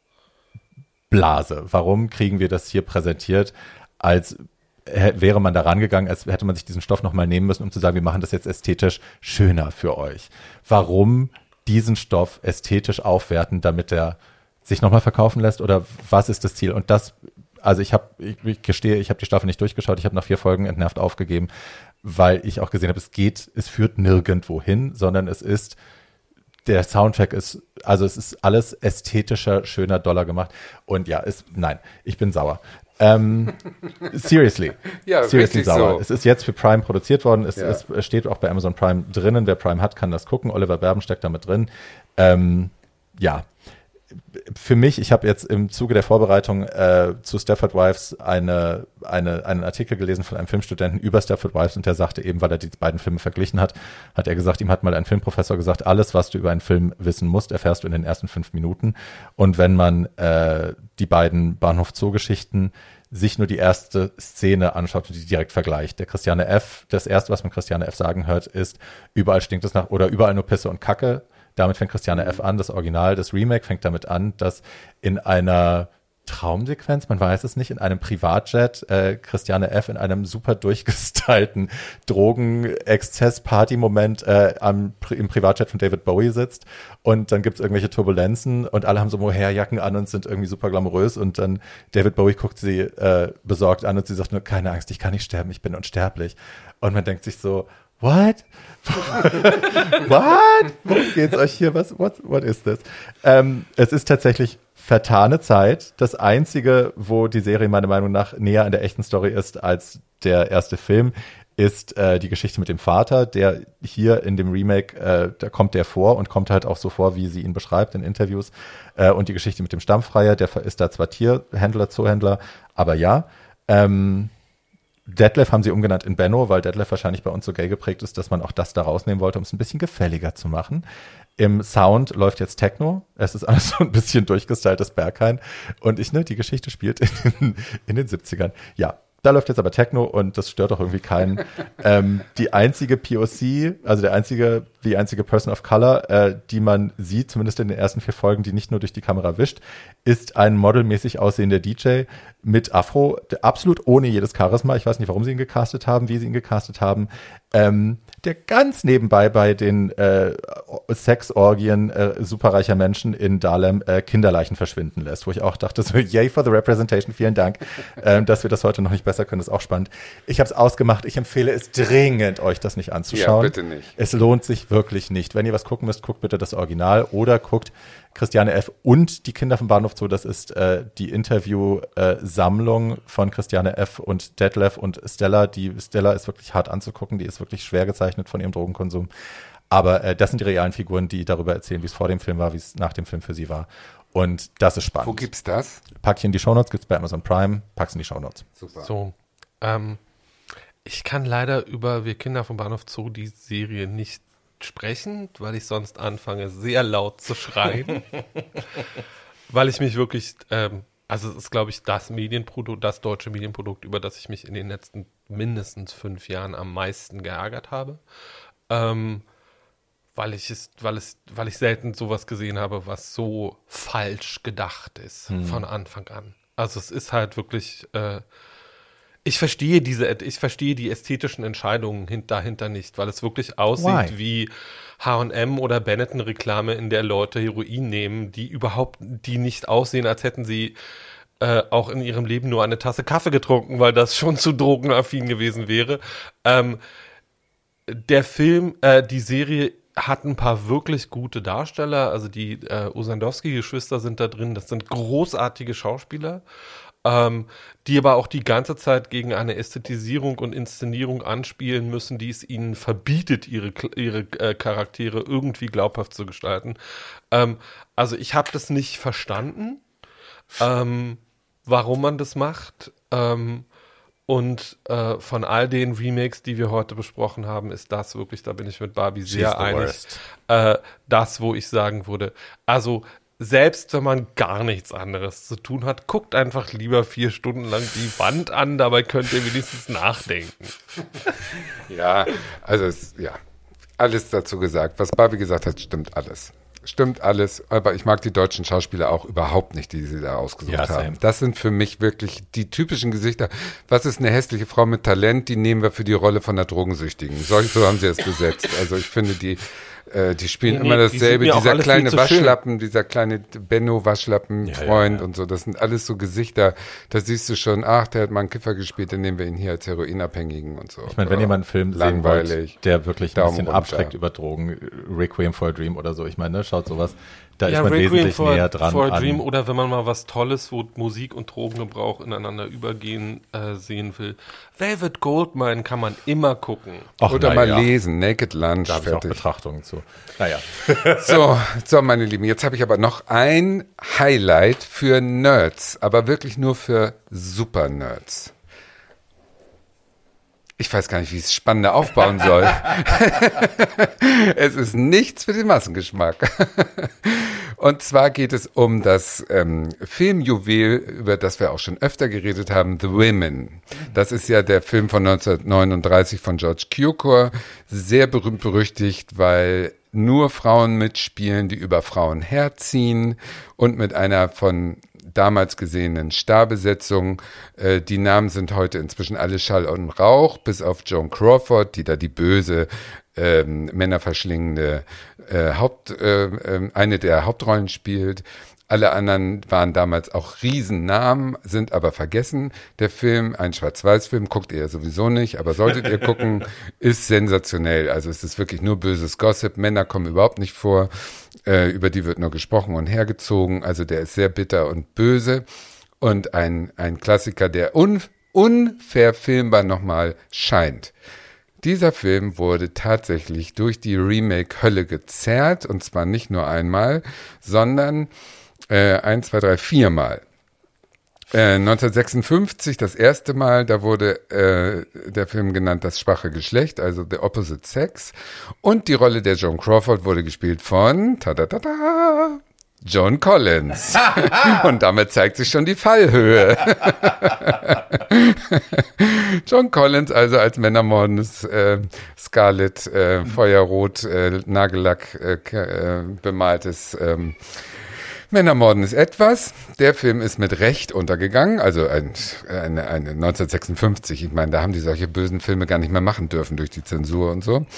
Blase? Warum kriegen wir das hier präsentiert als wäre man da rangegangen, als hätte man sich diesen Stoff nochmal nehmen müssen, um zu sagen, wir machen das jetzt ästhetisch schöner für euch. Warum diesen Stoff ästhetisch aufwerten, damit er sich nochmal verkaufen lässt? Oder was ist das Ziel? Und das, also ich habe, ich, ich gestehe, ich habe die Staffel nicht durchgeschaut, ich habe nach vier Folgen entnervt aufgegeben, weil ich auch gesehen habe, es geht, es führt nirgendwo hin, sondern es ist, der Soundtrack ist, also es ist alles ästhetischer, schöner, doller gemacht. Und ja, es, nein, ich bin sauer. Ähm, seriously. Ja, seriously richtig sauer. so. Es ist jetzt für Prime produziert worden. Es, Ja. es steht auch bei Amazon Prime drinnen. Wer Prime hat, kann das gucken. Oliver Berben steckt da mit drin. Ähm, ja. Für mich, ich habe jetzt im Zuge der Vorbereitung äh, zu Stepford Wives eine, eine, einen Artikel gelesen von einem Filmstudenten über Stepford Wives und der sagte eben, weil er die beiden Filme verglichen hat, hat er gesagt, ihm hat mal ein Filmprofessor gesagt, alles, was du über einen Film wissen musst, erfährst du in den ersten fünf Minuten. Und wenn man äh, die beiden Bahnhof-Zoo-Geschichten sich nur die erste Szene anschaut und die direkt vergleicht. Der Christiane F., das erste, was man Christiane F. sagen hört, ist, überall stinkt es nach, oder überall nur Pisse und Kacke. Damit fängt Christiane F. an, das Original, das Remake fängt damit an, dass in einer Traumsequenz, man weiß es nicht, in einem Privatjet äh, Christiane F. in einem super durchgestylten Drogen-Exzess-Party-Moment äh, am, im Privatjet von David Bowie sitzt und dann gibt es irgendwelche Turbulenzen und alle haben so Mohairjacken an und sind irgendwie super glamourös und dann David Bowie guckt sie äh, besorgt an und sie sagt nur, keine Angst, ich kann nicht sterben, ich bin unsterblich. Und man denkt sich so, what? What? Worum geht's euch hier? Was, what, what is this? Ähm, es ist tatsächlich vertane Zeit. Das Einzige, wo die Serie meiner Meinung nach näher an der echten Story ist als der erste Film, ist äh, die Geschichte mit dem Vater, der hier in dem Remake, äh, da kommt der vor und kommt halt auch so vor, wie sie ihn beschreibt in Interviews. Äh, und die Geschichte mit dem Stammfreier, der ist da zwar Tierhändler, Zoohändler, aber ja. Ähm, Detlef haben sie umgenannt in Benno, weil Detlef wahrscheinlich bei uns so gay geprägt ist, dass man auch das da rausnehmen wollte, um es ein bisschen gefälliger zu machen. Im Sound läuft jetzt Techno. Es ist alles so ein bisschen durchgestyltes Berghain. Und ich, ne, die Geschichte spielt in den, in den siebzigern. Ja, da läuft jetzt aber Techno und das stört auch irgendwie keinen. ähm, die einzige P O C, also der einzige, die einzige Person of Color, äh, die man sieht, zumindest in den ersten vier Folgen, die nicht nur durch die Kamera wischt, ist ein modelmäßig aussehender D J mit Afro, absolut ohne jedes Charisma. Ich weiß nicht, warum sie ihn gecastet haben, wie sie ihn gecastet haben. Ähm, der ganz nebenbei bei den äh, Sexorgien äh, superreicher Menschen in Dahlem äh, Kinderleichen verschwinden lässt, wo ich auch dachte, so yay for the representation, vielen Dank, ähm, dass wir das heute noch nicht besser können, ist auch spannend. Ich habe es ausgemacht, ich empfehle es dringend, euch das nicht anzuschauen. Ja, bitte nicht. Es lohnt sich wirklich nicht. Wenn ihr was gucken müsst, guckt bitte das Original oder guckt Christiane F. und die Kinder vom Bahnhof Zoo. Das ist äh, die Interview-Sammlung äh, von Christiane F. und Detlef und Stella. Die Stella ist wirklich hart anzugucken, die ist wirklich schwer gezeichnet von ihrem Drogenkonsum. Aber äh, das sind die realen Figuren, die darüber erzählen, wie es vor dem Film war, wie es nach dem Film für sie war. Und das ist spannend. Wo gibt's das? Pack ich in die Shownotes, gibt's bei Amazon Prime, pack's in die Shownotes. Super. So, ähm, ich kann leider über Wir Kinder vom Bahnhof Zoo die Serie nicht sprechen, weil ich sonst anfange, sehr laut zu schreien. Weil ich mich wirklich, ähm, also es ist, glaube ich, das Medienprodukt, das deutsche Medienprodukt, über das ich mich in den letzten mindestens fünf Jahren am meisten geärgert habe. Ähm, weil ich es, weil es, weil ich selten sowas gesehen habe, was so falsch gedacht ist hm. von Anfang an. Also es ist halt wirklich, äh, ich verstehe diese, ich verstehe die ästhetischen Entscheidungen hint, dahinter nicht, weil es wirklich aussieht Why? wie H und M oder Benetton-Reklame, in der Leute Heroin nehmen, die überhaupt, die nicht aussehen, als hätten sie äh, auch in ihrem Leben nur eine Tasse Kaffee getrunken, weil das schon zu drogenaffin gewesen wäre. Ähm, der Film, äh, die Serie hat ein paar wirklich gute Darsteller, also die äh, Osandowski-Geschwister sind da drin, das sind großartige Schauspieler, ähm, die aber auch die ganze Zeit gegen eine Ästhetisierung und Inszenierung anspielen müssen, die es ihnen verbietet, ihre, ihre äh, Charaktere irgendwie glaubhaft zu gestalten. Ähm, also ich habe das nicht verstanden, ähm, warum man das macht. Ähm, und äh, von all den Remakes, die wir heute besprochen haben, ist das wirklich, da bin ich mit Barbie sehr einig, äh, das, wo ich sagen würde, also selbst wenn man gar nichts anderes zu tun hat, guckt einfach lieber vier Stunden lang die Wand an, dabei könnt ihr wenigstens nachdenken. Ja, also es, ja, alles dazu gesagt. Was Barbie gesagt hat, stimmt alles. Stimmt alles, aber ich mag die deutschen Schauspieler auch überhaupt nicht, die sie da ausgesucht ja, haben. Das sind für mich wirklich die typischen Gesichter. Was ist eine hässliche Frau mit Talent? Die nehmen wir für die Rolle von der Drogensüchtigen. So, so haben sie es besetzt. Also ich finde, die äh, die spielen nee, immer nee, dasselbe. die dieser kleine Waschlappen, schön. dieser kleine Benno-Waschlappen-Freund ja, ja, ja. und so. Das sind alles so Gesichter. Da siehst du schon, ach, der hat mal einen Kiffer gespielt, dann nehmen wir ihn hier als Heroinabhängigen und so. Ich meine, wenn ihr mal einen Film sehen wollt, der wirklich ein Daumen bisschen runter. abschreckt über Drogen, Requiem for a Dream oder so, ich meine, ne, schaut sowas, da ja, ist man Requiem wesentlich for, näher dran for a an. Dream oder wenn man mal was Tolles, wo Musik und Drogengebrauch ineinander übergehen, äh, sehen will. Velvet Goldmine kann man immer gucken. Ach, oder mal ja. lesen, Naked Lunch, da habe ich auch Betrachtungen zu. Naja. So, so, meine Lieben, jetzt habe ich aber noch ein Highlight für Nerds, aber wirklich nur für Super-Nerds. Ich weiß gar nicht, wie ich es spannender aufbauen soll. Es ist nichts für den Massengeschmack. Und zwar geht es um das ähm, Filmjuwel, über das wir auch schon öfter geredet haben, The Women. Das ist ja der Film von neunzehnhundertneununddreißig von George Cukor, sehr berühmt berüchtigt, weil nur Frauen mitspielen, die über Frauen herziehen und mit einer von damals gesehenen Starbesetzung. Äh, die Namen sind heute inzwischen alle Schall und Rauch, bis auf Joan Crawford, die da die böse, ähm, männerverschlingende äh, Haupt, äh, äh, eine der Hauptrollen spielt. Alle anderen waren damals auch Riesennamen, sind aber vergessen. Der Film, ein Schwarz-Weiß-Film, guckt ihr sowieso nicht, aber solltet ihr gucken, ist sensationell. Also es ist wirklich nur böses Gossip. Männer kommen überhaupt nicht vor. Äh, über die wird nur gesprochen und hergezogen. Also der ist sehr bitter und böse. Und ein, ein Klassiker, der un, unverfilmbar nochmal scheint. Dieser Film wurde tatsächlich durch die Remake-Hölle gezerrt. Und zwar nicht nur einmal, sondern Äh, eins, zwei, drei, viermal. Äh, neunzehnhundertsechsundfünfzig das erste Mal, da wurde äh, der Film genannt Das schwache Geschlecht, also The Opposite Sex. Und die Rolle der Joan Crawford wurde gespielt von ta-da-da-da, Joan Collins. Und damit zeigt sich schon die Fallhöhe. Joan Collins, also als männermordendes äh, Scarlett, äh, Feuerrot, äh, Nagellack äh, äh, bemaltes ähm, Männermorden ist etwas. Der Film ist mit Recht untergegangen, also ein, eine, eine neunzehnhundertsechsundfünfzig. Ich meine, da haben die solche bösen Filme gar nicht mehr machen dürfen durch die Zensur und so.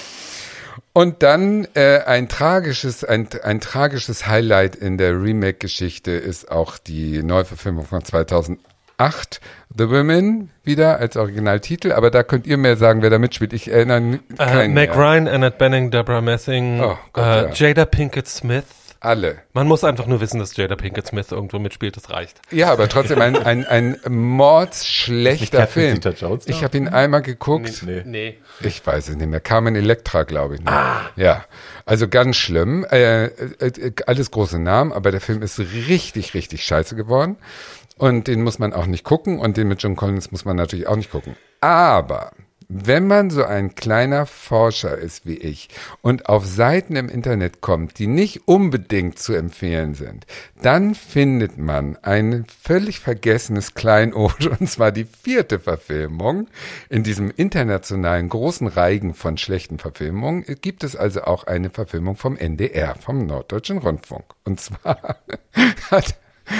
Und dann äh, ein tragisches, ein, ein tragisches Highlight in der Remake-Geschichte ist auch die Neuverfilmung von zweitausendacht, The Women, wieder als Originaltitel. Aber da könnt ihr mir sagen, wer da mitspielt. Ich erinnere keinen uh, Meg mehr. Ryan, Annette Bening, Deborah Messing, Oh Gott, uh, ja. Jada Pinkett Smith. Alle. Man muss einfach nur wissen, dass Jada Pinkett Smith irgendwo mitspielt, das reicht. Ja, aber trotzdem ein, ein, ein mordsschlechter Catherine Film. Zeta-Jones noch? Ich habe ihn einmal geguckt. Nee. Nee. Ich weiß es nicht mehr. Carmen Electra, glaube ich. Ah. Ja, also ganz schlimm. Äh, äh, alles große Namen, aber der Film ist richtig, richtig scheiße geworden. Und den muss man auch nicht gucken. Und den mit Joan Collins muss man natürlich auch nicht gucken. Aber wenn man so ein kleiner Forscher ist wie ich und auf Seiten im Internet kommt, die nicht unbedingt zu empfehlen sind, dann findet man ein völlig vergessenes Kleinod, und zwar die vierte Verfilmung. In diesem internationalen großen Reigen von schlechten Verfilmungen gibt es also auch eine Verfilmung vom N D R, vom Norddeutschen Rundfunk. Und zwar hat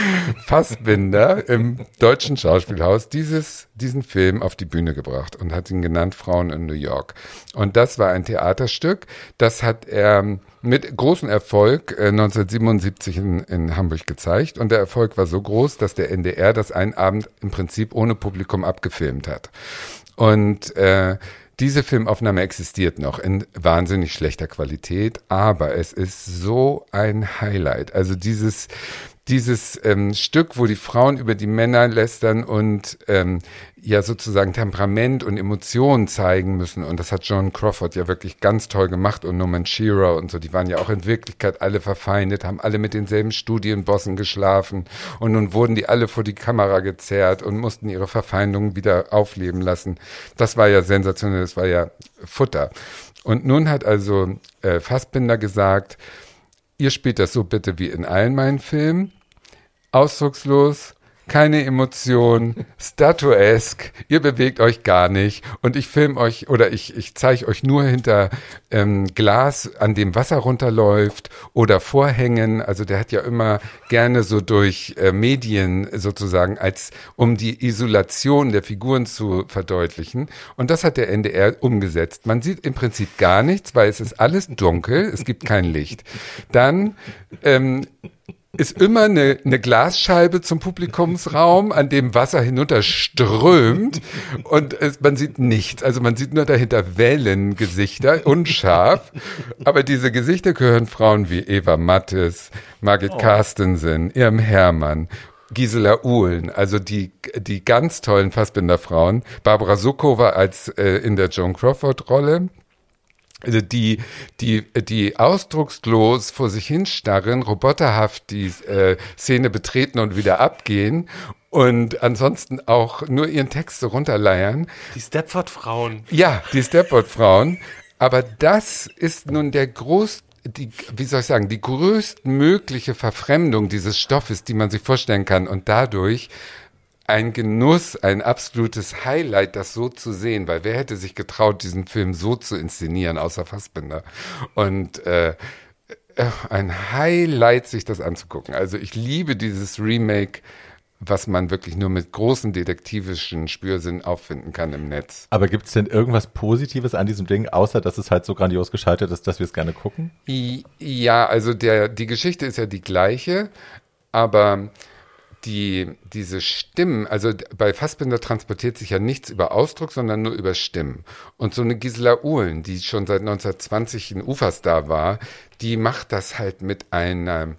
Fassbinder im Deutschen Schauspielhaus dieses, diesen Film auf die Bühne gebracht und hat ihn genannt Frauen in New York. Und das war ein Theaterstück, das hat er mit großem Erfolg äh, neunzehnhundertsiebenundsiebzig in, in Hamburg gezeigt. Und der Erfolg war so groß, dass der N D R das einen Abend im Prinzip ohne Publikum abgefilmt hat. Und äh, diese Filmaufnahme existiert noch in wahnsinnig schlechter Qualität, aber es ist so ein Highlight. Also dieses Dieses ähm, Stück, wo die Frauen über die Männer lästern und ähm, ja sozusagen Temperament und Emotionen zeigen müssen. Und das hat Joan Crawford ja wirklich ganz toll gemacht und Norman Shearer und so. Die waren ja auch in Wirklichkeit alle verfeindet, haben alle mit denselben Studienbossen geschlafen. Und nun wurden die alle vor die Kamera gezerrt und mussten ihre Verfeindungen wieder aufleben lassen. Das war ja sensationell, das war ja Futter. Und nun hat also äh, Fassbinder gesagt, ihr spielt das so bitte wie in allen meinen Filmen. Ausdruckslos, keine Emotion, statuesk, ihr bewegt euch gar nicht und ich film euch oder ich, ich zeige euch nur hinter ähm, Glas, an dem Wasser runterläuft oder Vorhängen. Also der hat ja immer gerne so durch äh, Medien sozusagen, als um die Isolation der Figuren zu verdeutlichen. Und das hat der N D R umgesetzt. Man sieht im Prinzip gar nichts, weil es ist alles dunkel, es gibt kein Licht. Dann ähm, ist immer eine, eine Glasscheibe zum Publikumsraum, an dem Wasser hinunterströmt und es, man sieht nichts. Also man sieht nur dahinter Wellengesichter, unscharf. Aber diese Gesichter gehören Frauen wie Eva Mattes, Margit oh. Carstensen, Irm Herrmann, Gisela Uhlen, also die, die ganz tollen Fassbinder-Frauen. Barbara Sukowa als äh, in der Joan Crawford-Rolle. Also die, die, die ausdruckslos vor sich hinstarren, roboterhaft die äh, Szene betreten und wieder abgehen und ansonsten auch nur ihren Text so runterleiern. Die Stepford-Frauen. Ja, die Stepford-Frauen. Aber das ist nun der groß die, wie soll ich sagen, die größtmögliche Verfremdung dieses Stoffes, die man sich vorstellen kann und dadurch ein Genuss, ein absolutes Highlight, das so zu sehen, weil wer hätte sich getraut, diesen Film so zu inszenieren, außer Fassbinder. Und äh, ein Highlight, sich das anzugucken. Also ich liebe dieses Remake, was man wirklich nur mit großen detektivischen Spürsinn auffinden kann im Netz. Aber gibt es denn irgendwas Positives an diesem Ding, außer dass es halt so grandios gescheitert ist, dass wir es gerne gucken? Ja, also der, die Geschichte ist ja die gleiche, aber die, diese Stimmen, also bei Fassbinder transportiert sich ja nichts über Ausdruck, sondern nur über Stimmen. Und so eine Gisela Uhlen, die schon seit neunzehnhundertzwanzig ein Uferstar war, die macht das halt mit einer,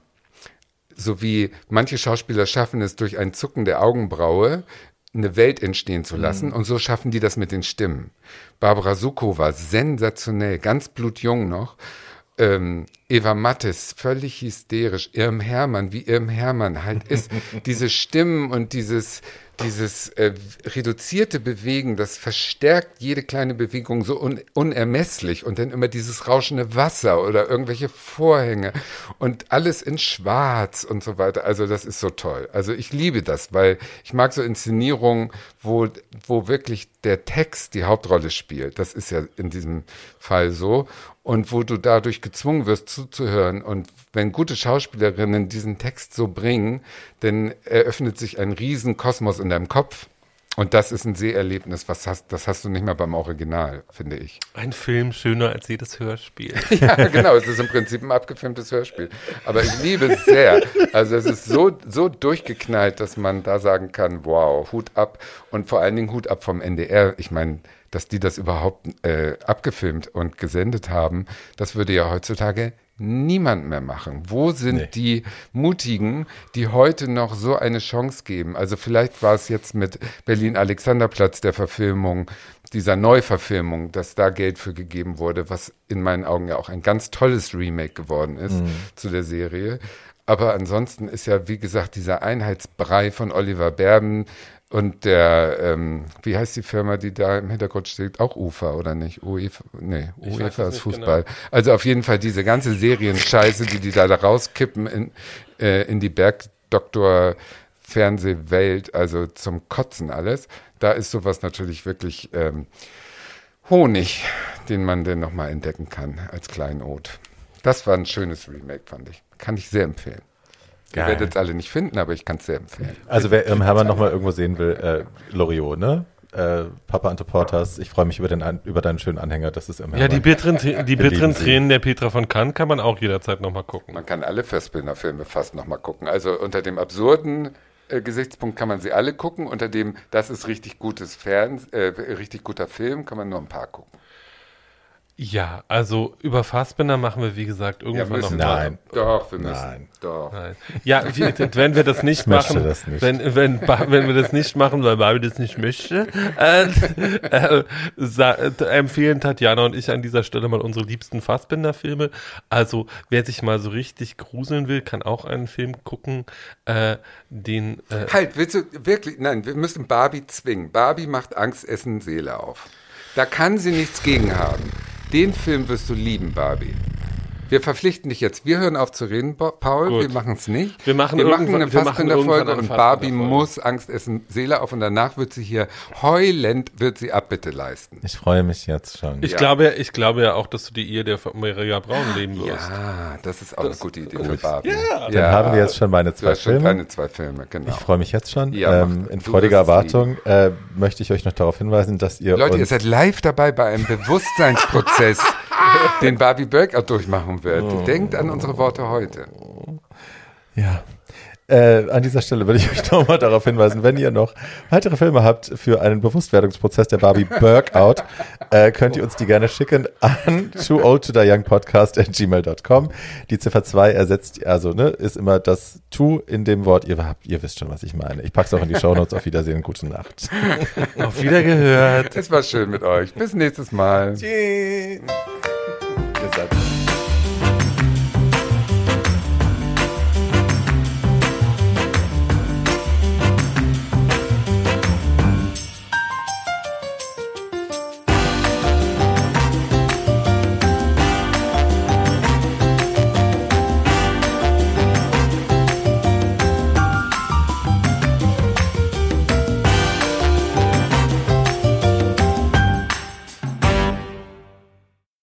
so wie manche Schauspieler schaffen es durch ein Zucken der Augenbraue, eine Welt entstehen zu lassen. Mhm. Und so schaffen die das mit den Stimmen. Barbara Sukow sensationell, ganz blutjung noch. Ähm, Eva Mattes, völlig hysterisch, Irm Hermann, wie Irm Hermann halt ist, diese Stimmen und dieses, dieses äh, reduzierte Bewegen, das verstärkt jede kleine Bewegung so un- unermesslich und dann immer dieses rauschende Wasser oder irgendwelche Vorhänge und alles in schwarz und so weiter, also das ist so toll. Also ich liebe das, weil ich mag so Inszenierungen, wo, wo wirklich der Text die Hauptrolle spielt, das ist ja in diesem Fall so. Und wo du dadurch gezwungen wirst zuzuhören. Und wenn gute Schauspielerinnen diesen Text so bringen, dann eröffnet sich ein riesen Kosmos in deinem Kopf. Und das ist ein Seherlebnis, was hast, das hast du nicht mal beim Original, finde ich. Ein Film schöner als jedes Hörspiel. Ja, genau, es ist im Prinzip ein abgefilmtes Hörspiel. Aber ich liebe es sehr. Also es ist so, so durchgeknallt, dass man da sagen kann, wow, Hut ab. Und vor allen Dingen Hut ab vom N D R. Ich meine, dass die das überhaupt äh, abgefilmt und gesendet haben, das würde ja heutzutage niemand mehr machen. Wo sind nee. die Mutigen, die heute noch so eine Chance geben? Also vielleicht war es jetzt mit Berlin-Alexanderplatz der Verfilmung, dieser Neuverfilmung, dass da Geld für gegeben wurde, was in meinen Augen ja auch ein ganz tolles Remake geworden ist mhm. zu der Serie. Aber ansonsten ist ja, wie gesagt, dieser Einheitsbrei von Oliver Berben und der, ähm, wie heißt die Firma, die da im Hintergrund steht? Auch UFA, oder nicht? UEFA, nee, UEFA ist Fußball. Genau. Also auf jeden Fall diese ganze Serienscheiße, die die da, da rauskippen in, äh, in die Bergdoktor-Fernsehwelt, also zum Kotzen alles. Da ist sowas natürlich wirklich ähm, Honig, den man dann nochmal entdecken kann als Kleinod. Das war ein schönes Remake, fand ich. Kann ich sehr empfehlen. Geil. Ihr werdet es alle nicht finden, aber ich kann es sehr empfehlen. Also wer ähm, Hermann nochmal irgendwo sehen will, äh, Loriot, ne? Äh, Papa Ante Portas, ich freue mich über, den, über deinen schönen Anhänger, das ist immer. Ja, die bitteren, die bitteren Tränen der Petra von Cannes kann man auch jederzeit nochmal gucken. Man kann alle Fassbinder-Filme fast nochmal gucken. Also unter dem absurden äh, Gesichtspunkt kann man sie alle gucken, unter dem, das ist richtig gutes Fernsehen, äh, richtig guter Film, kann man nur ein paar gucken. Ja, also über Fassbinder machen wir, wie gesagt, irgendwann ja, noch. Nein. Doch, wir müssen. Nein. Doch. Nein. Ja, wenn wir das nicht machen, das nicht. Wenn, wenn, wenn wir das nicht machen, weil Barbie das nicht möchte, äh, äh, sa- äh, empfehlen Tatjana und ich an dieser Stelle mal unsere liebsten Fassbinder-Filme. Also, wer sich mal so richtig gruseln will, kann auch einen Film gucken, äh, den... Äh, halt, willst du wirklich, nein, wir müssen Barbie zwingen. Barbie macht Angst, Essen, Seele auf. Da kann sie nichts gegen haben. Den Film wirst du lieben, Barbie. Wir verpflichten dich jetzt. Wir hören auf zu reden, Paul. Gut. Wir machen es nicht. Wir machen, wir machen irgendwann, eine wir machen Fassbinder-Folge und Barbie Fassbinder-Folge. muss Angst essen, Seele auf und danach wird sie hier heulend, wird sie Abbitte leisten. Ich freue mich jetzt schon. Ich, Ja. glaube, ich glaube ja auch, dass du die Ehe der Maria Braun leben wirst. Ja, das ist auch Das eine gute Idee gut. für Barbie. Ja. Dann haben wir jetzt schon meine Du zwei hast schon Filme. deine zwei Filme, genau. Ich freue mich jetzt schon. Ja, ähm, mach. in Du freudiger wirst es Erwartung äh, möchte ich euch noch darauf hinweisen, dass ihr Leute, ihr uns seid live dabei bei einem Bewusstseinsprozess, den Barbie Burkout durchmachen wird. Oh. Denkt an unsere Worte heute. Ja. Äh, an dieser Stelle würde ich euch nochmal darauf hinweisen, wenn ihr noch weitere Filme habt für einen Bewusstwerdungsprozess der Barbie Burkout, äh, könnt ihr uns die gerne schicken an too old to die young podcast at gmail dot com. Die Ziffer zwei ersetzt, also ne, ist immer das to in dem Wort. Ihr habt, ihr wisst schon, was ich meine. Ich pack's auch in die Shownotes. Auf Wiedersehen, gute Nacht. Auf Wiedergehört. Es war schön mit euch. Bis nächstes Mal. Tschüss. Ihr seid